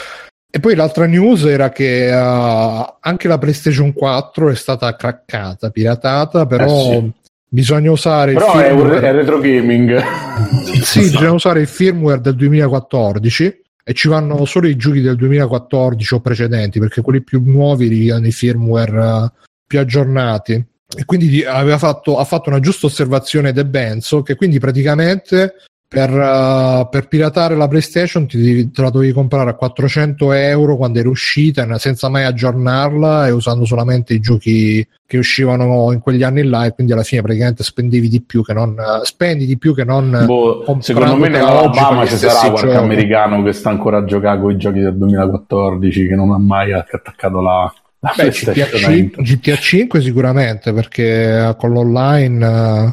E poi l'altra news era che anche la PlayStation 4 è stata craccata, piratata, però bisogna usare però il firmware. È retro gaming. Sì, bisogna usare il firmware del 2014 e ci vanno solo i giochi del 2014 o precedenti, perché quelli più nuovi richiedono i firmware più aggiornati. E quindi ha fatto una giusta osservazione De Benzo, che quindi praticamente per piratare la PlayStation te la dovevi comprare a 400 euro quando era uscita, senza mai aggiornarla e usando solamente i giochi che uscivano in quegli anni là, e quindi alla fine praticamente spendi di più che non secondo me nell'Alabama ci sarà qualche americano che sta ancora a giocare con i giochi del 2014 che non ha mai attaccato la GTA 5 sicuramente, perché con l'online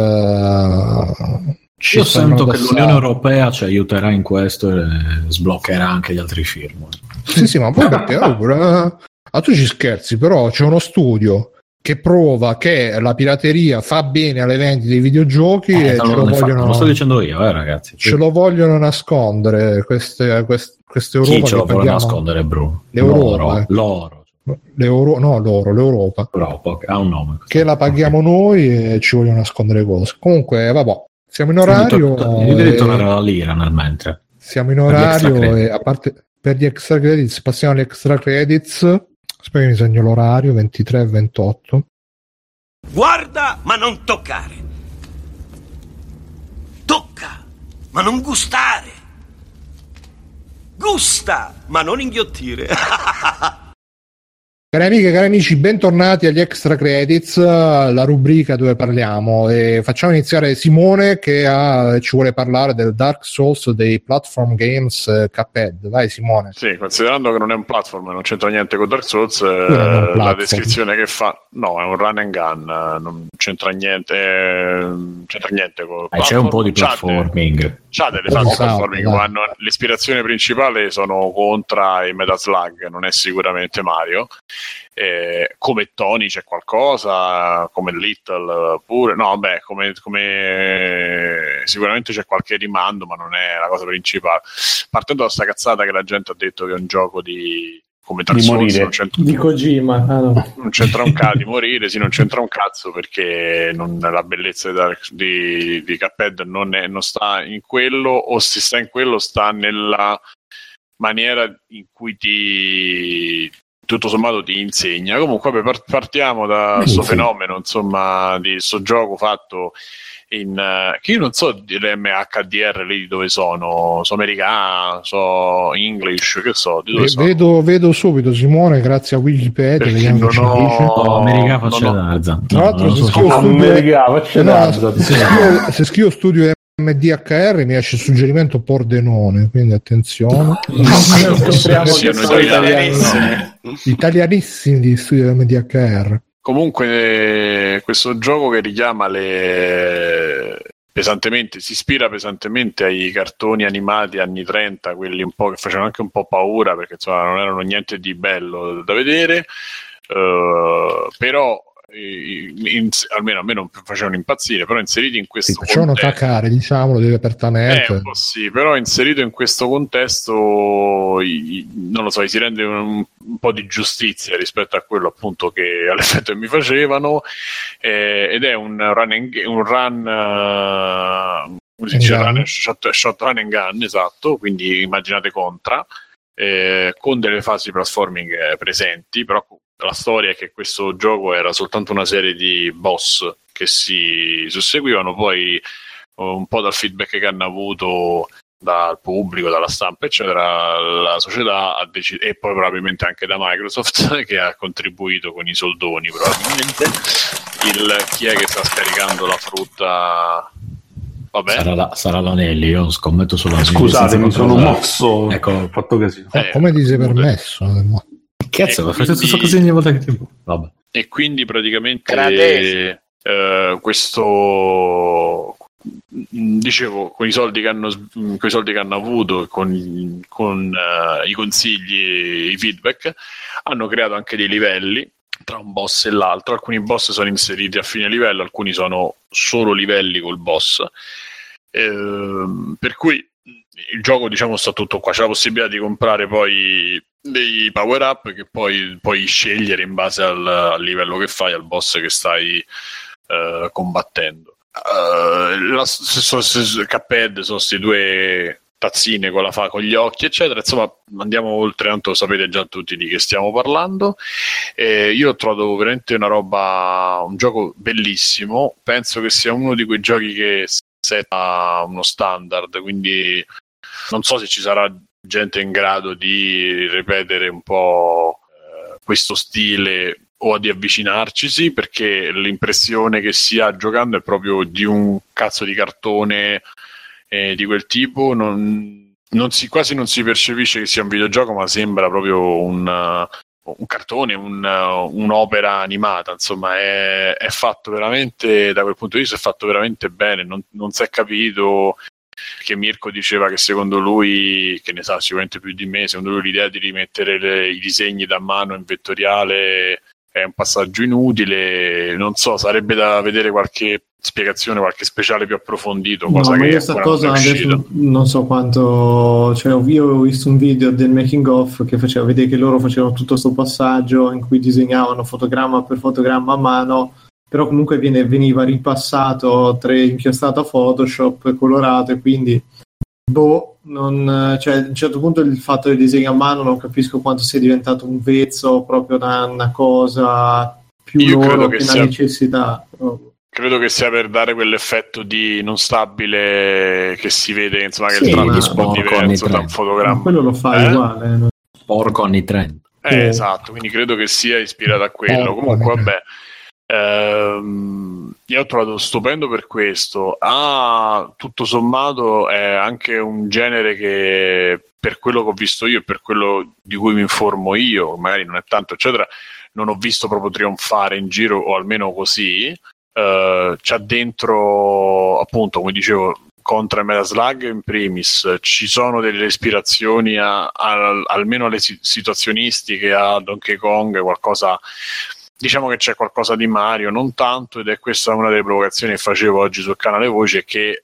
io sento che l'Unione Europea ci aiuterà in questo e sbloccherà anche gli altri firmware. Sì, ma poi perché tu ci scherzi, però c'è uno studio che prova che la pirateria fa bene alle vendite dei videogiochi e lo sto dicendo io, ragazzi. Ce lo vogliono nascondere queste Europa. Chi ce lo vuole nascondere, Bruno? L'Europa. L'Europa ha un nome. Che la paghiamo noi e ci vogliono nascondere cose. Comunque, vabbè. Siamo in orario. Devi tornare alla lira nel mentre. Siamo in orario e a parte per gli extra credits, passiamo agli extra credits. Aspetta che mi segno l'orario, 23 e 28. Guarda, ma non toccare. Tocca, ma non gustare. Gusta, ma non inghiottire. Cari amiche e cari amici, bentornati agli Extra Credits, la rubrica dove parliamo, e facciamo iniziare Simone che ci vuole parlare del Dark Souls dei platform games Cuphead. Vai Simone. Sì, considerando che non è un platform, non c'entra niente con Dark Souls, la descrizione che fa, no, è un run and gun, non c'entra niente, con c'è un po' di platforming. C'ha delle fasi platforming, ma l'ispirazione principale sono Contra e Metal Slug, non è sicuramente Mario. Come Tony c'è qualcosa, come Little pure, no beh, come sicuramente c'è qualche rimando, ma non è la cosa principale, partendo da sta cazzata che la gente ha detto che è un gioco come Dark Souls, di Kojima, non c'entra un cazzo di morire, sì, non c'entra un cazzo, perché la bellezza di Cuphead non sta in quello, o se sta in quello sta nella maniera in cui tutto sommato ti insegna. Comunque partiamo da questo fenomeno, insomma, di sto gioco fatto che io non so le MHDR lì di dove sono americano, so English, che so di dove vedo subito Simone, grazie a Wikipedia, vediamo che ci dice. America faccia d'arza. Tra l'altro se scrivo studio MDHR mi esce il suggerimento Pordenone, quindi attenzione. Italianissimi di studio MDHR. Comunque questo gioco che richiama si ispira pesantemente ai cartoni animati anni 30, quelli un po' che facevano anche un po' paura, perché insomma non erano niente di bello da vedere, però almeno a me non facevano impazzire, però inseriti in questo facevano cacare, diciamolo, deve apertamente un po' sì, però inserito in questo contesto non lo so, si rende un po' di giustizia rispetto a quello appunto che all'effetto che mi facevano, ed è un shot run and gun, esatto, quindi immaginate Contra, con delle fasi platforming presenti, però la storia è che questo gioco era soltanto una serie di boss che si susseguivano, poi un po' dal feedback che hanno avuto dal pubblico, dalla stampa eccetera, la società ha deciso, e poi probabilmente anche da Microsoft che ha contribuito con i soldoni, probabilmente chi è che sta scaricando la frutta. Vabbè. Sarà l'Anelli, io scommetto sulla scusate, mi sono mosso, ecco, ho fatto casino. Come ti sei permesso? Cazzo, ma fate tutto così ogni volta che ti... Vabbè. E quindi praticamente questo, dicevo, con i soldi che hanno avuto, con i consigli, i feedback, hanno creato anche dei livelli tra un boss e l'altro. Alcuni boss sono inseriti a fine livello, alcuni sono solo livelli col boss, per cui il gioco, diciamo, sta tutto qua. C'è la possibilità di comprare poi dei power up che poi puoi scegliere in base al livello che fai, al boss che stai combattendo. Cuphead sono questi due tazzine con gli occhi, eccetera. Insomma, andiamo oltre, tanto sapete già tutti di che stiamo parlando. Io ho trovato veramente un gioco bellissimo. Penso che sia uno di quei giochi che setta uno standard, quindi non so se ci sarà gente in grado di ripetere un po' questo stile o di avvicinarcisi, perché l'impressione che si ha giocando è proprio di un cazzo di cartone di quel tipo. Quasi non si percepisce che sia un videogioco, ma sembra proprio un cartone, un'opera animata. Insomma, è fatto veramente, da quel punto di vista è fatto veramente bene. Non si è capito, che Mirko diceva che secondo lui, che ne sa sicuramente più di me, secondo lui l'idea di rimettere i disegni da mano in vettoriale è un passaggio inutile. Non so, sarebbe da vedere qualche spiegazione, qualche speciale più approfondito, cosa no, che questa cosa adesso non so quanto, cioè io ho visto un video del making of che faceva vedere che loro facevano tutto questo passaggio in cui disegnavano fotogramma per fotogramma a mano, però comunque veniva ripassato, inchiostrato a Photoshop, colorato, e quindi cioè, a un certo punto il fatto del disegno a mano non capisco quanto sia diventato un vezzo, proprio una cosa più loro che una necessità. Credo che sia per dare quell'effetto di non stabile che si vede, insomma, che sì, il tratto è un po' diverso da un fotogramma. Ma quello lo fa uguale. Sporco anni 30. Esatto, quindi credo che sia ispirato a quello. Comunque, vabbè. Io ho trovato stupendo per questo. Tutto sommato è anche un genere che, per quello che ho visto io e per quello di cui mi informo io, magari non è tanto eccetera, non ho visto proprio trionfare in giro, o almeno così. C'ha dentro, appunto, come dicevo, Contra e Metal Slug in primis, ci sono delle ispirazioni almeno alle situazionistiche, a Donkey Kong, qualcosa. Diciamo che c'è qualcosa di Mario, non tanto, ed è questa una delle provocazioni che facevo oggi sul canale Voce, che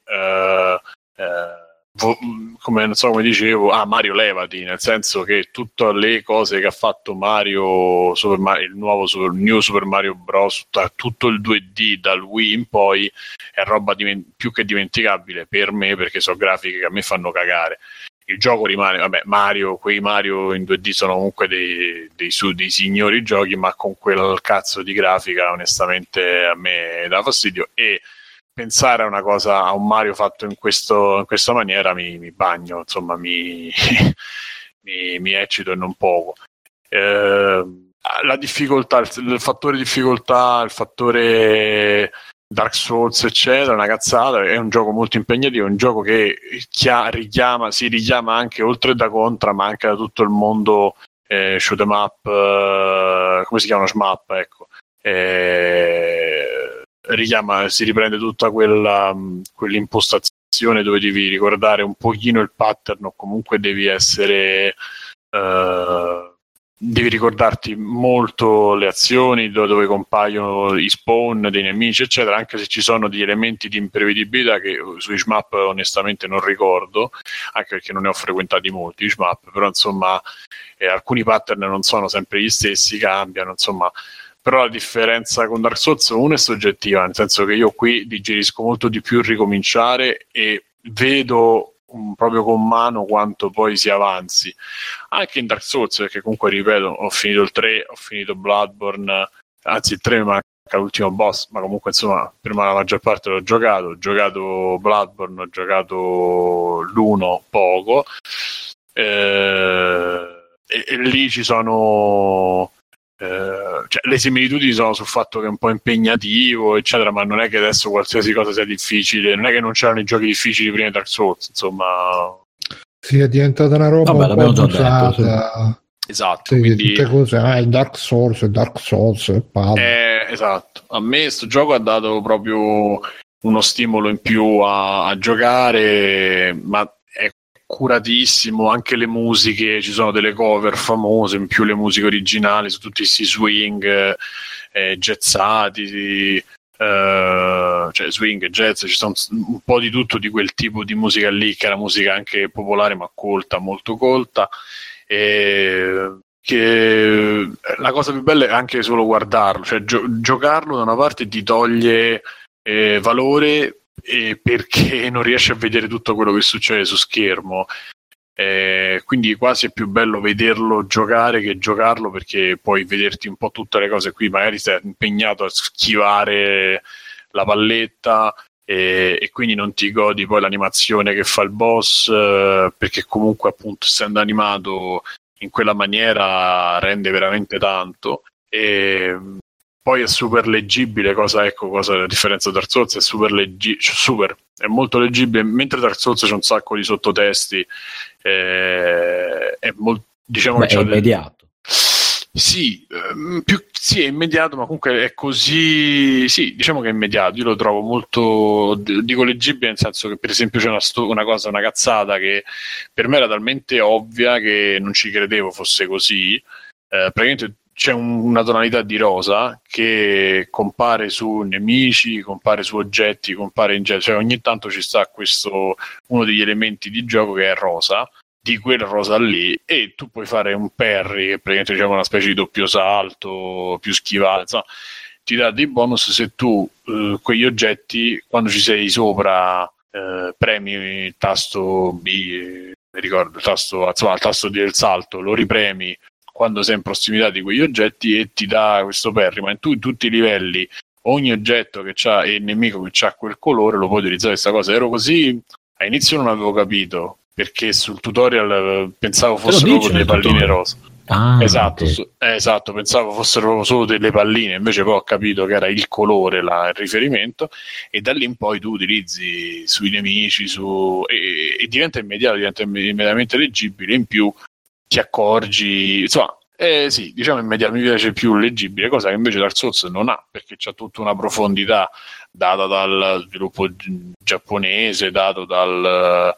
come non so come dicevo, Mario levati, nel senso che tutte le cose che ha fatto Mario, il nuovo New Super Mario Bros, tutto il 2D dal Wii in poi, è roba più che dimenticabile per me, perché sono grafiche che a me fanno cagare. Il gioco rimane, quei Mario in 2D sono comunque dei signori giochi, ma con quel cazzo di grafica onestamente a me dà fastidio, e pensare a un Mario fatto in questa maniera mi bagno, insomma mi eccito, e non poco. La difficoltà, il fattore difficoltà, il fattore Dark Souls eccetera, una cazzata. È un gioco molto impegnativo, è un gioco che si richiama anche, oltre da Contra, ma anche da tutto il mondo shoot 'em up, come si chiamano, shmup, ecco. Si riprende tutta quell'impostazione dove devi ricordare un pochino il pattern, o comunque devi ricordarti molto le azioni, dove compaiono i spawn dei nemici eccetera, anche se ci sono degli elementi di imprevedibilità che sui shmup onestamente non ricordo, anche perché non ne ho frequentati molti shmup, però insomma alcuni pattern non sono sempre gli stessi, cambiano, insomma. Però la differenza con Dark Souls, uno, è soggettiva, nel senso che io qui digerisco molto di più il ricominciare e vedo proprio con mano quanto poi si avanzi. Anche in Dark Souls, perché comunque, ripeto, ho finito il 3, ho finito Bloodborne, anzi il 3 mi manca l'ultimo boss, ma comunque insomma prima la maggior parte l'ho giocato. Ho giocato Bloodborne, ho giocato l'1 poco, e lì ci sono... cioè, le similitudini sono sul fatto che è un po' impegnativo eccetera, ma non è che adesso qualsiasi cosa sia difficile, non è che non c'erano i giochi difficili prima di Dark Souls, insomma. Sì, è diventata una roba un po' abusata. Esatto, sì, quindi tutte cose, Dark Souls, esatto. A me sto gioco ha dato proprio uno stimolo in più a giocare, ma è curatissimo, anche le musiche, ci sono delle cover famose, in più le musiche originali su tutti questi swing jazzati, cioè swing, jazz, ci sono un po' di tutto di quel tipo di musica lì, che è la musica anche popolare ma colta, molto colta, e che la cosa più bella è anche solo guardarlo, cioè giocarlo da una parte ti toglie valore, perché non riesci a vedere tutto quello che succede su schermo, quindi quasi è più bello vederlo giocare che giocarlo, perché puoi vederti un po' tutte le cose qui, magari stai impegnato a schivare la palletta e quindi non ti godi poi l'animazione che fa il boss, perché comunque appunto essendo animato in quella maniera rende veramente tanto, e poi è super leggibile, cosa a differenza da Dark Souls, è super, è molto leggibile, mentre Dark Souls c'è un sacco di sottotesti, è molto, diciamo, beh, che è immediato. Sì, sì, è immediato, ma comunque è così, sì, diciamo che è immediato. Io lo trovo molto, dico leggibile, nel senso che per esempio c'è una cazzata che per me era talmente ovvia che non ci credevo fosse così. Praticamente c'è una tonalità di rosa che compare su nemici, compare su oggetti, compare in genere, cioè ogni tanto ci sta questo, uno degli elementi di gioco che è rosa, di quel rosa lì, e tu puoi fare un parry, che praticamente diciamo una specie di doppio salto, più schivata, insomma, ti dà dei bonus se tu quegli oggetti, quando ci sei sopra, premi il tasto B, mi ricordo, il tasto del salto, lo ripremi quando sei in prossimità di quegli oggetti e ti dà questo parry, ma in tutti i livelli ogni oggetto che c'ha e il nemico che c'ha quel colore lo puoi utilizzare. Questa cosa ero così, a inizio non avevo capito, perché sul tutorial pensavo fossero proprio delle palline rosa. Esatto, okay. Esatto, pensavo fossero proprio solo delle palline, invece poi ho capito che era il colore il riferimento, e da lì in poi tu utilizzi sui nemici e diventa immediato, diventa immediatamente leggibile. In più ti accorgi, insomma, sì, diciamo immediato, mi piace più leggibile, cosa che invece Dark Souls non ha, perché c'ha tutta una profondità data dal sviluppo giapponese, dato dal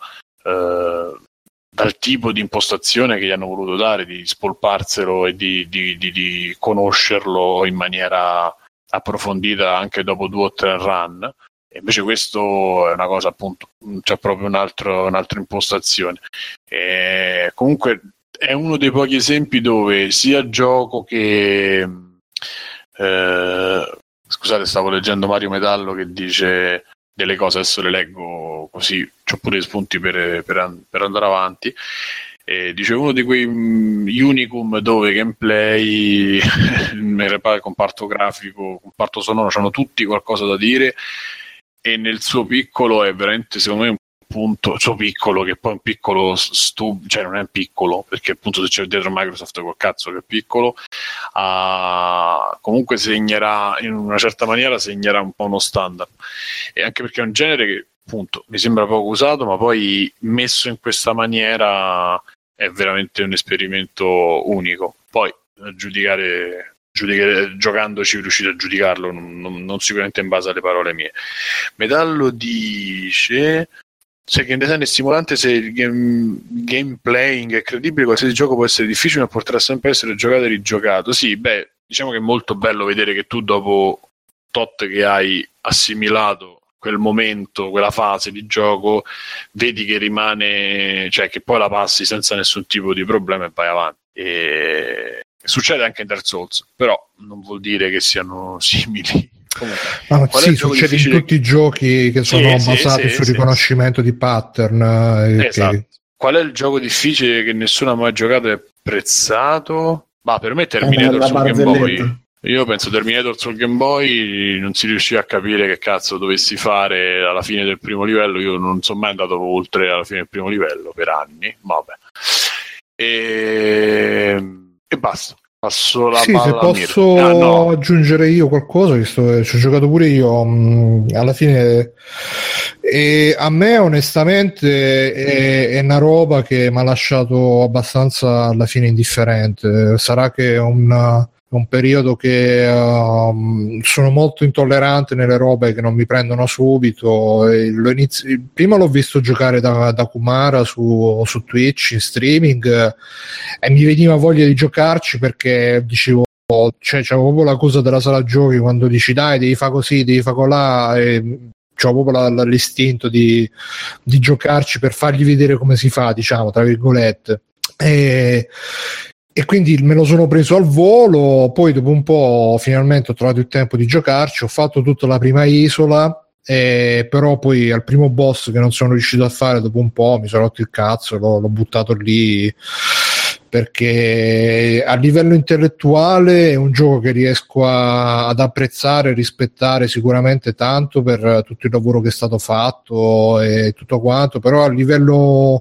tipo di impostazione che gli hanno voluto dare, di spolparselo e di conoscerlo in maniera approfondita anche dopo 2 o 3 run. E invece questo è una cosa, appunto, c'è proprio un'altra impostazione. E comunque è uno dei pochi esempi dove sia gioco che scusate, stavo leggendo Mario Metallo che dice delle cose, adesso le leggo così c'ho pure spunti per andare avanti. Dice uno di quei unicum dove gameplay, comparto grafico, comparto sonoro, hanno tutti qualcosa da dire, e nel suo piccolo è veramente, secondo me, un punto, suo piccolo, che poi è un piccolo cioè non è piccolo, perché appunto se c'è dietro Microsoft col cazzo che è piccolo, comunque segnerà, in una certa maniera segnerà un po' uno standard, e anche perché è un genere che appunto mi sembra poco usato, ma poi messo in questa maniera è veramente un esperimento unico. Poi giudicare giocandoci, riuscite a giudicarlo, non sicuramente in base alle parole mie. Metallo dice: se il game design è stimolante, se il gameplaying è credibile, qualsiasi gioco può essere difficile ma potrà sempre essere giocato e rigiocato. Sì, beh, diciamo che è molto bello vedere che tu dopo tot che hai assimilato quel momento, quella fase di gioco, vedi che rimane, cioè che poi la passi senza nessun tipo di problema e vai avanti. E succede anche in Dark Souls, però non vuol dire che siano simili. Comunque, sì, succede in tutti i giochi che sono basati sul riconoscimento di pattern. Esatto. Qual è il gioco difficile che nessuno ha mai giocato e apprezzato? Ma per me Terminator sul Game Boy. Io penso Terminator sul Game Boy non si riusciva a capire che cazzo dovessi fare alla fine del primo livello. Io non sono mai andato oltre alla fine del primo livello per anni. Vabbè. E basta. Passo la palla. Se posso aggiungere io qualcosa, che ci ho giocato pure io alla fine, e a me onestamente è una roba che mi ha lasciato abbastanza alla fine indifferente. Sarà che è un periodo che sono molto intollerante nelle robe che non mi prendono subito, e prima l'ho visto giocare da Kumara su Twitch in streaming, e mi veniva voglia di giocarci perché dicevo cioè c'è proprio la cosa della sala giochi quando dici dai devi fare così, devi fare colà, e c'ho proprio l'istinto di giocarci per fargli vedere come si fa, diciamo, tra virgolette, e quindi me lo sono preso al volo. Poi dopo un po' finalmente ho trovato il tempo di giocarci, ho fatto tutta la prima isola, però poi al primo boss che non sono riuscito a fare, dopo un po' mi sono rotto il cazzo, l'ho buttato lì, perché a livello intellettuale è un gioco che riesco ad apprezzare e rispettare sicuramente tanto per tutto il lavoro che è stato fatto e tutto quanto, però a livello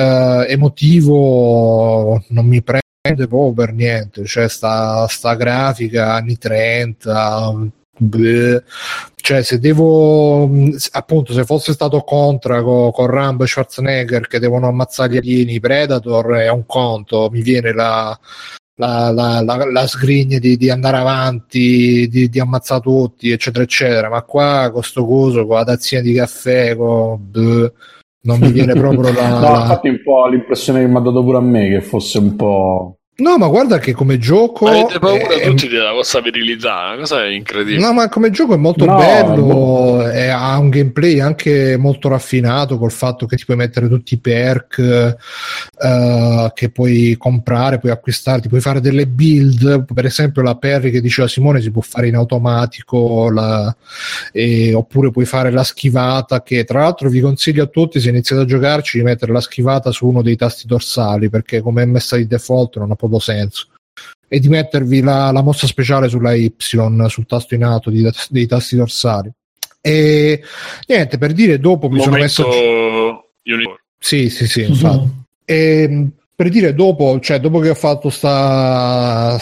emotivo non mi prende proprio per niente, cioè sta grafica anni 30, cioè se devo, appunto, se fosse stato Contra con Rambo e Schwarzenegger che devono ammazzare gli alieni, Predator è un conto, mi viene la sgrigna di andare avanti, di ammazzare tutti, eccetera eccetera, ma qua con sto coso, con la tazzina di caffè, non mi viene proprio no, infatti un po' l'impressione che mi ha dato pure a me che fosse un po'. No, ma guarda che come gioco avete paura tutti della vostra virilità, una cosa incredibile. No, ma come gioco è molto bello, ha un gameplay anche molto raffinato, col fatto che ti puoi mettere tutti i perk che puoi comprare, puoi acquistare, ti puoi fare delle build, per esempio la parry che diceva Simone si può fare in automatico, oppure puoi fare la schivata, che tra l'altro vi consiglio a tutti, se iniziate a giocarci, di mettere la schivata su uno dei tasti dorsali, perché come è messa di default non ha proprio senso, e di mettervi la mossa speciale sulla Y, sul tasto in alto dei tasti dorsali. E niente, per dire, dopo mi sono messo sì infatti. E per dire, dopo che ho fatto sta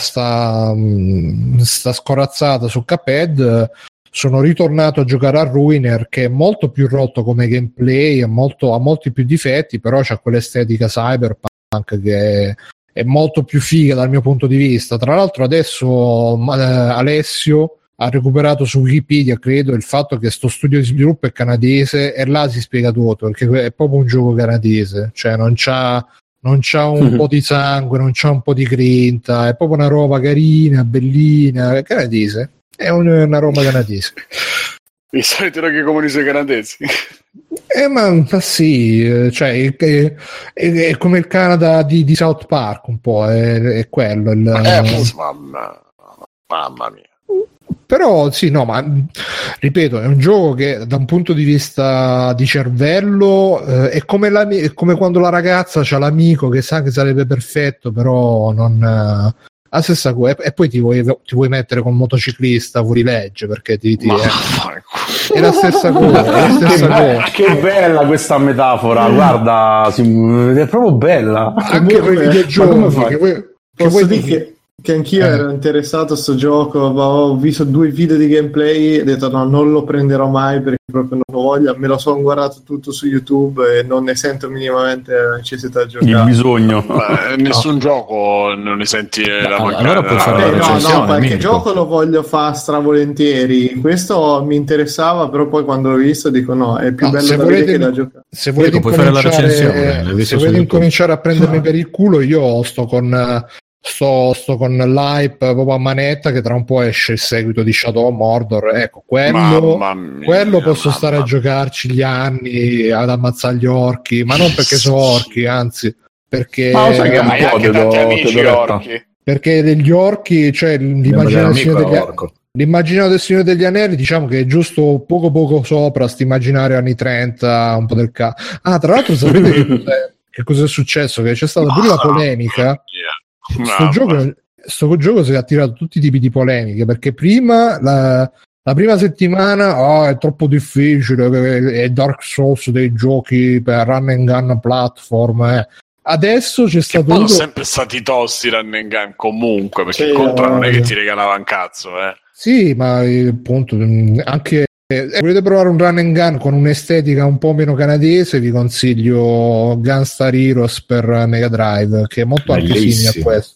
scorazzata su Cuphead, sono ritornato a giocare a Ruiner, che è molto più rotto come gameplay, ha molti più difetti, però c'ha quell'estetica cyberpunk che è molto più figa dal mio punto di vista. Tra l'altro adesso Alessio ha recuperato su Wikipedia, credo, il fatto che sto studio di sviluppo è canadese, e là si spiega tutto, perché è proprio un gioco canadese, cioè non c'ha un po' di sangue, non c'ha un po' di grinta, è proprio una roba carina, bellina, canadese, è una roba canadese. I soliti roghi comunisti canadesi. Ma sì, cioè è come il Canada di South Park, un po', è quello. Mamma mia. Però sì, no, ma ripeto, è un gioco che da un punto di vista di cervello è come quando la ragazza c'ha l'amico che sa che sarebbe perfetto, però non la stessa cosa, e poi ti vuoi mettere con un motociclista fuori legge perché è la stessa cosa, Che bella questa metafora, guarda, è proprio bella. Anche per i videogiochi posso dire che anch'io ero interessato a sto gioco, ho visto 2 video di gameplay e ho detto no, non lo prenderò mai perché proprio non ho voglia, me lo sono guardato tutto su YouTube e non ne sento minimamente la necessità di giocare. Il bisogno. Nessun gioco non ne senti la mancanza. Allora puoi fare la recensione, qualche gioco lo voglio fare stravolentieri, questo mi interessava, però poi quando l'ho visto dico no, è più bello da vedere che da giocare. Se volete incominciare a prendermi per il culo, io sto con l'hype proprio a manetta che tra un po' esce il seguito di Shadow of Mordor, ecco, quello posso stare a giocarci gli anni ad ammazzare gli orchi, ma non perché sono orchi, anzi perché perché degli orchi, cioè l'immaginario del Signore degli Anelli, diciamo che è giusto poco sopra st'immaginario anni 30, un po' del tra l'altro sapete che cosa è successo? Che c'è stata pure la polemica. Sto gioco si è attirato tutti i tipi di polemiche, perché prima la prima settimana è troppo difficile, è Dark Souls dei giochi per run and gun platform, Adesso c'è stato sono sempre stati tosti run and gun comunque, perché Contra non è che ti regalava un cazzo, Sì, ma appunto anche volete provare un run and gun con un'estetica un po' meno canadese, vi consiglio Gunstar Heroes per Mega Drive, che è molto anche simile a questo.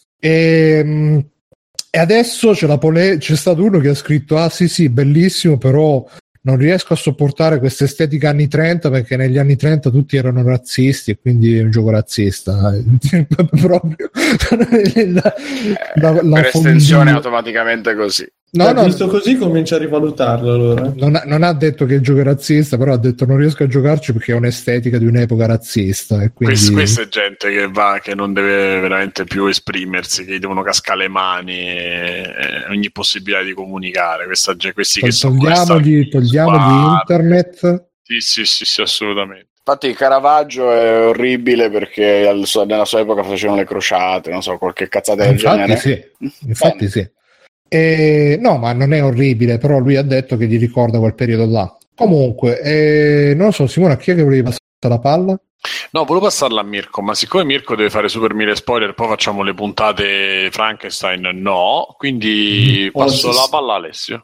E adesso c'è stato uno che ha scritto sì bellissimo, però non riesco a sopportare questa estetica anni 30 perché negli anni 30 tutti erano razzisti e quindi è un gioco razzista proprio per estensione automaticamente così. Visto così comincia a rivalutarlo allora. Non ha detto che il gioco è razzista, però ha detto non riesco a giocarci perché è un'estetica di un'epoca razzista e quindi... questa è gente che non deve veramente più esprimersi, che gli devono cascare le mani e ogni possibilità di comunicare. Questi che togliamogli internet. Sì, assolutamente. Infatti Caravaggio è orribile perché nella sua epoca facevano le crociate, non so, qualche cazzata del genere. Infatti sì. No, ma non è orribile, però lui ha detto che gli ricorda quel periodo là. Comunque, non lo so, Simone, a chi è che volevi passare la palla? No, volevo passarla a Mirko, ma siccome Mirko deve fare super mille spoiler, poi facciamo le puntate Frankenstein, no, quindi passo la palla a Alessio.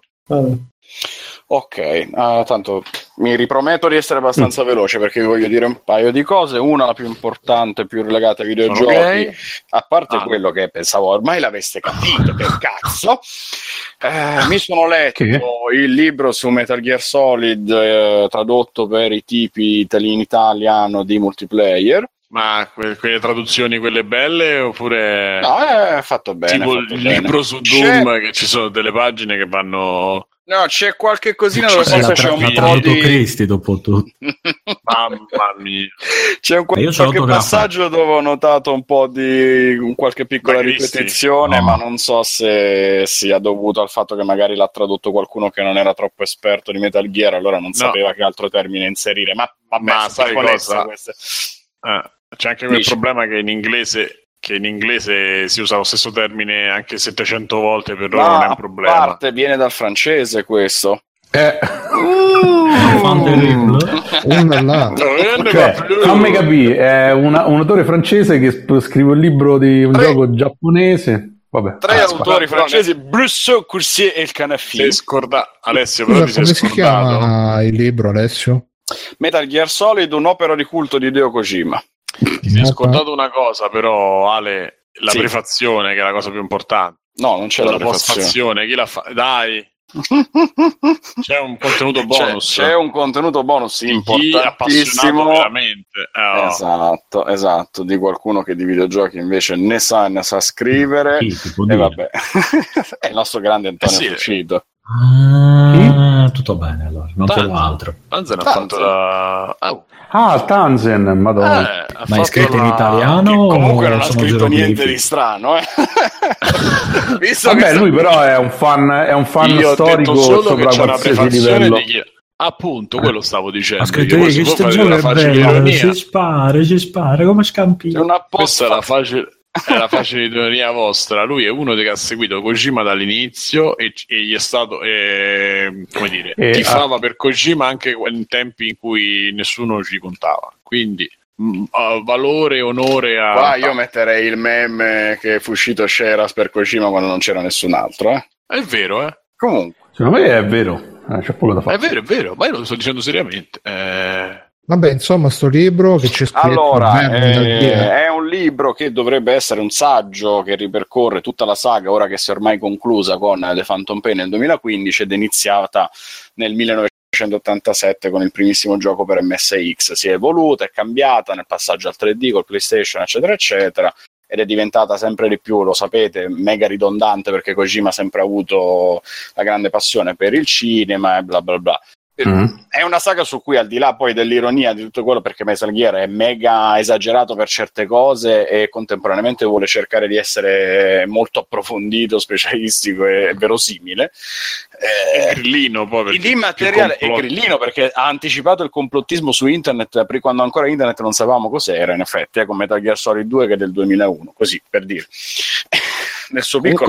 Ok, tanto mi riprometto di essere abbastanza veloce perché vi voglio dire un paio di cose. Una, la più importante, più legata ai videogiochi, a parte quello che pensavo ormai l'aveste capito, che cazzo. Mi sono letto il libro su Metal Gear Solid tradotto per i tipi in italiano di multiplayer. Ma quelle traduzioni, quelle belle, oppure... No, è fatto bene. Tipo il libro su Doom, che ci sono delle pagine che vanno... No, c'è qualche cosina dove forse c'è un po' di... Cristi dopo tutto. Mamma mia. C'è qualche passaggio dove ho notato un po' di qualche piccola ripetizione, ma non so se sia dovuto al fatto che magari l'ha tradotto qualcuno che non era troppo esperto di Metal Gear, allora non sapeva che altro termine inserire. Ma vabbè, sai cosa? C'è anche quel problema che in inglese si usa lo stesso termine anche 700 volte, per loro non è un problema. A parte viene dal francese questo. Fammi capire, è un autore francese che scrive un libro di un gioco giapponese. Vabbè. 3 autori francesi, Brusseau, Coursier e il Canaffi. Alessio, però come si chiama il libro, Alessio? Metal Gear Solid, un'opera di culto di Hideo Kojima. Ti sei scordato una cosa, però, Ale, la prefazione, che è la cosa più importante. No, non c'è la prefazione. Chi la fa? Dai! C'è un contenuto bonus. C'è un contenuto bonus importantissimo. Veramente. Esatto, di qualcuno che di videogiochi invece ne sa scrivere. E vabbè, è il nostro grande Antonio Fucito. Tutto bene, allora non c'è altro. Tanzen ha fatto la... Tanzen, madonna. Ma è scritto in italiano? Comunque non ha scritto niente di strano, Visto vabbè, lui però è un fan storico sopra qualsiasi livello. Appunto, quello stavo dicendo. Ha scritto che questo gioco è bello, si spara come scampino. Questa è la facile ironia vostra. Lui è uno che ha seguito Kojima dall'inizio e gli è stato come dire, tifava per Kojima anche in tempi in cui nessuno ci contava, quindi valore, onore a... Qua io metterei il meme che fu uscito Sheras per Kojima quando non c'era nessun altro, È vero, comunque secondo me è vero, c'è poco da fare. È vero, ma io lo sto dicendo seriamente. Vabbè, insomma, sto libro che c'è scritto... Allora, è un libro che dovrebbe essere un saggio che ripercorre tutta la saga, ora che si è ormai conclusa con The Phantom Pain nel 2015 ed è iniziata nel 1987 con il primissimo gioco per MSX. Si è evoluta, è cambiata nel passaggio al 3D col PlayStation, eccetera, eccetera, ed è diventata sempre di più, lo sapete, mega ridondante perché Kojima ha sempre avuto la grande passione per il cinema e bla bla bla. È una saga su cui, al di là poi dell'ironia di tutto quello, perché Metal Gear è mega esagerato per certe cose e contemporaneamente vuole cercare di essere molto approfondito, specialistico e verosimile, grillino poi l'immateriale è grillino perché ha anticipato il complottismo su internet quando ancora internet non sapevamo cos'era, in effetti, con Metal Gear Solid 2 che è del 2001, così per dire. Nel suo piccolo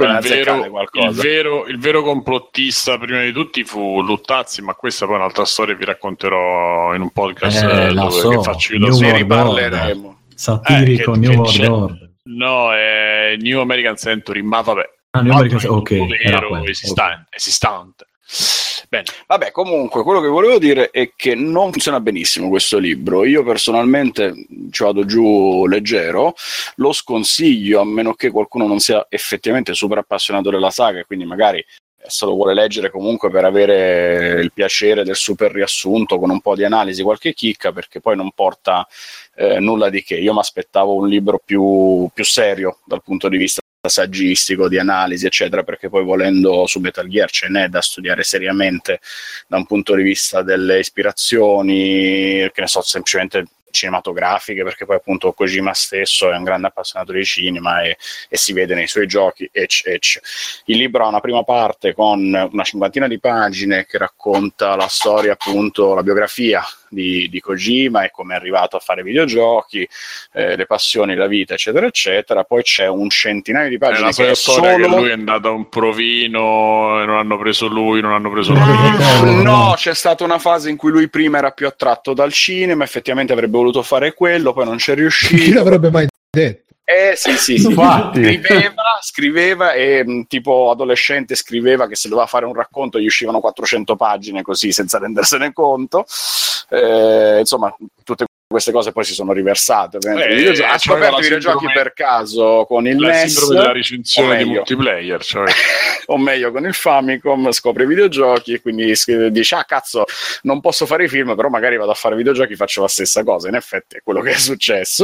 il vero complottista prima di tutti fu Luttazzi, ma questa poi è un'altra storia, vi racconterò in un podcast che faccio io da solo. Ne riparleremo. Satirico New World Order. No, è New American Century, ma vabbè. New American Century, vero, esistente. Bene. Vabbè, comunque quello che volevo dire è che non funziona benissimo questo libro. Io personalmente ci vado giù leggero, lo sconsiglio a meno che qualcuno non sia effettivamente super appassionato della saga e quindi magari se lo vuole leggere comunque per avere il piacere del super riassunto con un po' di analisi, qualche chicca, perché poi non porta nulla di che. Io mi aspettavo un libro più serio dal punto di vista saggistico, di analisi eccetera, perché poi volendo su Metal Gear ce n'è da studiare seriamente da un punto di vista delle ispirazioni, che ne so, semplicemente cinematografiche, perché poi appunto Kojima stesso è un grande appassionato di cinema e si vede nei suoi giochi. Il libro ha una prima parte con una 50ina di pagine che racconta la storia, appunto la biografia di Kojima e come è arrivato a fare videogiochi, le passioni, la vita eccetera eccetera. Poi c'è un centinaio di pagine che è storia che lui è andato a un provino e non hanno preso lui. No, c'è stata una fase in cui lui prima era più attratto dal cinema, effettivamente avrebbe voluto fare quello, poi non c'è riuscito. Chi l'avrebbe mai detto? Sì. Scriveva e tipo adolescente scriveva che se doveva fare un racconto gli uscivano 400 pagine così senza rendersene conto. Insomma, tutte queste cose poi si sono riversate. Ha scoperto i videogiochi per caso con il NES, sindrome della recensione di multiplayer, cioè. O meglio con il Famicom, scopre i videogiochi e quindi dice cazzo, non posso fare i film, però magari vado a fare videogiochi, faccio la stessa cosa. In effetti è quello che è successo.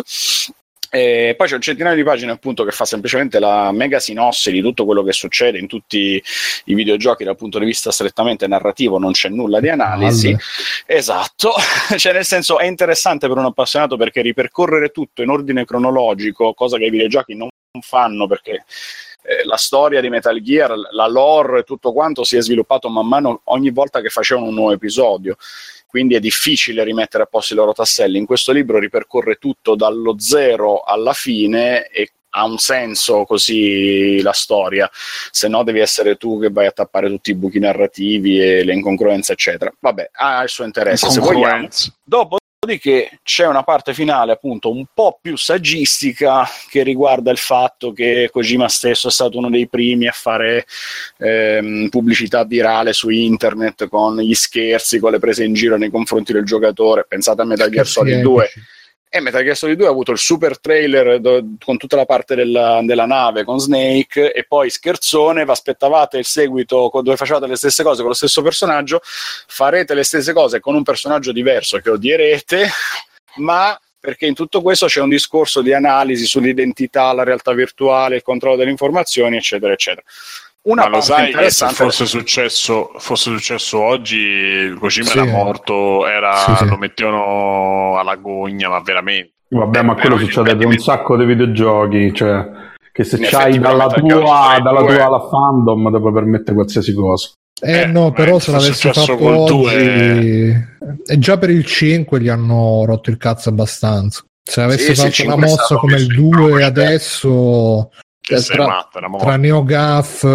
E poi c'è un centinaio di pagine appunto che fa semplicemente la mega sinossi di tutto quello che succede in tutti i videogiochi dal punto di vista strettamente narrativo, non c'è nulla di analisi. Esatto, cioè nel senso è interessante per un appassionato perché ripercorrere tutto in ordine cronologico, cosa che i videogiochi non fanno, perché la storia di Metal Gear, la lore e tutto quanto si è sviluppato man mano ogni volta che facevano un nuovo episodio, quindi è difficile rimettere a posto i loro tasselli. In questo libro ripercorre tutto dallo zero alla fine e ha un senso così la storia, se no devi essere tu che vai a tappare tutti i buchi narrativi e le incongruenze eccetera. Vabbè, ha il suo interesse se vogliamo. Dopodiché c'è una parte finale appunto un po' più saggistica che riguarda il fatto che Kojima stesso è stato uno dei primi a fare pubblicità virale su internet con gli scherzi, con le prese in giro nei confronti del giocatore. Pensate a Metal Gear Solid 2. E Metal Gear Solid 2 ha avuto il super trailer con tutta la parte della nave con Snake, e poi scherzone, vi aspettavate il seguito dove facevate le stesse cose con lo stesso personaggio, farete le stesse cose con un personaggio diverso che odierete, ma perché in tutto questo c'è un discorso di analisi sull'identità, la realtà virtuale, il controllo delle informazioni eccetera eccetera. Ma lo sai che se fosse successo oggi, Kojima era morto, lo mettevano alla gogna, ma veramente. Vabbè, ma quello succede per un sacco di videogiochi, cioè che se c'hai dalla tua la fandom ti puoi permettere qualsiasi cosa. No, però se l'avesse fatto oggi, già per il 5 gli hanno rotto il cazzo abbastanza. Se avesse fatto una mossa come il 2 adesso... Tra NeoGAF,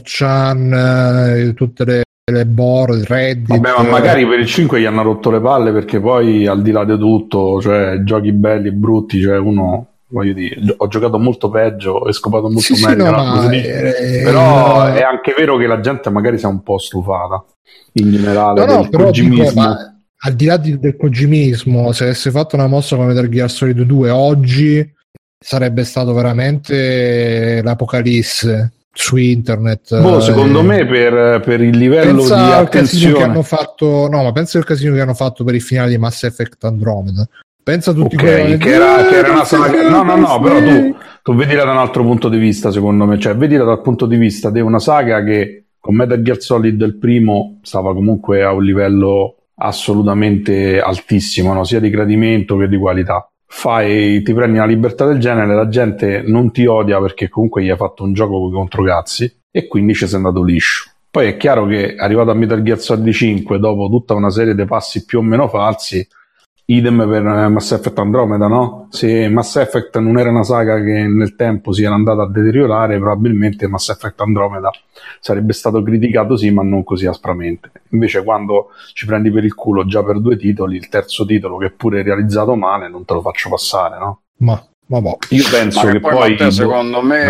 4chan, tutte le board, Reddit. Vabbè, ma magari per il 5 gli hanno rotto le palle, perché poi al di là di tutto, cioè giochi belli e brutti, cioè uno, voglio dire, ho giocato molto peggio e scopato molto meglio, però è anche vero che la gente magari si è un po' stufata in generale del kojimismo. Al di là del kojimismo, se avesse fatto una mossa come Metal Gear Solid 2 oggi sarebbe stato veramente l'apocalisse su internet. Secondo me per il livello di attenzione che hanno fatto, pensa al casino che hanno fatto per il finale di Mass Effect Andromeda. Pensa a tutti quelli che era una saga. No, però tu vedila da un altro punto di vista, secondo me, cioè vedila dal punto di vista di una saga che con Metal Gear Solid il primo stava comunque a un livello assolutamente altissimo, no? Sia di gradimento che di qualità. Ti prendi una libertà del genere, la gente non ti odia perché comunque gli hai fatto un gioco contro cazzi e quindi ci sei andato liscio. Poi è chiaro che arrivato a Metal Gear Solid 5, dopo tutta una serie di passi più o meno falsi, idem per Mass Effect Andromeda, no? Se Mass Effect non era una saga che nel tempo si era andata a deteriorare, probabilmente Mass Effect Andromeda sarebbe stato criticato, sì, ma non così aspramente. Invece quando ci prendi per il culo già per 2 titoli, il terzo titolo che pure è realizzato male, non te lo faccio passare, no? Ma boh. Io penso che poi secondo me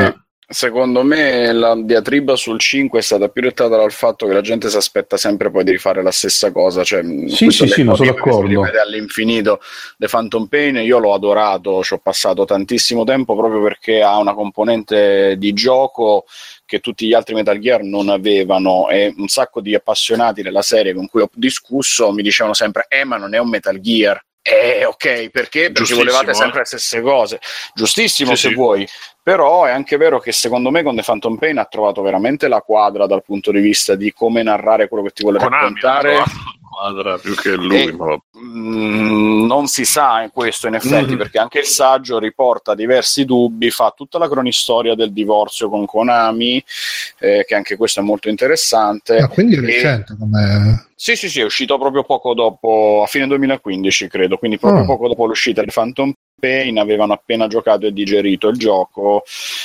Secondo me la diatriba sul 5 è stata più dettata dal fatto che la gente si aspetta sempre poi di rifare la stessa cosa, cioè sì, non sono d'accordo. Si ripete all'infinito. The Phantom Pain io l'ho adorato, ci ho passato tantissimo tempo proprio perché ha una componente di gioco che tutti gli altri Metal Gear non avevano, e un sacco di appassionati della serie con cui ho discusso mi dicevano sempre ma non è un Metal Gear. Ok, perché volevate sempre le stesse cose, giustissimo, se vuoi, però è anche vero che secondo me con The Phantom Pain ha trovato veramente la quadra dal punto di vista di come narrare quello che ti vuole raccontare. Quadra più che lui, non si sa in questo in effetti, perché anche il saggio riporta diversi dubbi, fa tutta la cronistoria del divorzio con Konami, che anche questo è molto interessante. Quindi è recente come... Sì, è uscito proprio poco dopo, a fine 2015 credo, quindi proprio poco dopo l'uscita di Phantom Pain. Avevano appena giocato e digerito il gioco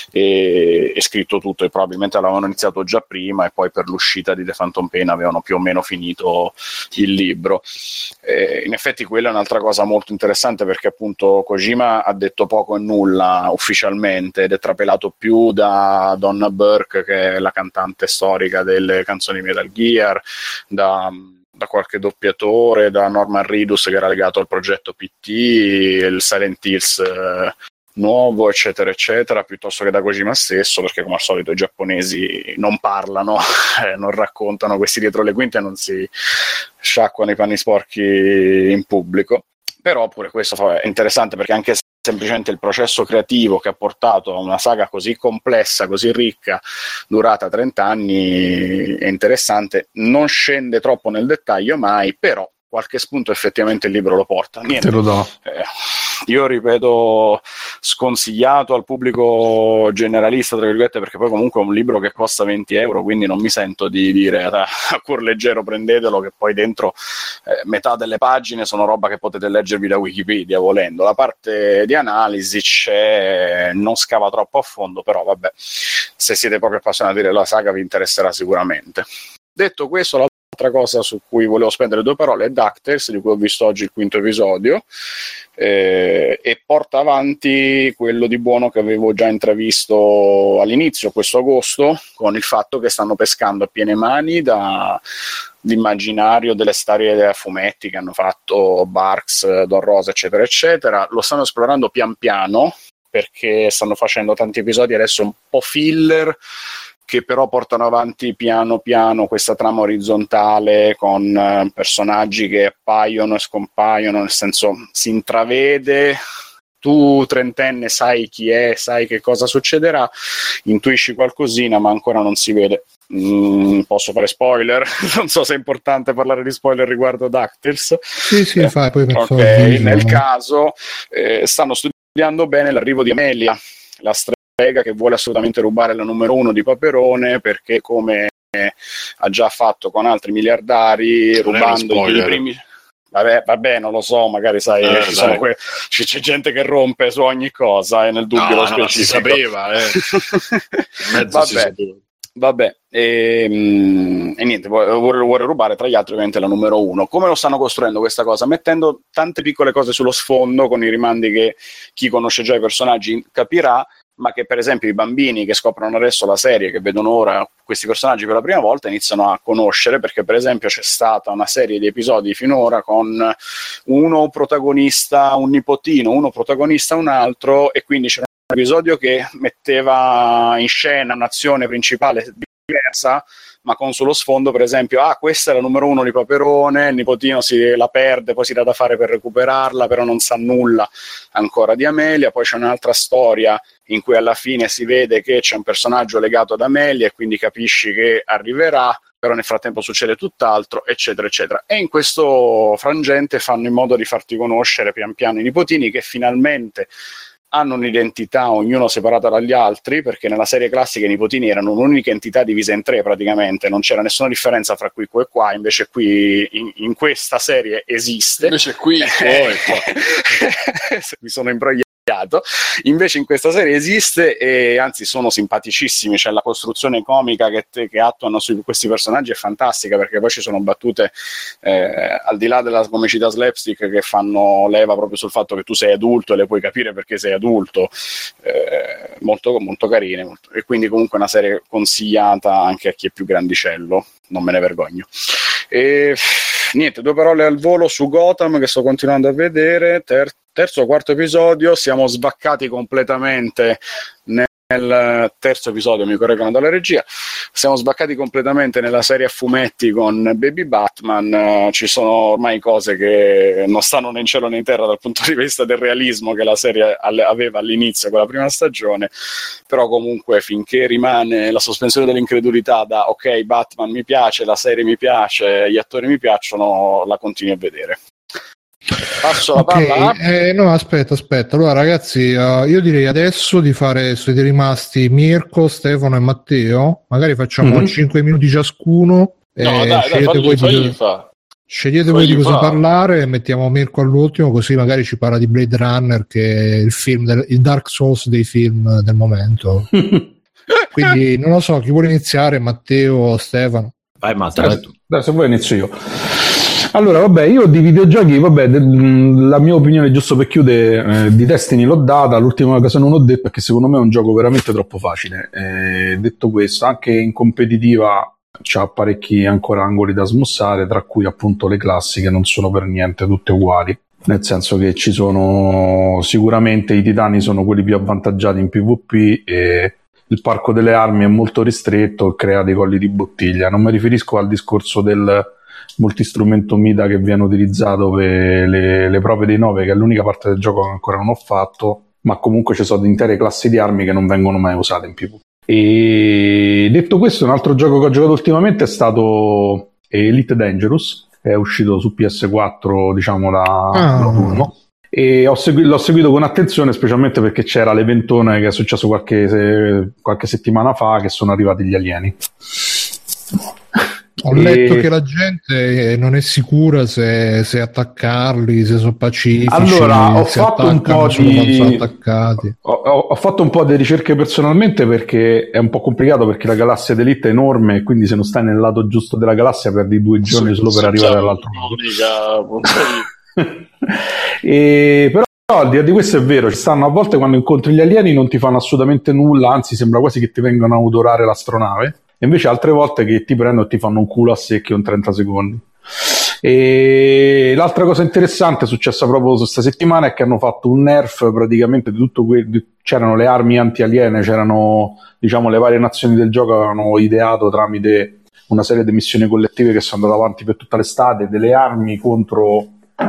e scritto tutto, e probabilmente l'avevano iniziato già prima, e poi per l'uscita di The Phantom Pain avevano più o meno finito il libro. In effetti quella è un'altra cosa molto interessante, perché appunto Kojima ha detto poco e nulla ufficialmente, ed è trapelato più da Donna Burke, che è la cantante storica delle canzoni Metal Gear, da qualche doppiatore, da Norman Reedus, che era legato al progetto PT, il Silent Hills nuovo, eccetera eccetera, piuttosto che da Kojima stesso, perché come al solito i giapponesi non parlano, non raccontano questi dietro le quinte, non si sciacquano i panni sporchi in pubblico. Però pure questo è interessante, perché anche semplicemente il processo creativo che ha portato a una saga così complessa, così ricca, durata 30 anni, è interessante. Non scende troppo nel dettaglio mai, però qualche spunto effettivamente il libro lo porta. Niente. Te lo do. Io ripeto, sconsigliato al pubblico generalista, tra virgolette, perché poi comunque è un libro che costa 20 euro, quindi non mi sento di dire a cuor leggero prendetelo, che poi dentro metà delle pagine sono roba che potete leggervi da Wikipedia volendo. La parte di analisi c'è, non scava troppo a fondo, però vabbè, se siete proprio appassionati della saga vi interesserà sicuramente. Detto questo, l'altra cosa su cui volevo spendere due parole è DuckTales, di cui ho visto oggi il 5º episodio, e porta avanti quello di buono che avevo già intravisto all'inizio, questo agosto, con il fatto che stanno pescando a piene mani dall'immaginario delle storie a fumetti che hanno fatto Barks, Don Rosa, eccetera eccetera. Lo stanno esplorando pian piano, perché stanno facendo tanti episodi adesso un po' filler, che però portano avanti piano piano questa trama orizzontale con personaggi che appaiono e scompaiono, nel senso si intravede, tu trentenne sai chi è, sai che cosa succederà, intuisci qualcosina ma ancora non si vede. Posso fare spoiler? Non so se è importante parlare di spoiler riguardo DuckTales. Sì, fai, poi ok, nel caso stanno studiando bene l'arrivo di Amelia, la che vuole assolutamente rubare la numero 1 di Paperone, perché come ha già fatto con altri miliardari, rubando i primi... Vabbè, non lo so, magari sai, c'è gente che rompe su ogni cosa, nel dubbio lo specifico. Si sapeva, Vabbè, e niente, vuole rubare tra gli altri ovviamente la numero 1. Come lo stanno costruendo questa cosa? Mettendo tante piccole cose sullo sfondo, con i rimandi che chi conosce già i personaggi capirà, ma che per esempio i bambini che scoprono adesso la serie, che vedono ora questi personaggi per la prima volta, iniziano a conoscere, perché per esempio c'è stata una serie di episodi finora con uno protagonista, un nipotino, uno protagonista, un altro, e quindi c'era un episodio che metteva in scena un'azione principale diversa, ma con sullo sfondo per esempio questa è la numero 1 di Paperone, il nipotino la perde, poi si dà da fare per recuperarla, però non sa nulla ancora di Amelia. Poi c'è un'altra storia in cui alla fine si vede che c'è un personaggio legato ad Amelia e quindi capisci che arriverà, però nel frattempo succede tutt'altro, eccetera eccetera. E in questo frangente fanno in modo di farti conoscere pian piano i nipotini, che finalmente hanno un'identità, ognuno separata dagli altri, perché nella serie classica i nipotini erano un'unica entità divisa in 3 praticamente, non c'era nessuna differenza fra qui e qua, invece qui in questa serie esiste. Invece qui mi sono imbrogliato. Invece in questa serie esiste, e anzi sono simpaticissimi, cioè la costruzione comica che attuano su questi personaggi è fantastica, perché poi ci sono battute al di là della comicità slapstick che fanno leva proprio sul fatto che tu sei adulto e le puoi capire perché sei adulto, molto, molto carine, e quindi comunque una serie consigliata anche a chi è più grandicello, non me ne vergogno. E niente, 2 parole al volo su Gotham che sto continuando a vedere, terzo o quarto episodio, siamo svaccati completamente nel terzo episodio, mi correggono dalla regia, siamo svaccati completamente nella serie a fumetti con Baby Batman. Ci sono ormai cose che non stanno né in cielo né in terra dal punto di vista del realismo che la serie aveva all'inizio con la prima stagione, però comunque finché rimane la sospensione dell'incredulità da ok, Batman mi piace, la serie mi piace, gli attori mi piacciono, la continui a vedere. Passo la palla. No, aspetta. Allora, ragazzi, io direi adesso di fare, siete rimasti Mirko, Stefano e Matteo. Magari facciamo 5 minuti ciascuno. No, dai, scegliete voi di cosa parlare e mettiamo Mirko all'ultimo, così magari ci parla di Blade Runner, che è il film il Dark Souls dei film del momento. Quindi non lo so, chi vuole iniziare, Matteo o Stefano? Vai Matteo. Dai, se vuoi inizio io. Allora, vabbè, io di videogiochi, la mia opinione, giusto per chiudere, di Destiny l'ho data, l'ultima cosa non ho detto è che secondo me è un gioco veramente troppo facile. Detto questo, anche in competitiva c'ha parecchi ancora angoli da smussare, tra cui appunto le classi che non sono per niente tutte uguali, nel senso che ci sono sicuramente i titani sono quelli più avvantaggiati in PvP e il parco delle armi è molto ristretto e crea dei colli di bottiglia. Non mi riferisco al discorso del multistrumento Mida che viene utilizzato per le prove dei 9, che è l'unica parte del gioco che ancora non ho fatto, ma comunque ci sono intere classi di armi che non vengono mai usate in PvP. E detto questo, un altro gioco che ho giocato ultimamente è stato Elite Dangerous, è uscito su PS4 diciamo l'autunno, e l'ho seguito con attenzione, specialmente perché c'era l'eventone che è successo qualche settimana fa, che sono arrivati gli alieni. Ho letto che la gente non è sicura se attaccarli, se sono pacifici. Allora, ho fatto un po' di ricerche personalmente, perché è un po' complicato, perché la galassia d'Elite è enorme e quindi se non stai nel lato giusto della galassia perdi 2 giorni solo per arrivare all'altro lato. Però al di là di questo è vero, ci stanno a volte quando incontri gli alieni non ti fanno assolutamente nulla, anzi sembra quasi che ti vengano a odorare l'astronave. Invece altre volte che ti prendono e ti fanno un culo a secchio in 30 secondi. E l'altra cosa interessante è successa proprio questa settimana è che hanno fatto un nerf praticamente di tutto c'erano le armi anti-aliene, c'erano diciamo le varie nazioni del gioco avevano ideato tramite una serie di missioni collettive che sono andate avanti per tutta l'estate, delle armi contro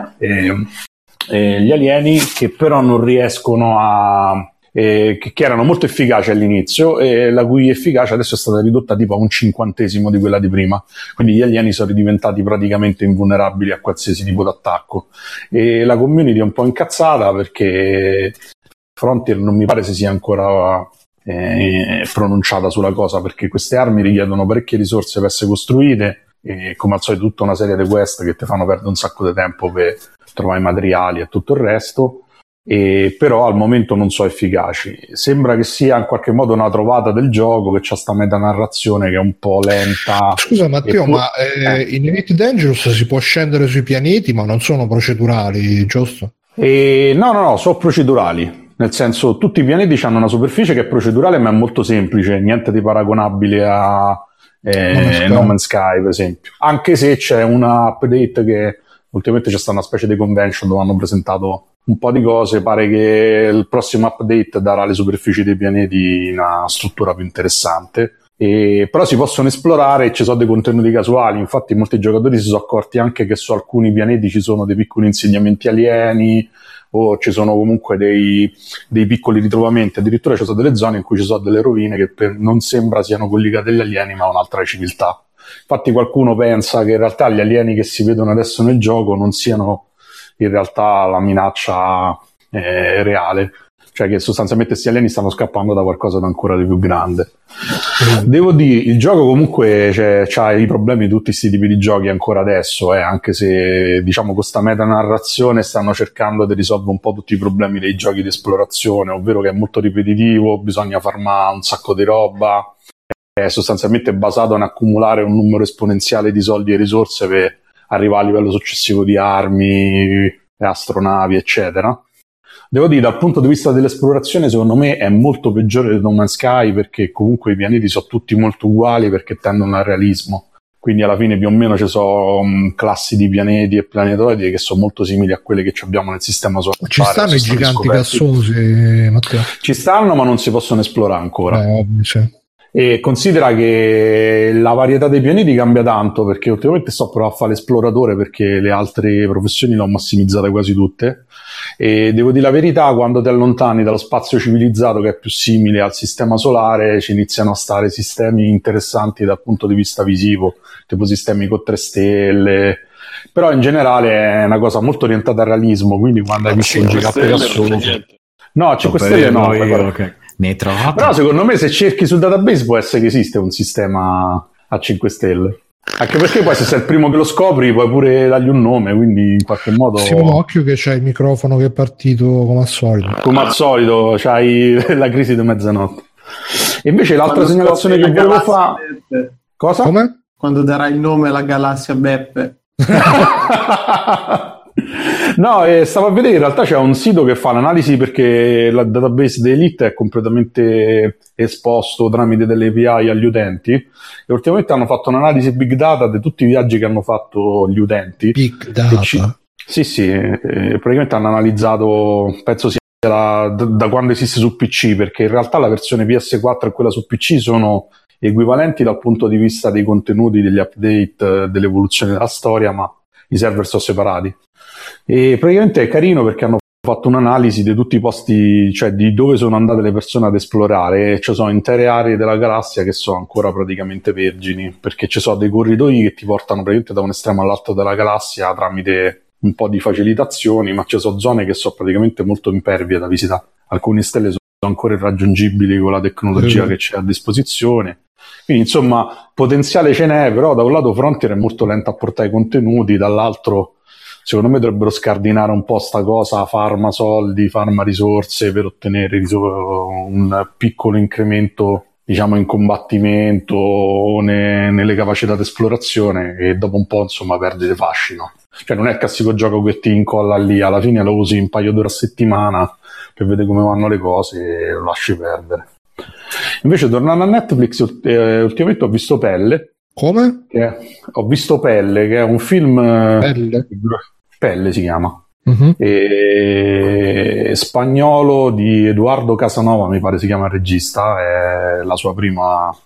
gli alieni che però non riescono a che erano molto efficaci all'inizio e la cui efficacia adesso è stata ridotta tipo a un 50° di quella di prima, quindi gli alieni sono diventati praticamente invulnerabili a qualsiasi tipo d'attacco, e la community è un po' incazzata perché Frontier non mi pare si sia ancora pronunciata sulla cosa, perché queste armi richiedono parecchie risorse per essere costruite e come al solito tutta una serie di quest che ti fanno perdere un sacco di tempo per trovare i materiali e tutto il resto. Però al momento non sono efficaci. Sembra che sia in qualche modo una trovata del gioco, che c'ha sta metanarrazione che è un po' lenta. Scusa Matteo, ma in Elite Dangerous si può scendere sui pianeti, ma non sono procedurali, giusto? No, sono procedurali. Nel senso, tutti i pianeti hanno una superficie che è procedurale, ma è molto semplice, niente di paragonabile a No Man's Sky, per esempio. Anche se c'è una update che ultimamente c'è stata una specie di convention dove hanno presentato un po' di cose, pare che il prossimo update darà alle superfici dei pianeti una struttura più interessante, però si possono esplorare e ci sono dei contenuti casuali, infatti molti giocatori si sono accorti anche che su alcuni pianeti ci sono dei piccoli insediamenti alieni o ci sono comunque dei piccoli ritrovamenti, addirittura ci sono delle zone in cui ci sono delle rovine che non sembra siano collegate agli alieni ma a un'altra civiltà. Infatti qualcuno pensa che in realtà gli alieni che si vedono adesso nel gioco non siano in realtà la minaccia reale, cioè che sostanzialmente questi alieni stanno scappando da qualcosa di ancora di più grande. Devo dire, il gioco comunque c'ha i problemi di tutti questi tipi di giochi ancora adesso, anche se diciamo con sta metanarrazione stanno cercando di risolvere un po' tutti i problemi dei giochi di esplorazione, ovvero che è molto ripetitivo, bisogna farmare un sacco di roba, è sostanzialmente basato in accumulare un numero esponenziale di soldi e risorse per arrivare a livello successivo di armi, astronavi, eccetera. Devo dire, dal punto di vista dell'esplorazione, secondo me è molto peggiore di No Man's Sky, perché comunque i pianeti sono tutti molto uguali perché tendono al realismo. Quindi alla fine più o meno ci sono classi di pianeti e planetoidi che sono molto simili a quelle che abbiamo nel sistema solare. Ci stanno i giganti gassosi, Matteo? Ci stanno, ma non si possono esplorare ancora. Sì. E considera che la varietà dei pianeti cambia tanto, perché ultimamente sto provando a fare l'esploratore perché le altre professioni le ho massimizzate quasi tutte, e devo dire la verità, quando ti allontani dallo spazio civilizzato che è più simile al sistema solare, ci iniziano a stare sistemi interessanti dal punto di vista visivo, tipo sistemi con 3 stelle, però in generale è una cosa molto orientata al realismo, quindi quando hai visto un gigante gassoso... No, 5 stelle no, okay. Ne hai trovato? Però secondo me se cerchi sul database può essere che esiste un sistema a 5 stelle, anche perché poi se sei il primo che lo scopri puoi pure dargli un nome, quindi in qualche modo... Sì, un occhio che c'è il microfono che è partito come al solito c'hai la crisi di mezzanotte. E invece l'altra segnalazione che volevo fare... Cosa? Come? Quando darai il nome alla galassia Beppe. No, stavo a vedere, in realtà c'è un sito che fa l'analisi, perché la database di Elite è completamente esposto tramite delle API agli utenti, e ultimamente hanno fatto un'analisi big data di tutti i viaggi che hanno fatto gli utenti. Big data? Sì, praticamente hanno analizzato, penso sia da quando esiste su PC, perché in realtà la versione PS4 e quella su PC sono equivalenti dal punto di vista dei contenuti, degli update, dell'evoluzione della storia, ma i server sono separati. E praticamente è carino perché hanno fatto un'analisi di tutti i posti, cioè di dove sono andate le persone ad esplorare, e ci sono intere aree della galassia che sono ancora praticamente vergini, perché ci sono dei corridoi che ti portano praticamente da un estremo all'altro della galassia tramite un po' di facilitazioni, ma ci sono zone che sono praticamente molto impervie da visitare. Alcune stelle sono ancora irraggiungibili con la tecnologia che c'è a disposizione. Quindi insomma potenziale ce n'è, però da un lato Frontier è molto lento a portare i contenuti, dall'altro secondo me dovrebbero scardinare un po' sta cosa, farma soldi, farma risorse per ottenere un piccolo incremento, diciamo, in combattimento o nelle capacità di esplorazione, e dopo un po' insomma perde di fascino. Cioè non è il classico gioco che ti incolla lì, alla fine lo usi un paio d'ore a settimana per vedere come vanno le cose e lo lasci perdere. Invece tornando a Netflix, ultimamente ho visto Pelle. Come? Ho visto Pelle, che è un film... Pelle si chiama. Spagnolo di Eduardo Casanova, mi pare si chiama il regista, è la sua prima...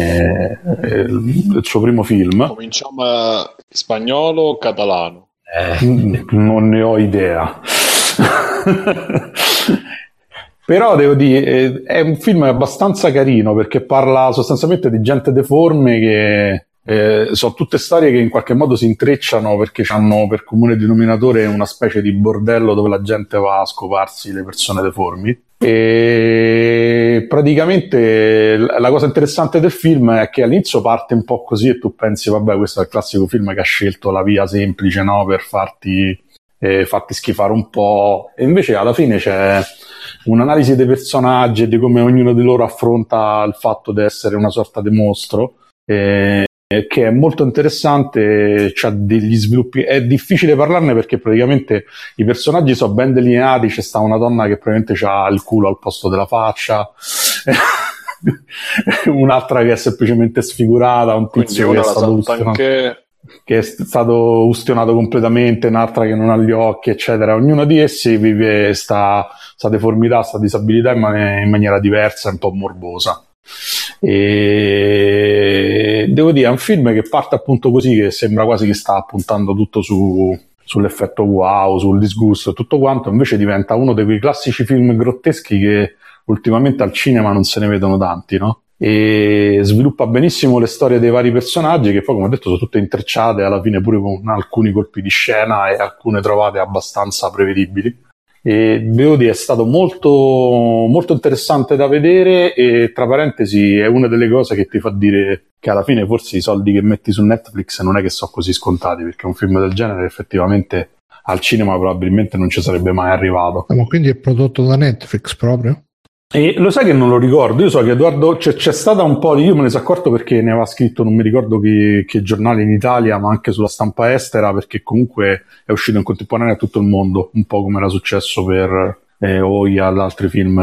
il suo primo film. Cominciamo a spagnolo o catalano? Non ne ho idea. Però devo dire, è un film abbastanza carino, perché parla sostanzialmente di gente deforme che sono tutte storie che in qualche modo si intrecciano, perché hanno per comune denominatore una specie di bordello dove la gente va a scoparsi le persone deformi. E praticamente la cosa interessante del film è che all'inizio parte un po' così e tu pensi vabbè, questo è il classico film che ha scelto la via semplice, no, per farti schifare un po', e invece alla fine c'è un'analisi dei personaggi e di come ognuno di loro affronta il fatto di essere una sorta di mostro, che è molto interessante. C'ha degli sviluppi, è difficile parlarne perché praticamente i personaggi sono ben delineati. C'è sta una donna che probabilmente ha il culo al posto della faccia, un'altra che è semplicemente sfigurata, un tizio che è stato ustionato completamente, un'altra che non ha gli occhi, eccetera. Ognuno di essi vive sta deformità, sta disabilità in maniera diversa, un po' morbosa. E devo dire, è un film che parte appunto così, che sembra quasi che sta puntando tutto sull'effetto wow, sul disgusto e tutto quanto, invece diventa uno dei quei classici film grotteschi che ultimamente al cinema non se ne vedono tanti, no? E sviluppa benissimo le storie dei vari personaggi, che poi, come ho detto, sono tutte intrecciate alla fine pure con alcuni colpi di scena e alcune trovate abbastanza prevedibili. e devo dire è stato molto, molto interessante da vedere, e tra parentesi è una delle cose che ti fa dire che alla fine forse i soldi che metti su Netflix non è che sono così scontati, perché un film del genere effettivamente al cinema probabilmente non ci sarebbe mai arrivato. Ma quindi è prodotto da Netflix proprio? E lo sai che non lo ricordo, io so che Edoardo c'è stata un po' io me ne sono accorto perché ne aveva scritto non mi ricordo che giornale in Italia, ma anche sulla stampa estera, perché comunque è uscito in contemporanea a tutto il mondo, un po' come era successo per Oya, altri film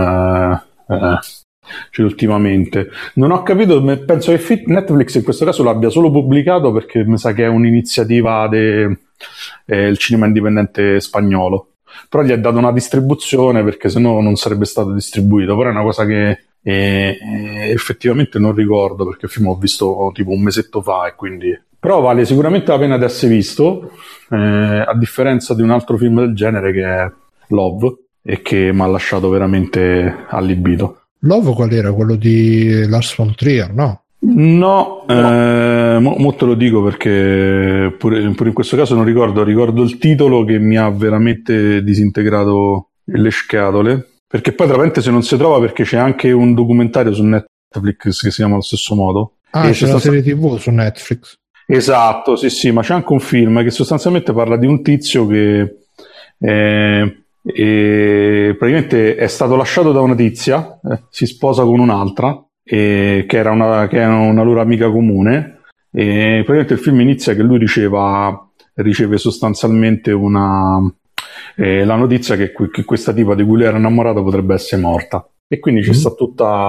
ultimamente. Non ho capito, penso che Netflix in questo caso l'abbia solo pubblicato perché mi sa che è un'iniziativa del cinema indipendente spagnolo. Però gli ha dato una distribuzione perché sennò non sarebbe stato distribuito, però è una cosa che effettivamente non ricordo perché il film l'ho visto tipo un mesetto fa, e quindi però vale sicuramente la pena di essere visto, a differenza di un altro film del genere che è Love, e che mi ha lasciato veramente allibito. Love qual era? Quello di Lars von Trier, no? No, mo te lo dico perché pure in questo caso non ricordo il titolo che mi ha veramente disintegrato le scatole, perché poi tra parentesi non si trova perché c'è anche un documentario su Netflix che si chiama allo stesso modo. C'è una serie TV su Netflix. Esatto, sì, ma c'è anche un film che sostanzialmente parla di un tizio che praticamente è stato lasciato da una tizia, si sposa con un'altra, che era una loro amica comune, e praticamente il film inizia che lui riceve sostanzialmente la notizia che questa tipa di cui lui era innamorato potrebbe essere morta, e quindi ci sta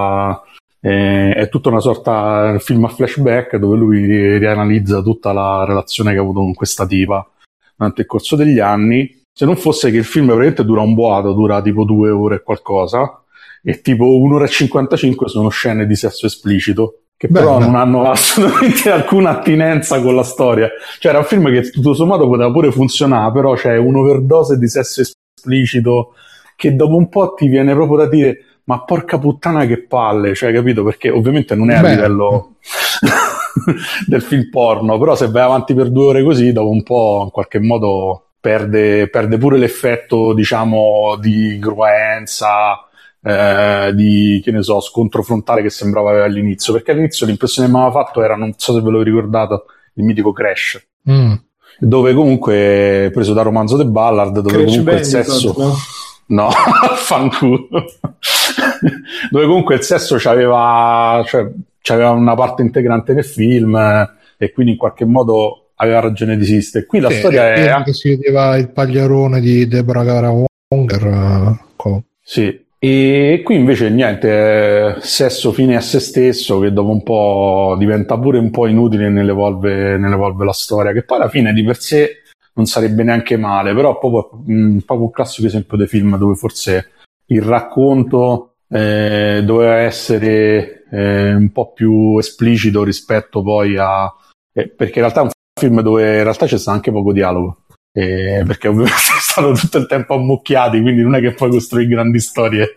è tutta una sorta di film a flashback dove lui rianalizza tutta la relazione che ha avuto con questa tipa durante il corso degli anni. Se non fosse che il film veramente dura un boato, dura tipo 2 ore e qualcosa, e tipo 1 ora e 55 sono scene di sesso esplicito che però non hanno assolutamente alcuna attinenza con la storia. Cioè era un film che tutto sommato poteva pure funzionare, però c'è un'overdose di sesso esplicito che dopo un po' ti viene proprio da dire ma porca puttana che palle, cioè capito? Perché ovviamente non è a livello del film porno, però se vai avanti per 2 ore così dopo un po' in qualche modo perde pure l'effetto, diciamo, di cruenza, di, che ne so, scontro frontale che sembrava avere all'inizio, perché all'inizio l'impressione che mi aveva fatto era, non so se ve l'ho ricordato, il mitico Crash, dove comunque preso da romanzo The Ballard, dove Crash comunque il sesso no fanculo dove comunque il sesso c'aveva una parte integrante nel film, e quindi in qualche modo aveva ragione di esistere. Qui la storia è anche si vedeva il pagliarone di Deborah Gara-Wonger. Sì, e qui invece niente, sesso fine a se stesso, che dopo un po' diventa pure un po' inutile nell'evolve la storia, che poi alla fine di per sé non sarebbe neanche male, però proprio un classico esempio dei film dove forse il racconto doveva essere un po' più esplicito rispetto poi a perché in realtà è un film dove in realtà c'è stato anche poco dialogo, perché ovviamente è stato tutto il tempo ammucchiati, quindi non è che puoi costruire grandi storie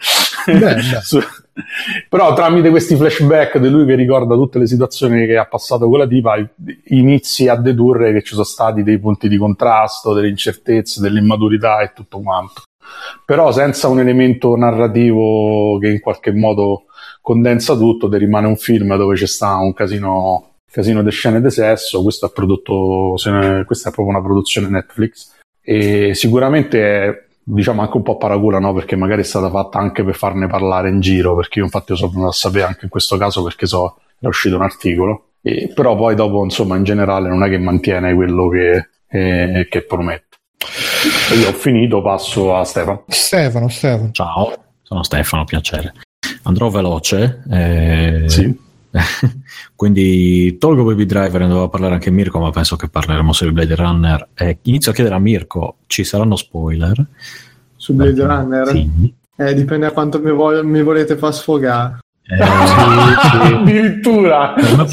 però tramite questi flashback di lui che ricorda tutte le situazioni che ha passato con la tipa inizi a dedurre che ci sono stati dei punti di contrasto, delle incertezze, dell'immaturità e tutto quanto, però senza un elemento narrativo che in qualche modo condensa tutto, ti rimane un film dove c'è sta un casino di scene di sesso. Questo è questa è proprio una produzione Netflix, e sicuramente è, diciamo, anche un po' paragola, no? Perché magari è stata fatta anche per farne parlare in giro, perché io infatti lo so venuto a sapere anche in questo caso perché era uscito un articolo, però poi dopo insomma in generale non è che mantiene quello che promette. Io ho finito, passo a Stefano. Ciao, sono Stefano, piacere. Andrò veloce. Sì. Quindi tolgo Baby Driver e andrò a parlare anche Mirko, ma penso che parleremo su Blade Runner. Inizio a chiedere a Mirko: ci saranno spoiler su Blade Runner? Sì. Dipende da quanto mi volete far sfogare. Sì. Addirittura 100%.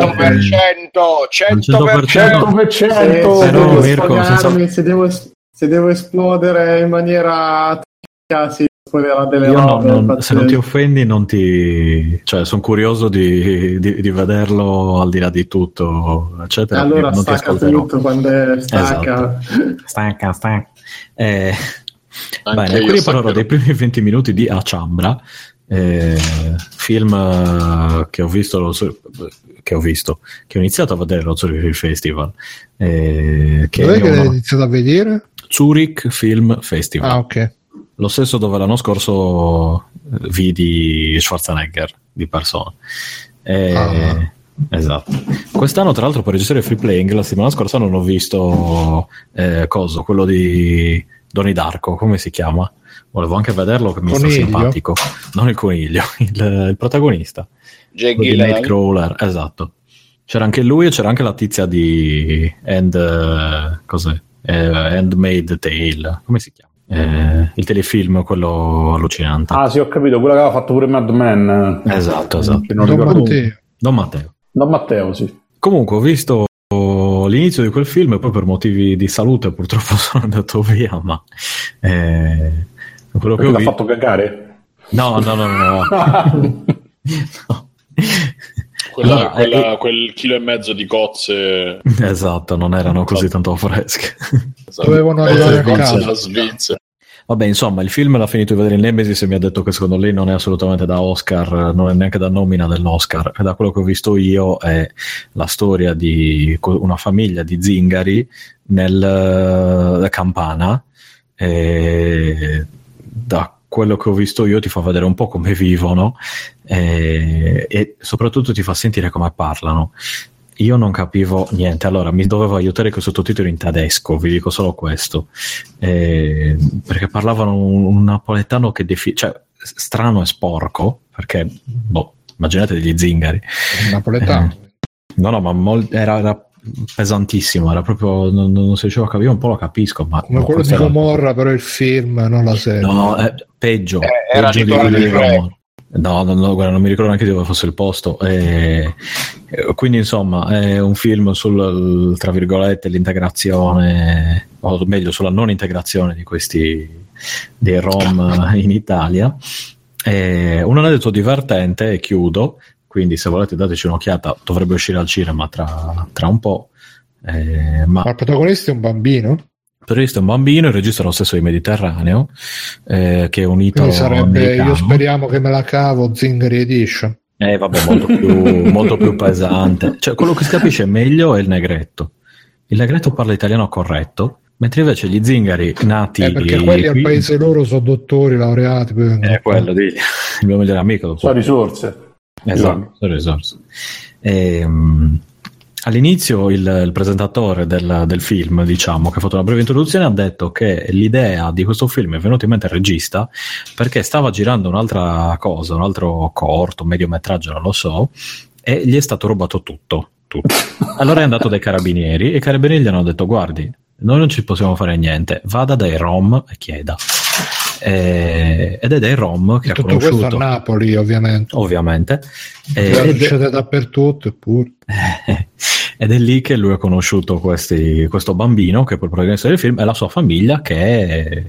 Però Mirko, se devo esplodere in maniera sì, delle robe, se non ti offendi cioè sono curioso di vederlo al di là di tutto, eccetera. Allora non stacca tutto quando stacca. Esatto. Stacca. Bene, quindi parlerò dei primi 20 minuti di Achambra, film che ho iniziato a vedere allo Zurich Film Festival. Dov'è che l'hai iniziato a vedere? Zurich Film Festival. Ah, ok. Lo stesso dove l'anno scorso vidi Schwarzenegger di persona. Esatto. Quest'anno, tra l'altro, per registrare Free Playing, la settimana scorsa non ho visto quello di Donnie Darko, come si chiama? Volevo anche vederlo, che mi sta simpatico. Non il coniglio, il protagonista. Jake Gyllenhaal. Nightcrawler, esatto. C'era anche lui e c'era anche la tizia di Handmaid's Tale, come si chiama? Il telefilm, quello allucinante. Ah sì, ho capito, quello che aveva fatto pure Mad Men. Esatto. Don Matteo, sì. Comunque ho visto l'inizio di quel film e poi per motivi di salute purtroppo sono andato via, ma quello che l'ha fatto cagare? No. Quel chilo e mezzo di cozze, esatto, non erano così tanto fresche. Dovevano arrivare a casa. Svizzera. Vabbè, insomma, il film l'ha finito di vedere in Nemesis e mi ha detto che secondo lei non è assolutamente da Oscar, non è neanche da nomina dell'Oscar, e da quello che ho visto io è la storia di una famiglia di zingari nel Campana, e da quello che ho visto io ti fa vedere un po' come vivono e soprattutto ti fa sentire come parlano. Io non capivo niente, allora mi dovevo aiutare con i sottotitoli in tedesco, vi dico solo questo, perché parlavano un napoletano che cioè strano e sporco, perché immaginate degli zingari. Napoletano? No, ma era pesantissimo, era proprio non si riusciva a capire, un po' lo capisco, ma come quello di Gomorra, però il film, non la serie. No, peggio. Era peggio di Gomorra. No, guarda, non mi ricordo neanche dove fosse il posto. Quindi, insomma, è un film sul, tra virgolette, l'integrazione, o meglio, sulla non integrazione di dei Rom in Italia. Un aneddoto divertente, e chiudo. Quindi, se volete, dateci un'occhiata. Dovrebbe uscire al cinema tra un po'. Ma il protagonista è un bambino? Questo è un bambino, il regista è lo stesso di Mediterraneo, che è un italo-americano. Io speriamo che me la cavo Zingari Edition. Vabbè, molto più pesante. Cioè, quello che si capisce meglio è il negretto. Il negretto parla italiano corretto, mentre invece gli zingari nati... perché quelli al paese loro sono dottori, laureati. Quello il mio migliore amico. Sono risorse. Esatto, sono risorse. All'inizio il presentatore del film, diciamo, che ha fatto una breve introduzione, ha detto che l'idea di questo film è venuta in mente al regista perché stava girando un'altra cosa, un altro corto, mediometraggio, non lo so, e gli è stato rubato tutto. Allora è andato dai carabinieri e i carabinieri gli hanno detto: guardi, noi non ci possiamo fare niente, vada dai Rom e chieda. Ed è dai Rom che ha conosciuto tutto questo a Napoli, ovviamente. Succede dappertutto, eppure. Ed è lì che lui ha conosciuto questo bambino che è poi il protagonista del film, e la sua famiglia che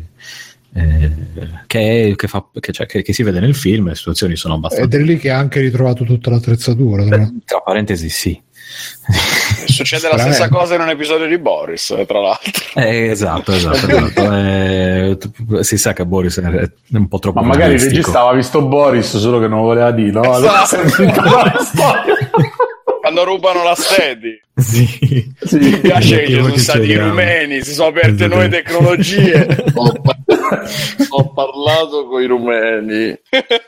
si vede nel film. Le situazioni sono abbastanza... Ed è lì che ha anche ritrovato tutta l'attrezzatura. Tra parentesi, sì. Succede la stessa cosa in un episodio di Boris, tra l'altro. Esatto. Si sa che Boris è un po' troppo... Ma magari il regista aveva visto Boris, solo che non voleva dire, no? Quando rubano la Steady. Sì. Mi piace che ci sono stati i rumeni, si sono aperte nuove tecnologie. Ho parlato con i rumeni.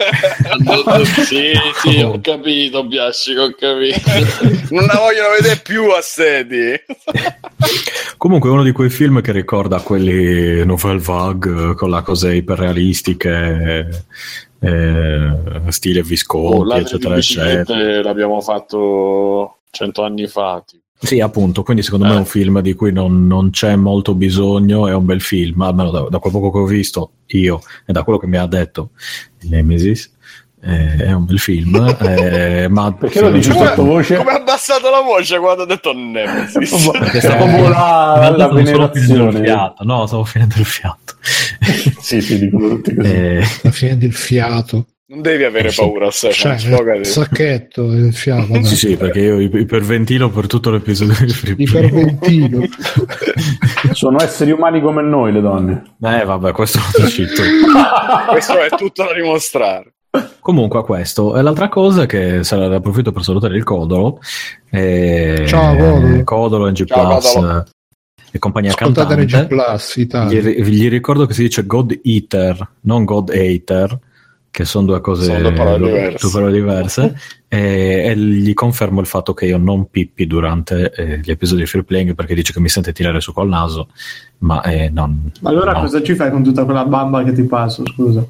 Sì, ho capito, Biascico, ho capito. Non la vogliono vedere più a Steady. Comunque è uno di quei film che ricorda quelli Nouvelle Vague, con la cose iperrealistiche, stile Visconti, eccetera. L'abbiamo fatto 100 anni fa. Sì, appunto, quindi secondo me è un film di cui non c'è molto bisogno, è un bel film, almeno da quel poco che ho visto io e da quello che mi ha detto il Nemesis. È un bel film, ma perché lo dici sottovoce? Come ha abbassato la voce quando ha detto Nemesis? Perché stavo la venerazione. Stavo finendo il fiato. Sì, dicono tutti così. La fine del fiato. Non Non devi avere paura, cioè, il sacchetto il fiato. Sì, perché io iperventilo per tutto l'episodio di Free Play. Iperventilo. Sono esseri umani come noi le donne. Vabbè, questo lo dici tu. Questo è tutto da dimostrare. Comunque, questo è l'altra cosa che sarà, approfitto per salutare il Codolo. Ciao Codolo, NG Plus e compagnia Ascoltate cantante. NG Plus Italia. Gli ricordo che si dice God Eater, non God Hater, che sono due cose, due parole diverse. E gli confermo il fatto che io non pippi durante gli episodi di Free Playing, perché dice che mi sente tirare su col naso, ma non. Ma allora no. Cosa ci fai con tutta quella bamba che ti passo, scusa?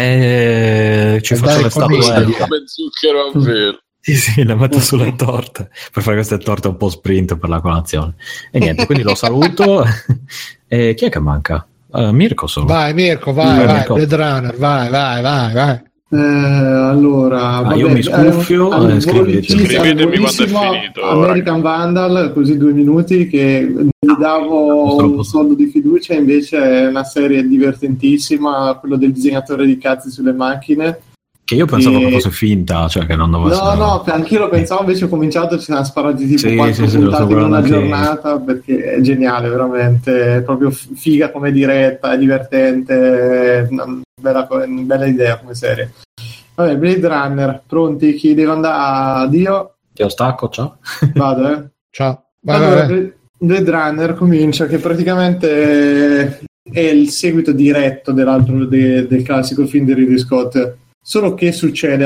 Ci faccio le statuette come zucchero a velo. Sì, la metto sulla torta per fare queste torte un po' sprint per la colazione e niente, quindi lo saluto. E chi è che manca? Mirko solo. Vai Mirko, vai Blade Runner, vai. Allora io mi scuffio, scrivetemi quando è finito. American Vandal, così 2 minuti, che gli davo un soldo di fiducia, invece è una serie divertentissima, quello del disegnatore di cazzi sulle macchine, che io pensavo che fosse finta, cioè che non dovesse. No, anch'io lo pensavo, invece ho cominciato, ci siamo sparati tipo 4 puntate in una giornata, perché è geniale, veramente, è proprio figa come diretta, è divertente, bella idea come serie. Vabbè, Blade Runner, pronti? Chi deve andare? Addio? Ti stacco, ciao. Vado, ciao. Vai. Blade Runner comincia che praticamente è il seguito diretto dell'altro del classico film di Ridley Scott. Solo che succede,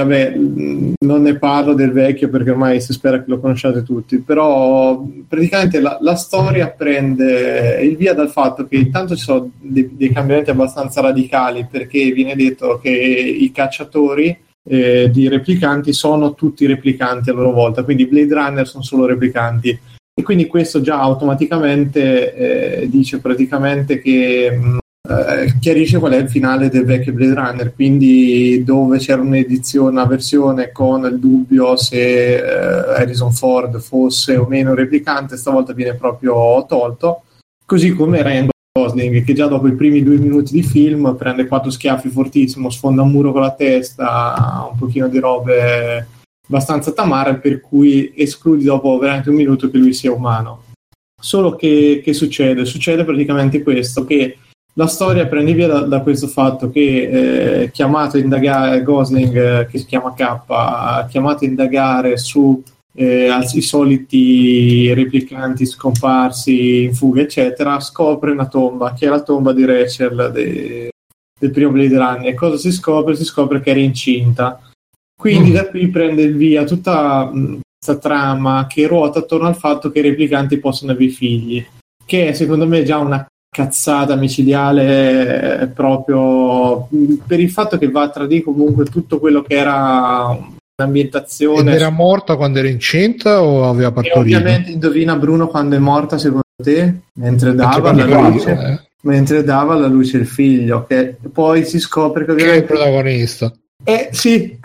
non ne parlo del vecchio perché ormai si spera che lo conosciate tutti, però praticamente la storia prende il via dal fatto che intanto ci sono dei cambiamenti abbastanza radicali, perché viene detto che i cacciatori di replicanti sono tutti replicanti a loro volta, quindi i Blade Runner sono solo replicanti, e quindi questo già automaticamente dice praticamente che chiarisce qual è il finale del vecchio Blade Runner, quindi dove c'era una versione con il dubbio se Harrison Ford fosse o meno replicante, stavolta viene proprio tolto, così come Ryan Gosling, che già dopo i primi 2 minuti di film prende 4 schiaffi fortissimo, sfonda un muro con la testa, un pochino di robe abbastanza tamare, per cui escludi dopo veramente 1 minuto che lui sia umano. Solo che succede? Succede praticamente questo, che la storia prende via da questo fatto che chiamato a indagare Gosling, che si chiama K, chiamato a indagare su i soliti replicanti scomparsi in fuga eccetera, scopre una tomba che è la tomba di Rachel del primo Blade Runner. E cosa si scopre? Si scopre che era incinta, quindi da qui prende il via tutta questa trama che ruota attorno al fatto che i replicanti possono avere figli, che secondo me è già una cazzata micidiale, proprio per il fatto che va a tradire comunque tutto quello che era un'ambientazione. Ed era morta quando era incinta o aveva partorito? E ovviamente indovina Bruno quando è morta secondo te? Mentre dava alla luce il figlio, che poi si scopre che ovviamente è il protagonista. Sì.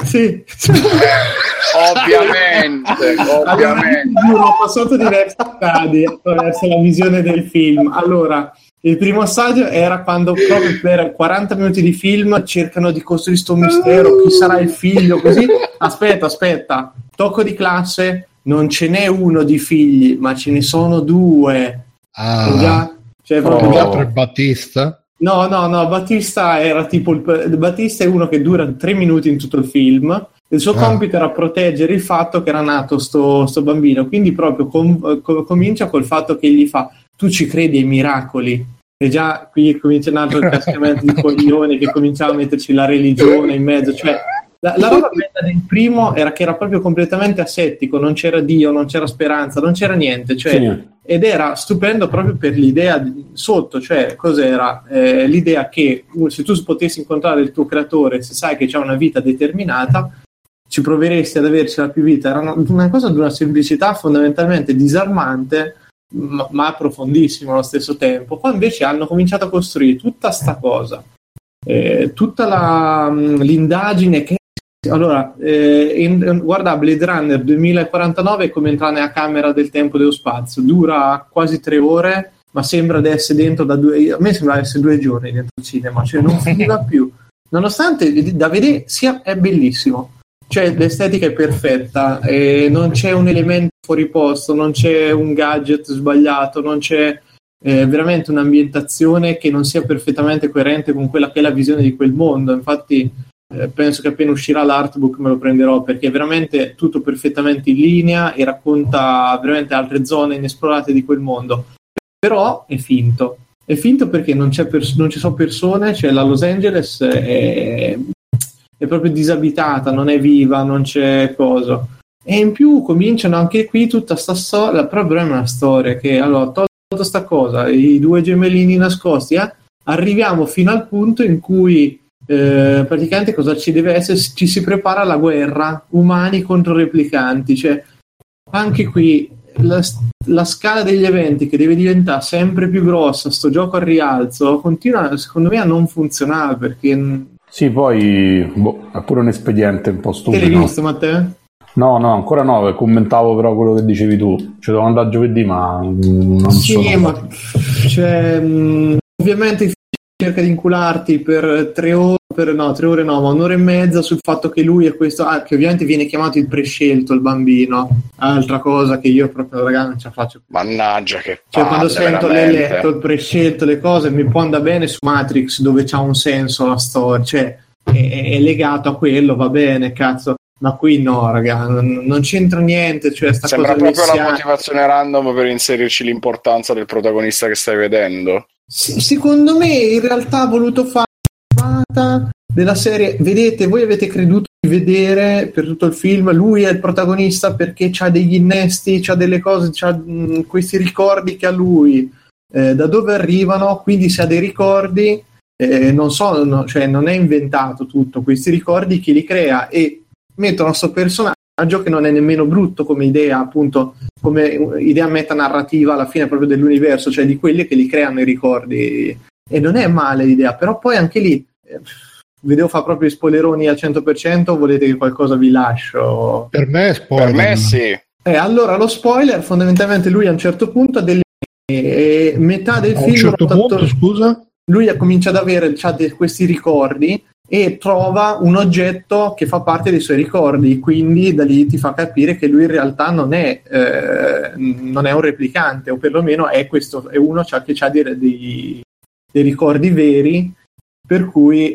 Ovviamente. Ho passato diversi stadi attraverso la visione del film. Allora, il primo assaggio era quando proprio per 40 minuti di film cercano di costruire sto mistero, chi sarà il figlio, così. Aspetta, tocco di classe, non ce n'è uno di figli, ma ce ne sono 2. L'altro è Battista? No, Battista era tipo Battista è uno che dura 3 minuti in tutto il film. Il suo compito era proteggere il fatto che era nato sto bambino, quindi proprio comincia col fatto che gli fa: tu ci credi ai miracoli? E già qui comincia un altro cascamento di coglione, che cominciava a metterci la religione in mezzo. Cioè la roba bella del primo era che era proprio completamente asettico, non c'era Dio, non c'era speranza, non c'era niente, cioè, sì. Ed era stupendo proprio per l'idea sotto, cioè cos'era? L'idea che se tu potessi incontrare il tuo creatore, se sai che c'è una vita determinata, ci proveresti ad avercela più vita. Era una cosa di una semplicità fondamentalmente disarmante, ma profondissima allo stesso tempo. Poi invece hanno cominciato a costruire tutta sta cosa, tutta l'indagine che allora guarda, Blade Runner 2049 è come entrare nella camera del tempo dello spazio, dura quasi 3 ore, ma sembra di essere dentro a me sembra essere 2 giorni dentro il cinema, cioè non finiva più. nonostante da vedere è bellissimo, cioè l'estetica è perfetta, e non c'è un elemento fuori posto, non c'è un gadget sbagliato, non c'è veramente un'ambientazione che non sia perfettamente coerente con quella che è la visione di quel mondo. Infatti penso che appena uscirà l'artbook me lo prenderò, perché è veramente tutto perfettamente in linea e racconta veramente altre zone inesplorate di quel mondo. Però è finto perché non ci sono persone, cioè la Los Angeles è proprio disabitata, non è viva, non c'è cosa. E in più cominciano anche qui tutta sta storia. Il problema è una storia che, allora, tolto sta cosa, i due gemellini nascosti, arriviamo fino al punto in cui praticamente cosa ci deve essere? Ci si prepara alla guerra, umani contro replicanti, cioè anche qui la scala degli eventi che deve diventare sempre più grossa, sto gioco al rialzo continua secondo me a non funzionare, perché sì, poi è pure un espediente un po' stupido. Te l'hai visto, Matteo? No, ancora no, commentavo però quello che dicevi tu, ci devo andare giovedì, ma non so. Sì, ma cioè, ovviamente cerca di incularti per 3 ore, ma un'ora e mezza sul fatto che lui è questo, che ovviamente viene chiamato il prescelto, il bambino. Altra cosa che io proprio, ragazzi, non ce la faccio più. Mannaggia, che cioè, palle, quando sento l'eletto, il prescelto, le cose, mi può andare bene su Matrix, dove c'ha un senso la storia, cioè è legato a quello, va bene, cazzo. Ma qui no, raga, non c'entra niente. Cioè, sembra cosa proprio una motivazione random per inserirci l'importanza del protagonista che stai vedendo. Secondo me in realtà ha voluto fare della serie. Vedete, voi avete creduto di vedere per tutto il film lui è il protagonista perché c'ha degli innesti, c'ha delle cose, c'ha questi ricordi che ha lui, da dove arrivano, quindi se ha dei ricordi cioè non è inventato tutto, questi ricordi che li crea e mettono a sto personaggio che non è nemmeno brutto come idea, appunto, come idea metanarrativa alla fine proprio dell'universo, cioè di quelli che li creano i ricordi, e non è male l'idea. Però poi anche lì vi devo fare proprio i spoileroni al 100%, volete che qualcosa vi lascio? Per me è spoiler. Per me sì. Allora lo spoiler, fondamentalmente lui a un certo punto ha delle metà del film, a un certo punto, scusa? Lui comincia ad avere questi ricordi e trova un oggetto che fa parte dei suoi ricordi, quindi da lì ti fa capire che lui in realtà non è un replicante, o perlomeno è uno che ha dei ricordi veri, per cui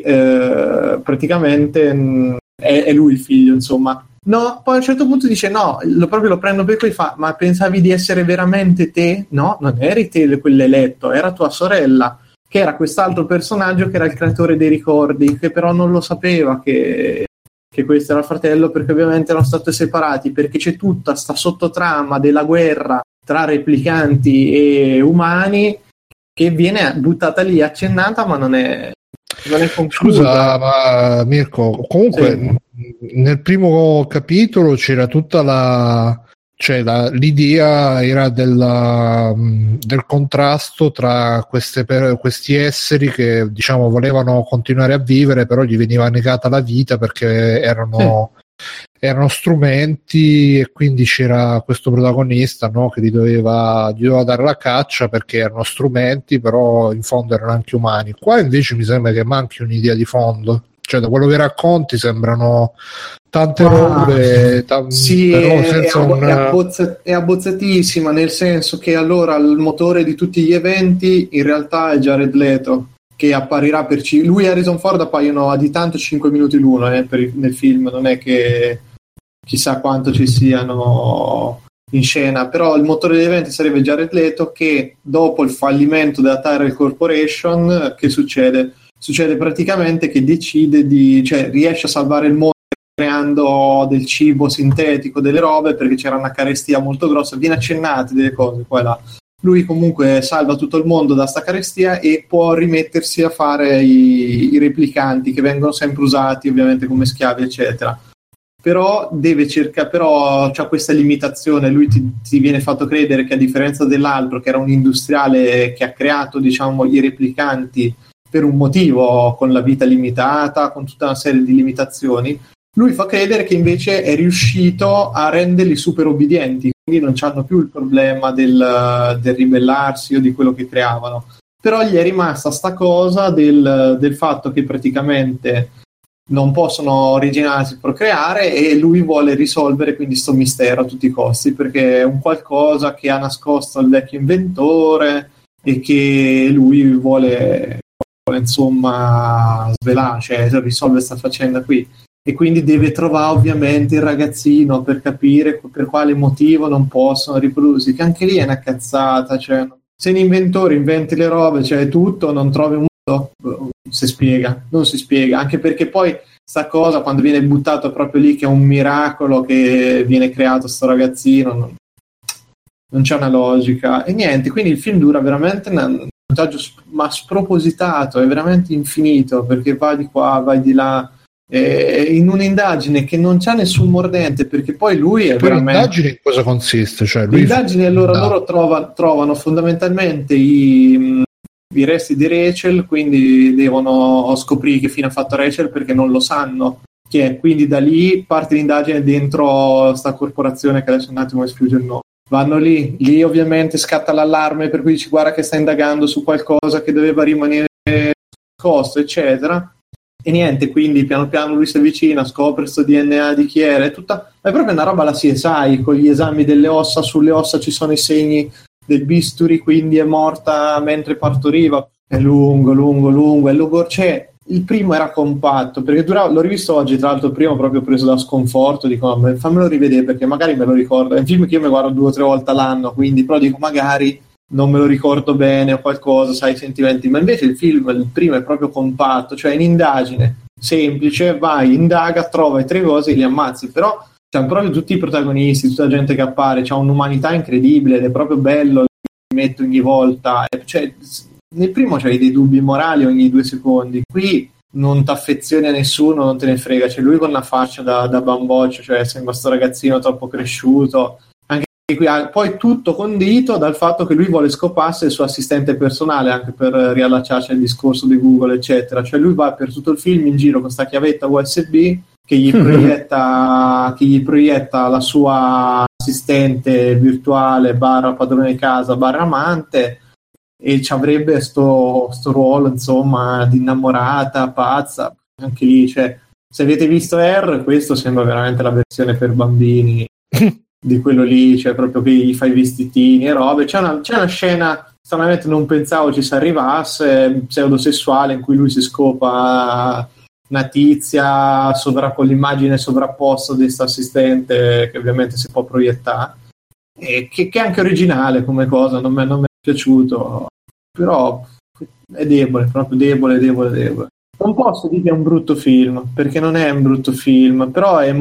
praticamente è lui il figlio, insomma. No, poi a un certo punto dice no, proprio lo prendo per qui, fa: ma pensavi di essere veramente te? No, non eri te quell'eletto, era tua sorella, che era quest'altro personaggio che era il creatore dei ricordi, che però non lo sapeva che questo era il fratello, perché ovviamente erano stati separati, perché c'è tutta sta sottotrama della guerra tra replicanti e umani che viene buttata lì, accennata, ma non è conclusa. Scusa, ma Mirko, comunque sì, nel primo capitolo c'era tutta l'idea era del contrasto tra questi esseri che, diciamo, volevano continuare a vivere, però gli veniva negata la vita perché erano strumenti, e quindi c'era questo protagonista, no, che gli doveva dare la caccia perché erano strumenti, però in fondo erano anche umani. Qua invece mi sembra che manchi un'idea di fondo, cioè da quello che racconti sembrano tante robe, sì, però senza è abbozzatissima, nel senso che allora il motore di tutti gli eventi in realtà è Jared Leto, che apparirà lui e Harrison Ford appaiono di tanto 5 minuti l'uno nel film, non è che chissà quanto ci siano in scena, però il motore degli eventi sarebbe Jared Leto, che dopo il fallimento della Tyrell Corporation, che succede praticamente che decide riesce a salvare il mondo creando del cibo sintetico, delle robe, perché c'era una carestia molto grossa, viene accennate delle cose qua e là. Lui comunque salva tutto il mondo da sta carestia e può rimettersi a fare i replicanti, che vengono sempre usati ovviamente come schiavi, eccetera. Però c'ha questa limitazione. Lui ti viene fatto credere che, a differenza dell'altro, che era un industriale che ha creato, diciamo, i replicanti per un motivo, con la vita limitata, con tutta una serie di limitazioni, lui fa credere che invece è riuscito a renderli super obbedienti, quindi non hanno più il problema del ribellarsi o di quello che creavano. però gli è rimasta sta cosa del fatto che praticamente non possono originarsi, procreare, e lui vuole risolvere quindi sto mistero a tutti i costi, perché è un qualcosa che ha nascosto il vecchio inventore e che lui vuole insomma svelare, cioè risolvere questa faccenda qui, e quindi deve trovare ovviamente il ragazzino per capire per quale motivo non possono riprodursi, che anche lì è una cazzata, cioè se un inventore inventi le robe, cioè tutto, non trovi un modo, non si spiega, anche perché poi sta cosa quando viene buttato proprio lì che è un miracolo che viene creato sto ragazzino, non c'è una logica e niente, quindi il film dura veramente un montaggio ma spropositato, è veramente infinito, perché va di qua, vai di là, in un'indagine che non c'ha nessun mordente, perché poi lui è poi veramente... L'indagine in cosa consiste? Cioè, lui l'indagine loro trovano fondamentalmente i resti di Rachel, quindi devono scoprire che fine ha fatto Rachel, perché non lo sanno chi è, quindi da lì parte l'indagine dentro sta corporazione che adesso un attimo mi sfugge il nome. Vanno lì ovviamente scatta l'allarme, per cui dici guarda che sta indagando su qualcosa che doveva rimanere nascosto, eccetera, e niente, quindi piano piano lui si avvicina, scopre sto DNA di chi era, è proprio una roba la CSI, con gli esami delle ossa, sulle ossa ci sono i segni del bisturi, quindi è morta mentre partoriva, è lungo, cioè il primo era compatto, perché l'ho rivisto oggi, tra l'altro il primo proprio preso da sconforto, dico fammelo rivedere perché magari me lo ricordo, è un film che io mi guardo 2 o 3 volte all'anno, quindi però dico magari non me lo ricordo bene o qualcosa, sai, i sentimenti, ma invece il primo è proprio compatto, cioè in indagine semplice, vai, indaga, trova i 3 cose e li ammazzi, però c'hanno proprio tutti i protagonisti, tutta la gente che appare, c'ha un'umanità incredibile ed è proprio bello, mi metto ogni volta, cioè nel primo c'hai dei dubbi morali ogni 2 secondi, qui non t'affezioni a nessuno, non te ne frega, c'è lui con una faccia da bamboccio, cioè sembra sto ragazzino troppo cresciuto, anche qui poi tutto condito dal fatto che lui vuole scoparsi il suo assistente personale, anche per riallacciarci al discorso di Google eccetera, cioè lui va per tutto il film in giro con sta chiavetta USB che gli proietta la sua assistente virtuale barra padrone di casa barra amante, e ci avrebbe sto ruolo insomma di innamorata pazza, anche lì, cioè se avete visto R, questo sembra veramente la versione per bambini di quello lì, cioè proprio che gli fai vestitini e robe, c'è una scena, stranamente non pensavo ci si arrivasse, pseudosessuale, in cui lui si scopa una tizia con l'immagine sovrapposta di questo assistente che ovviamente si può proiettare, e che è anche originale come cosa, non mi è piaciuto, però è debole, proprio debole. Non posso dire che è un brutto film, perché non è un brutto film, però è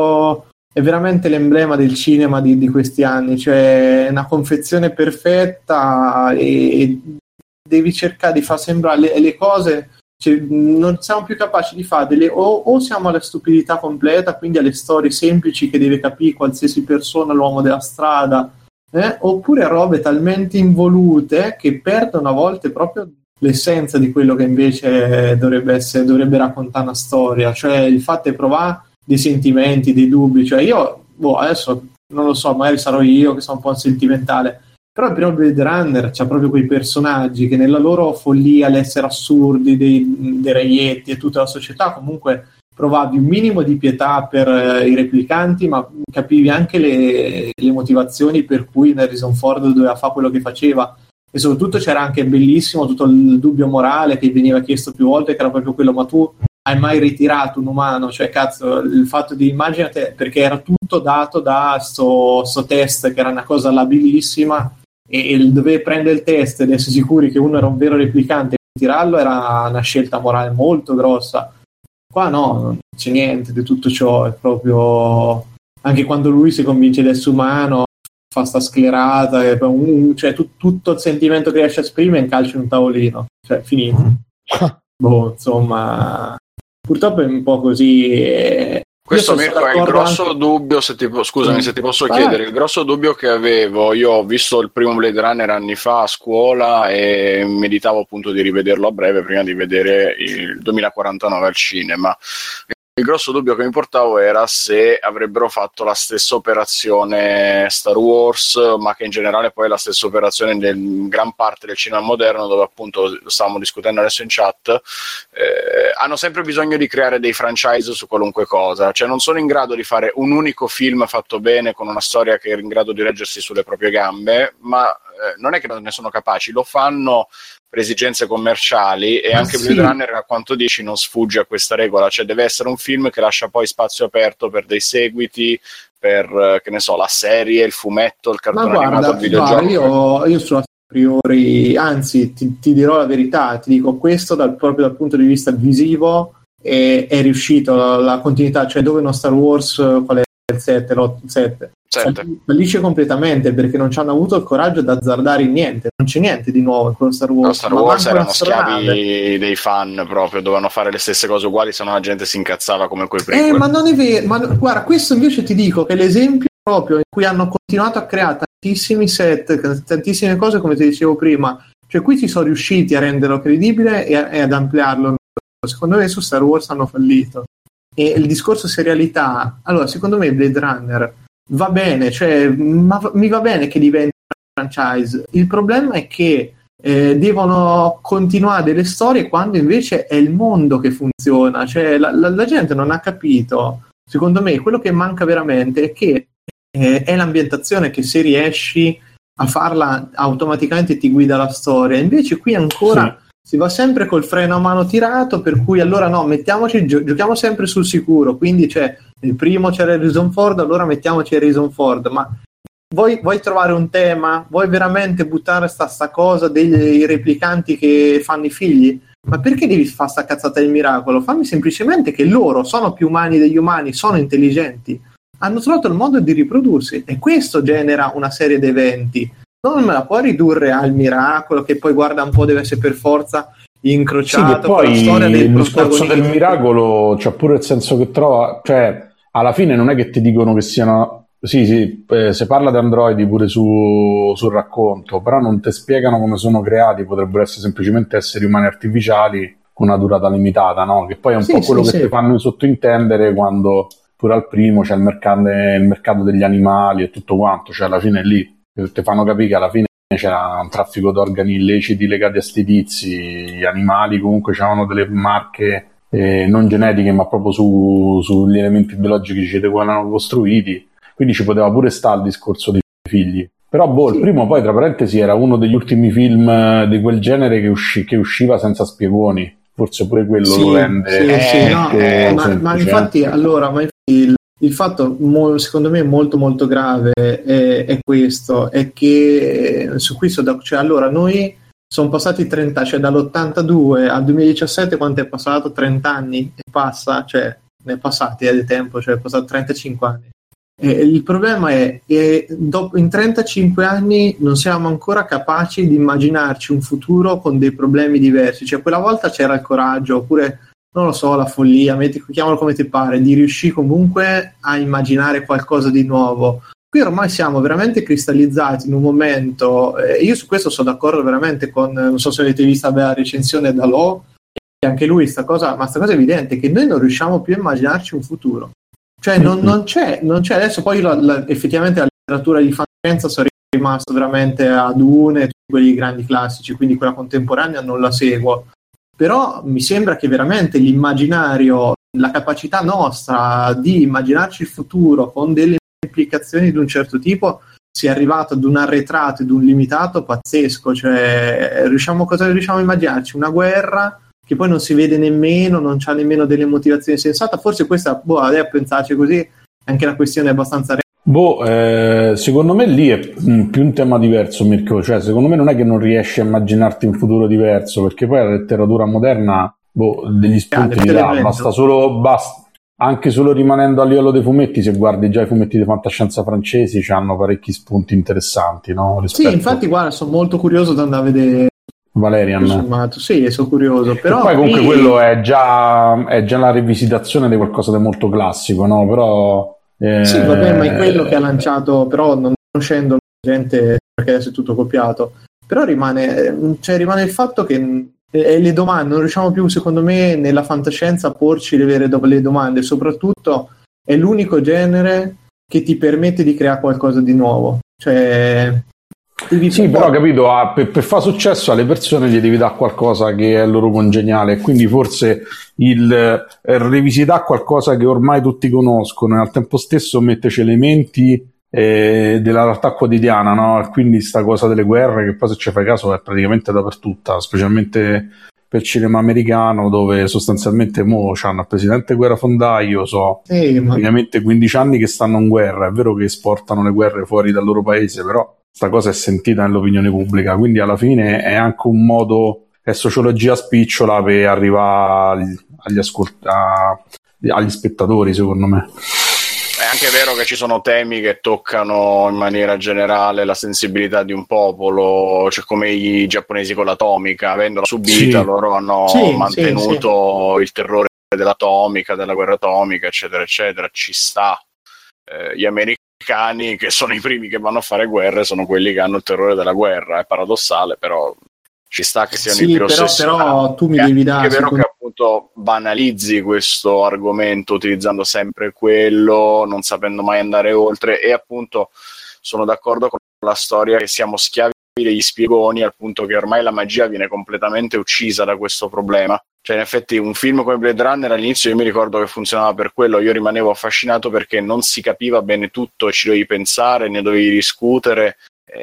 veramente l'emblema del cinema di questi anni, cioè una confezione perfetta, e devi cercare di far sembrare le cose, cioè, non siamo più capaci di fare o siamo alla stupidità completa, quindi alle storie semplici che deve capire qualsiasi persona, l'uomo della strada, oppure robe talmente involute che perdono a volte proprio l'essenza di quello che invece dovrebbe raccontare una storia, cioè il fatto è provare dei sentimenti, dei dubbi, cioè io adesso non lo so, magari sarò io che sono un po' sentimentale, però il primo Blade Runner c'ha proprio quei personaggi che nella loro follia, l'essere assurdi dei reietti e tutta la società, comunque provavi un minimo di pietà per i replicanti, ma capivi anche le motivazioni per cui Harrison Ford doveva fare quello che faceva, e soprattutto c'era anche bellissimo tutto il dubbio morale che veniva chiesto più volte, che era proprio quello: ma tu hai mai ritirato un umano? Cioè cazzo, il fatto di immaginate, perché era tutto dato da sto test che era una cosa labilissima, e il dover prendere il test ed essere sicuri che uno era un vero replicante e ritirarlo era una scelta morale molto grossa. Qua no, non c'è niente di tutto ciò, è proprio, anche quando lui si convince di essere umano, fa sta sclerata, cioè tutto il sentimento che riesce a esprimere in calcio in un tavolino, cioè finito. Insomma, purtroppo è un po' così. Questo Mirko è il grosso dubbio, se ti posso chiedere, il grosso dubbio che avevo, io ho visto il primo Blade Runner anni fa a scuola e meditavo appunto di rivederlo a breve prima di vedere il 2049 al cinema. Il grosso dubbio che mi portavo era se avrebbero fatto la stessa operazione Star Wars, ma che in generale poi è la stessa operazione in gran parte del cinema moderno, dove appunto stavamo discutendo adesso in chat, hanno sempre bisogno di creare dei franchise su qualunque cosa, cioè non sono in grado di fare un unico film fatto bene con una storia che è in grado di reggersi sulle proprie gambe, ma non è che non ne sono capaci, lo fanno per esigenze commerciali, e anche Blade Runner, a quanto dici, non sfugge a questa regola, cioè deve essere un film che lascia poi spazio aperto per dei seguiti, per che ne so, la serie, il fumetto, il cartone animato, il videogioco. Io sono a priori, anzi ti dirò la verità, ti dico questo proprio dal punto di vista visivo è riuscito la continuità, cioè dove uno Star Wars, qual è il 7, l'7 fallisce completamente perché non ci hanno avuto il coraggio di azzardare in niente, non c'è niente di nuovo in quello Star Wars. No, Star Wars erano schiavi dei fan, proprio dovevano fare le stesse cose uguali, se no la gente si incazzava come quei prequel. Ma non è vero, ma guarda, questo invece ti dico che è l'esempio proprio in cui hanno continuato a creare tantissimi set, tantissime cose, come ti dicevo prima, cioè qui ci sono riusciti a renderlo credibile e ad ampliarlo. Secondo me su Star Wars hanno fallito. E il discorso serialità, allora secondo me Blade Runner va bene, cioè mi va bene che diventi una franchise, il problema è che devono continuare delle storie quando invece è il mondo che funziona, cioè la gente non ha capito, secondo me quello che manca veramente è che è l'ambientazione, che se riesci a farla automaticamente ti guida la storia, invece qui ancora si va sempre col freno a mano tirato, per cui allora no, giochiamo sempre sul sicuro, quindi cioè nel primo c'era Harrison Ford, allora mettiamoci Harrison Ford, ma vuoi trovare un tema? Vuoi veramente buttare sta cosa dei replicanti che fanno i figli? Ma perché devi fare sta cazzata del miracolo? Fammi semplicemente che loro sono più umani degli umani, sono intelligenti, hanno trovato il modo di riprodursi, e questo genera una serie di eventi. Non me la puoi ridurre al miracolo che poi guarda un po' deve essere per forza incrociato. Sì, che poi con la storia del il discorso del miracolo c'ha pure il senso che trova, cioè alla fine non è che ti dicono che siano se parla di androidi pure sul racconto, però non ti spiegano come sono creati, potrebbero essere semplicemente esseri umani artificiali con una durata limitata, no? Che poi è un po' quello che ti fanno sottintendere quando pure al primo c'è il mercato degli animali e tutto quanto, cioè alla fine lì ti fanno capire che alla fine c'era un traffico d'organi illeciti legati a sti tizi, gli animali comunque c'erano delle marche non genetiche ma proprio sugli elementi biologici che erano costruiti, quindi ci poteva pure stare il discorso dei figli. Però il primo poi tra parentesi era uno degli ultimi film di quel genere che usciva senza spiegoni, forse pure quello lo rende ma infatti il fatto secondo me molto molto grave è questo, è che su questo, cioè allora noi sono passati 30, cioè dall'82 al 2017 quanto è passato? 30 anni e passa, cioè ne è passati del tempo, cioè è passato 35 anni. Il problema è che in 35 anni non siamo ancora capaci di immaginarci un futuro con dei problemi diversi, cioè quella volta c'era il coraggio, oppure non lo so, la follia, chiamalo come ti pare, di riuscire comunque a immaginare qualcosa di nuovo. Qui ormai siamo veramente cristallizzati in un momento, io su questo sono d'accordo veramente con, non so se avete visto la recensione da Lo, e anche lui sta cosa è evidente, che noi non riusciamo più a immaginarci un futuro. Cioè non c'è adesso, poi effettivamente la letteratura di fantascienza sono rimasto veramente a Dune e tutti quelli grandi classici, quindi quella contemporanea non la seguo. Però mi sembra che veramente l'immaginario, la capacità nostra di immaginarci il futuro con delle implicazioni di un certo tipo sia arrivato ad un arretrato, ad un limitato pazzesco, cioè riusciamo a immaginarci una guerra che poi non si vede nemmeno, non c'ha nemmeno delle motivazioni sensate. Forse questa, adesso a pensarci così, è anche una questione abbastanza secondo me lì è più un tema diverso, Mirko, cioè secondo me non è che non riesci a immaginarti un futuro diverso, perché poi la letteratura moderna degli spunti li dà, anche solo rimanendo a livello dei fumetti, se guardi già i fumetti di fantascienza francesi hanno parecchi spunti interessanti, no? Sì, infatti guarda, sono molto curioso di andare a vedere Valerian. Sì, sono curioso, però poi comunque quello è già la rivisitazione di qualcosa di molto classico, no? Però sì, vabbè, ma è quello che ha lanciato, però non conoscendo la gente, perché adesso è tutto copiato, però rimane il fatto che le domande, non riusciamo più, secondo me, nella fantascienza a porci le domande, soprattutto è l'unico genere che ti permette di creare qualcosa di nuovo. Cioè, sì, però capito, per fare successo alle persone gli devi dare qualcosa che è loro congeniale, quindi forse il rivisitare qualcosa che ormai tutti conoscono e al tempo stesso metterci elementi della realtà quotidiana, no? Quindi sta cosa delle guerre, che poi se ci fai caso è praticamente dappertutto, specialmente per il cinema americano, dove sostanzialmente c'hanno il presidente guerrafondaio, praticamente 15 anni che stanno in guerra. È vero che esportano le guerre fuori dal loro paese, però sta cosa è sentita nell'opinione pubblica, quindi alla fine è anche un modo, è sociologia spicciola per arrivare agli spettatori, secondo me. È anche vero che ci sono temi che toccano in maniera generale la sensibilità di un popolo, cioè come i giapponesi con l'atomica, avendola subita, loro hanno mantenuto il terrore dell'atomica, della guerra atomica, eccetera, eccetera. Ci sta. Gli americani, che sono i primi che vanno a fare guerre, sono quelli che hanno il terrore della guerra. È paradossale, però ci sta che siano i più ossessionati. Però tu mi devi dare... È vero che appunto banalizzi questo argomento utilizzando sempre quello, non sapendo mai andare oltre, e appunto sono d'accordo con la storia che siamo schiavi degli spiegoni, al punto che ormai la magia viene completamente uccisa da questo problema. Cioè, in effetti, un film come Blade Runner all'inizio io mi ricordo che funzionava per quello, io rimanevo affascinato perché non si capiva bene tutto e ci dovevi pensare, ne dovevi discutere,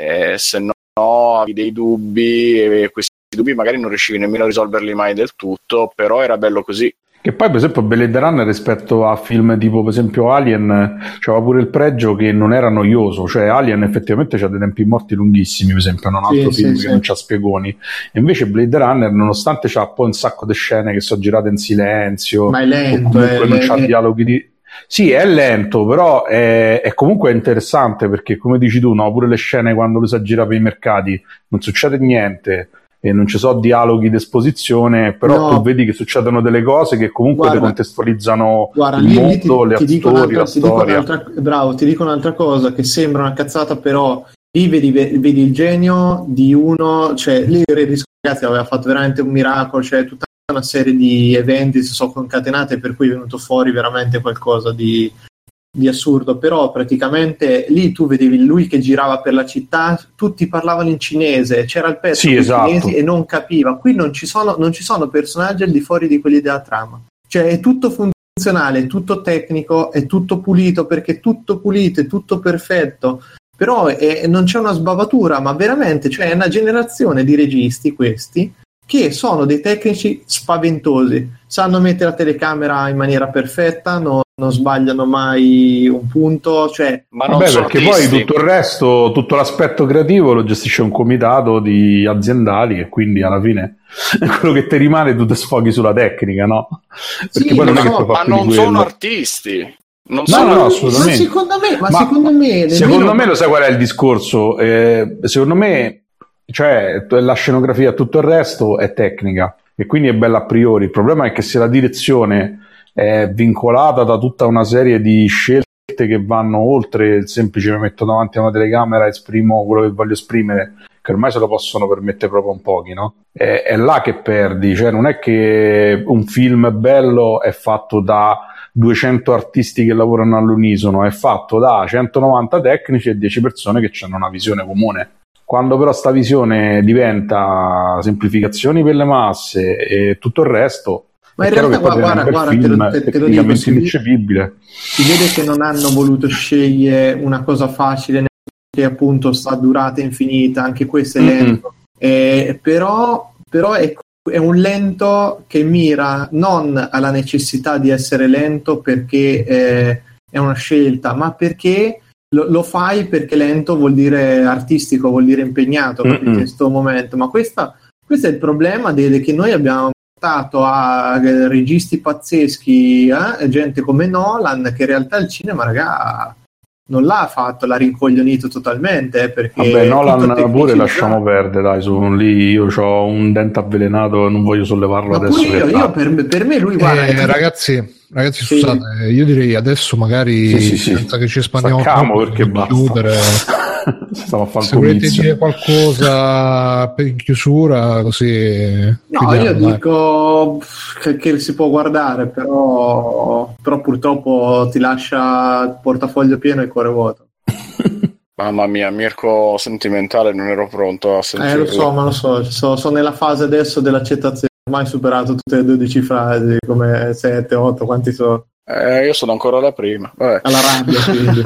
se no avevi dei dubbi, e questi dubbi magari non riuscivi nemmeno a risolverli mai del tutto, però era bello così. Che poi per esempio Blade Runner rispetto a film tipo per esempio Alien c'aveva pure il pregio che non era noioso, cioè Alien effettivamente c'ha dei tempi morti lunghissimi, per esempio, è un altro film che non c'ha spiegoni, e invece Blade Runner, nonostante c'ha poi un sacco di scene che sono girate in silenzio, ma è lento, non c'ha dialoghi di... Sì, è lento, però è comunque interessante, perché come dici tu, no, pure le scene quando lui si gira per i mercati non succede niente e non ci sono dialoghi d'esposizione, però tu vedi che succedono delle cose che comunque decontestualizzano il mondo, le storie, la storia. Bravo, ti dico un'altra cosa che sembra una cazzata, però lì vedi il genio di uno, cioè lì ragazzi aveva fatto veramente un miracolo, cioè tutta una serie di eventi si sono concatenate per cui è venuto fuori veramente qualcosa di assurdo, però praticamente lì tu vedevi lui che girava per la città, tutti parlavano in cinese, c'era il pezzo cinesi e non capiva. Qui non ci sono personaggi al di fuori di quelli della trama, cioè è tutto funzionale, è tutto tecnico, è tutto pulito, perché è tutto pulito, è tutto perfetto, però non c'è una sbavatura, ma veramente, cioè è una generazione di registi questi che sono dei tecnici spaventosi, sanno mettere la telecamera in maniera perfetta, non sbagliano mai un punto, cioè... Ma non sono perché poi tutto il resto, tutto l'aspetto creativo lo gestisce un comitato di aziendali, e quindi alla fine quello che ti rimane tu ti sfoghi sulla tecnica, no? Perché poi non è che puoi fare più di quello. Sono artisti. No, assolutamente. Ma secondo me lo sai qual è il discorso? Secondo me, cioè, la scenografia e tutto il resto è tecnica, e quindi è bella a priori. Il problema è che se la direzione è vincolata da tutta una serie di scelte che vanno oltre il semplice mi metto davanti a una telecamera e esprimo quello che voglio esprimere, che ormai se lo possono permettere proprio un pochi, no? È là che perdi, cioè non è che un film bello è fatto da 200 artisti che lavorano all'unisono, è fatto da 190 tecnici e 10 persone che hanno una visione comune. Quando però sta visione diventa semplificazioni per le masse e tutto il resto, ma in realtà guarda, te lo dico, si vede che non hanno voluto scegliere una cosa facile, che appunto sta durata infinita, anche questo è lento, però è un lento che mira non alla necessità di essere lento perché è una scelta, ma perché lo fai perché lento vuol dire artistico, vuol dire impegnato in questo momento. Ma questo è il problema che noi abbiamo portato a registi pazzeschi, gente come Nolan, che in realtà il cinema, raga, non l'ha fatto, l'ha rincoglionito totalmente, perché vabbè, Nolan pure lasciamo perdere, dai, su lì io ho un dente avvelenato e non voglio sollevarlo adesso. Io per me lui guarda, ragazzi scusate, io direi adesso magari senza che ci espandiamo perché chiudere Se volete dire qualcosa per in chiusura, così. No, io dico che si può guardare, però purtroppo ti lascia il portafoglio pieno e il cuore vuoto. Mamma mia, Mirko sentimentale, non ero pronto a sentire. Lo so, sono nella fase adesso dell'accettazione, ormai superato tutte le 12 frasi, come 7, 8, quanti sono? Io sono ancora alla prima. Vabbè. Alla rabbia, quindi.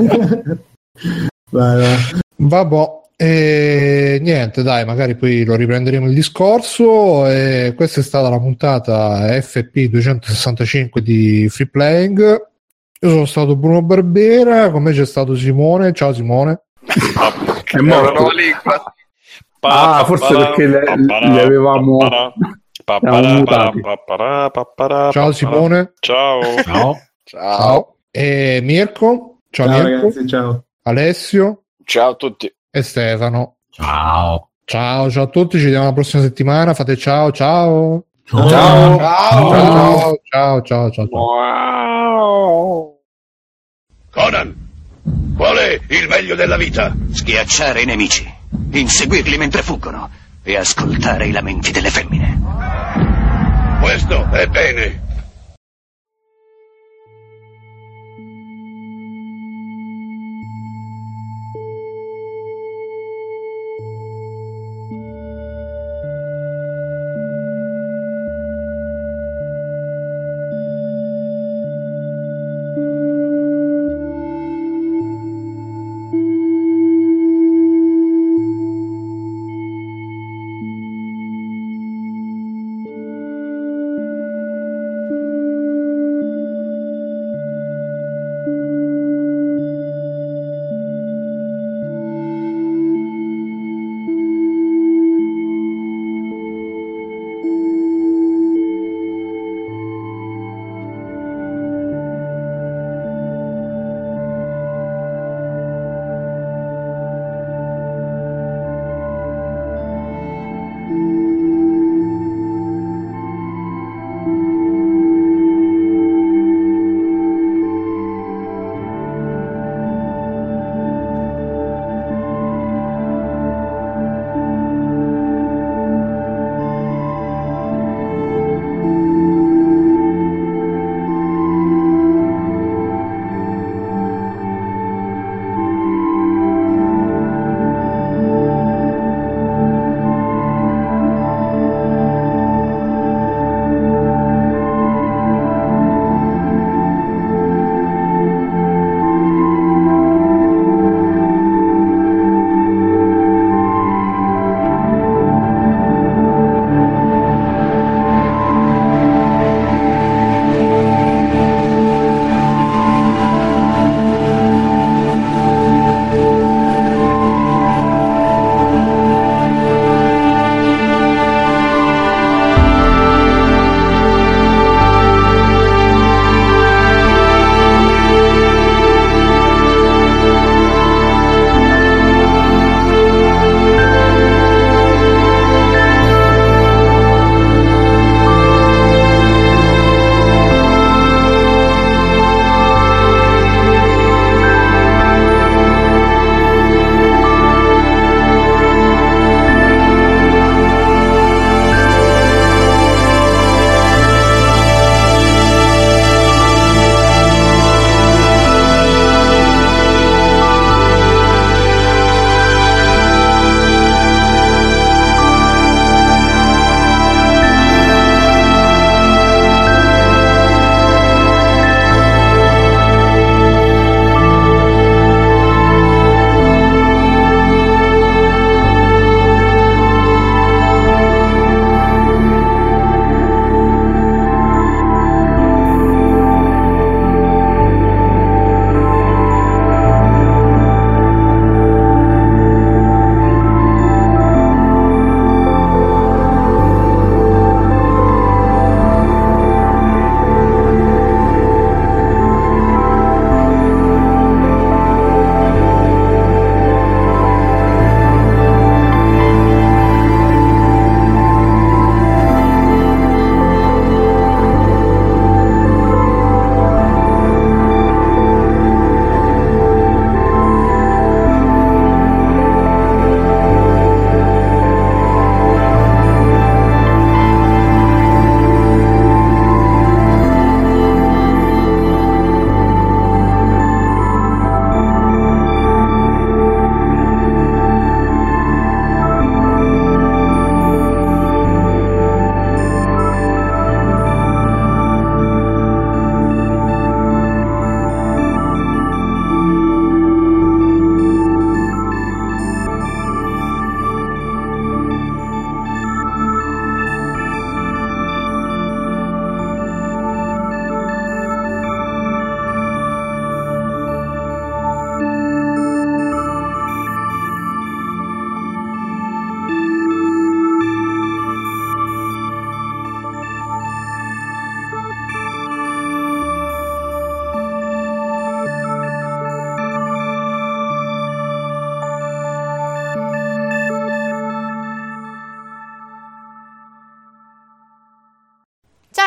vai. Vabbè, niente, dai, magari poi lo riprenderemo il discorso. Questa è stata la puntata FP 265 di Free Playing. Io sono stato Bruno Barbera, con me c'è stato Simone. Ciao Simone. È morto. Forse perché li avevamo mutati. Ciao Simone. Ciao. E Mirko. Ciao Mirko. Ragazzi, ciao. Alessio. Ciao a tutti. E Stefano. Ciao a tutti, ci vediamo la prossima settimana. Fate ciao. Ciao. Wow. Conan, qual è il meglio della vita? Schiacciare i nemici, inseguirli mentre fuggono e ascoltare i lamenti delle femmine. Questo è bene.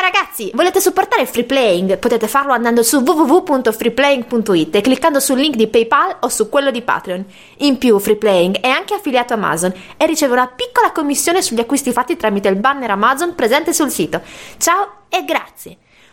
ragazzi, volete supportare Free Playing? Potete farlo andando su www.freeplaying.it e cliccando sul link di PayPal o su quello di Patreon. In più, Free Playing è anche affiliato a Amazon e riceve una piccola commissione sugli acquisti fatti tramite il banner Amazon presente sul sito. Ciao e grazie!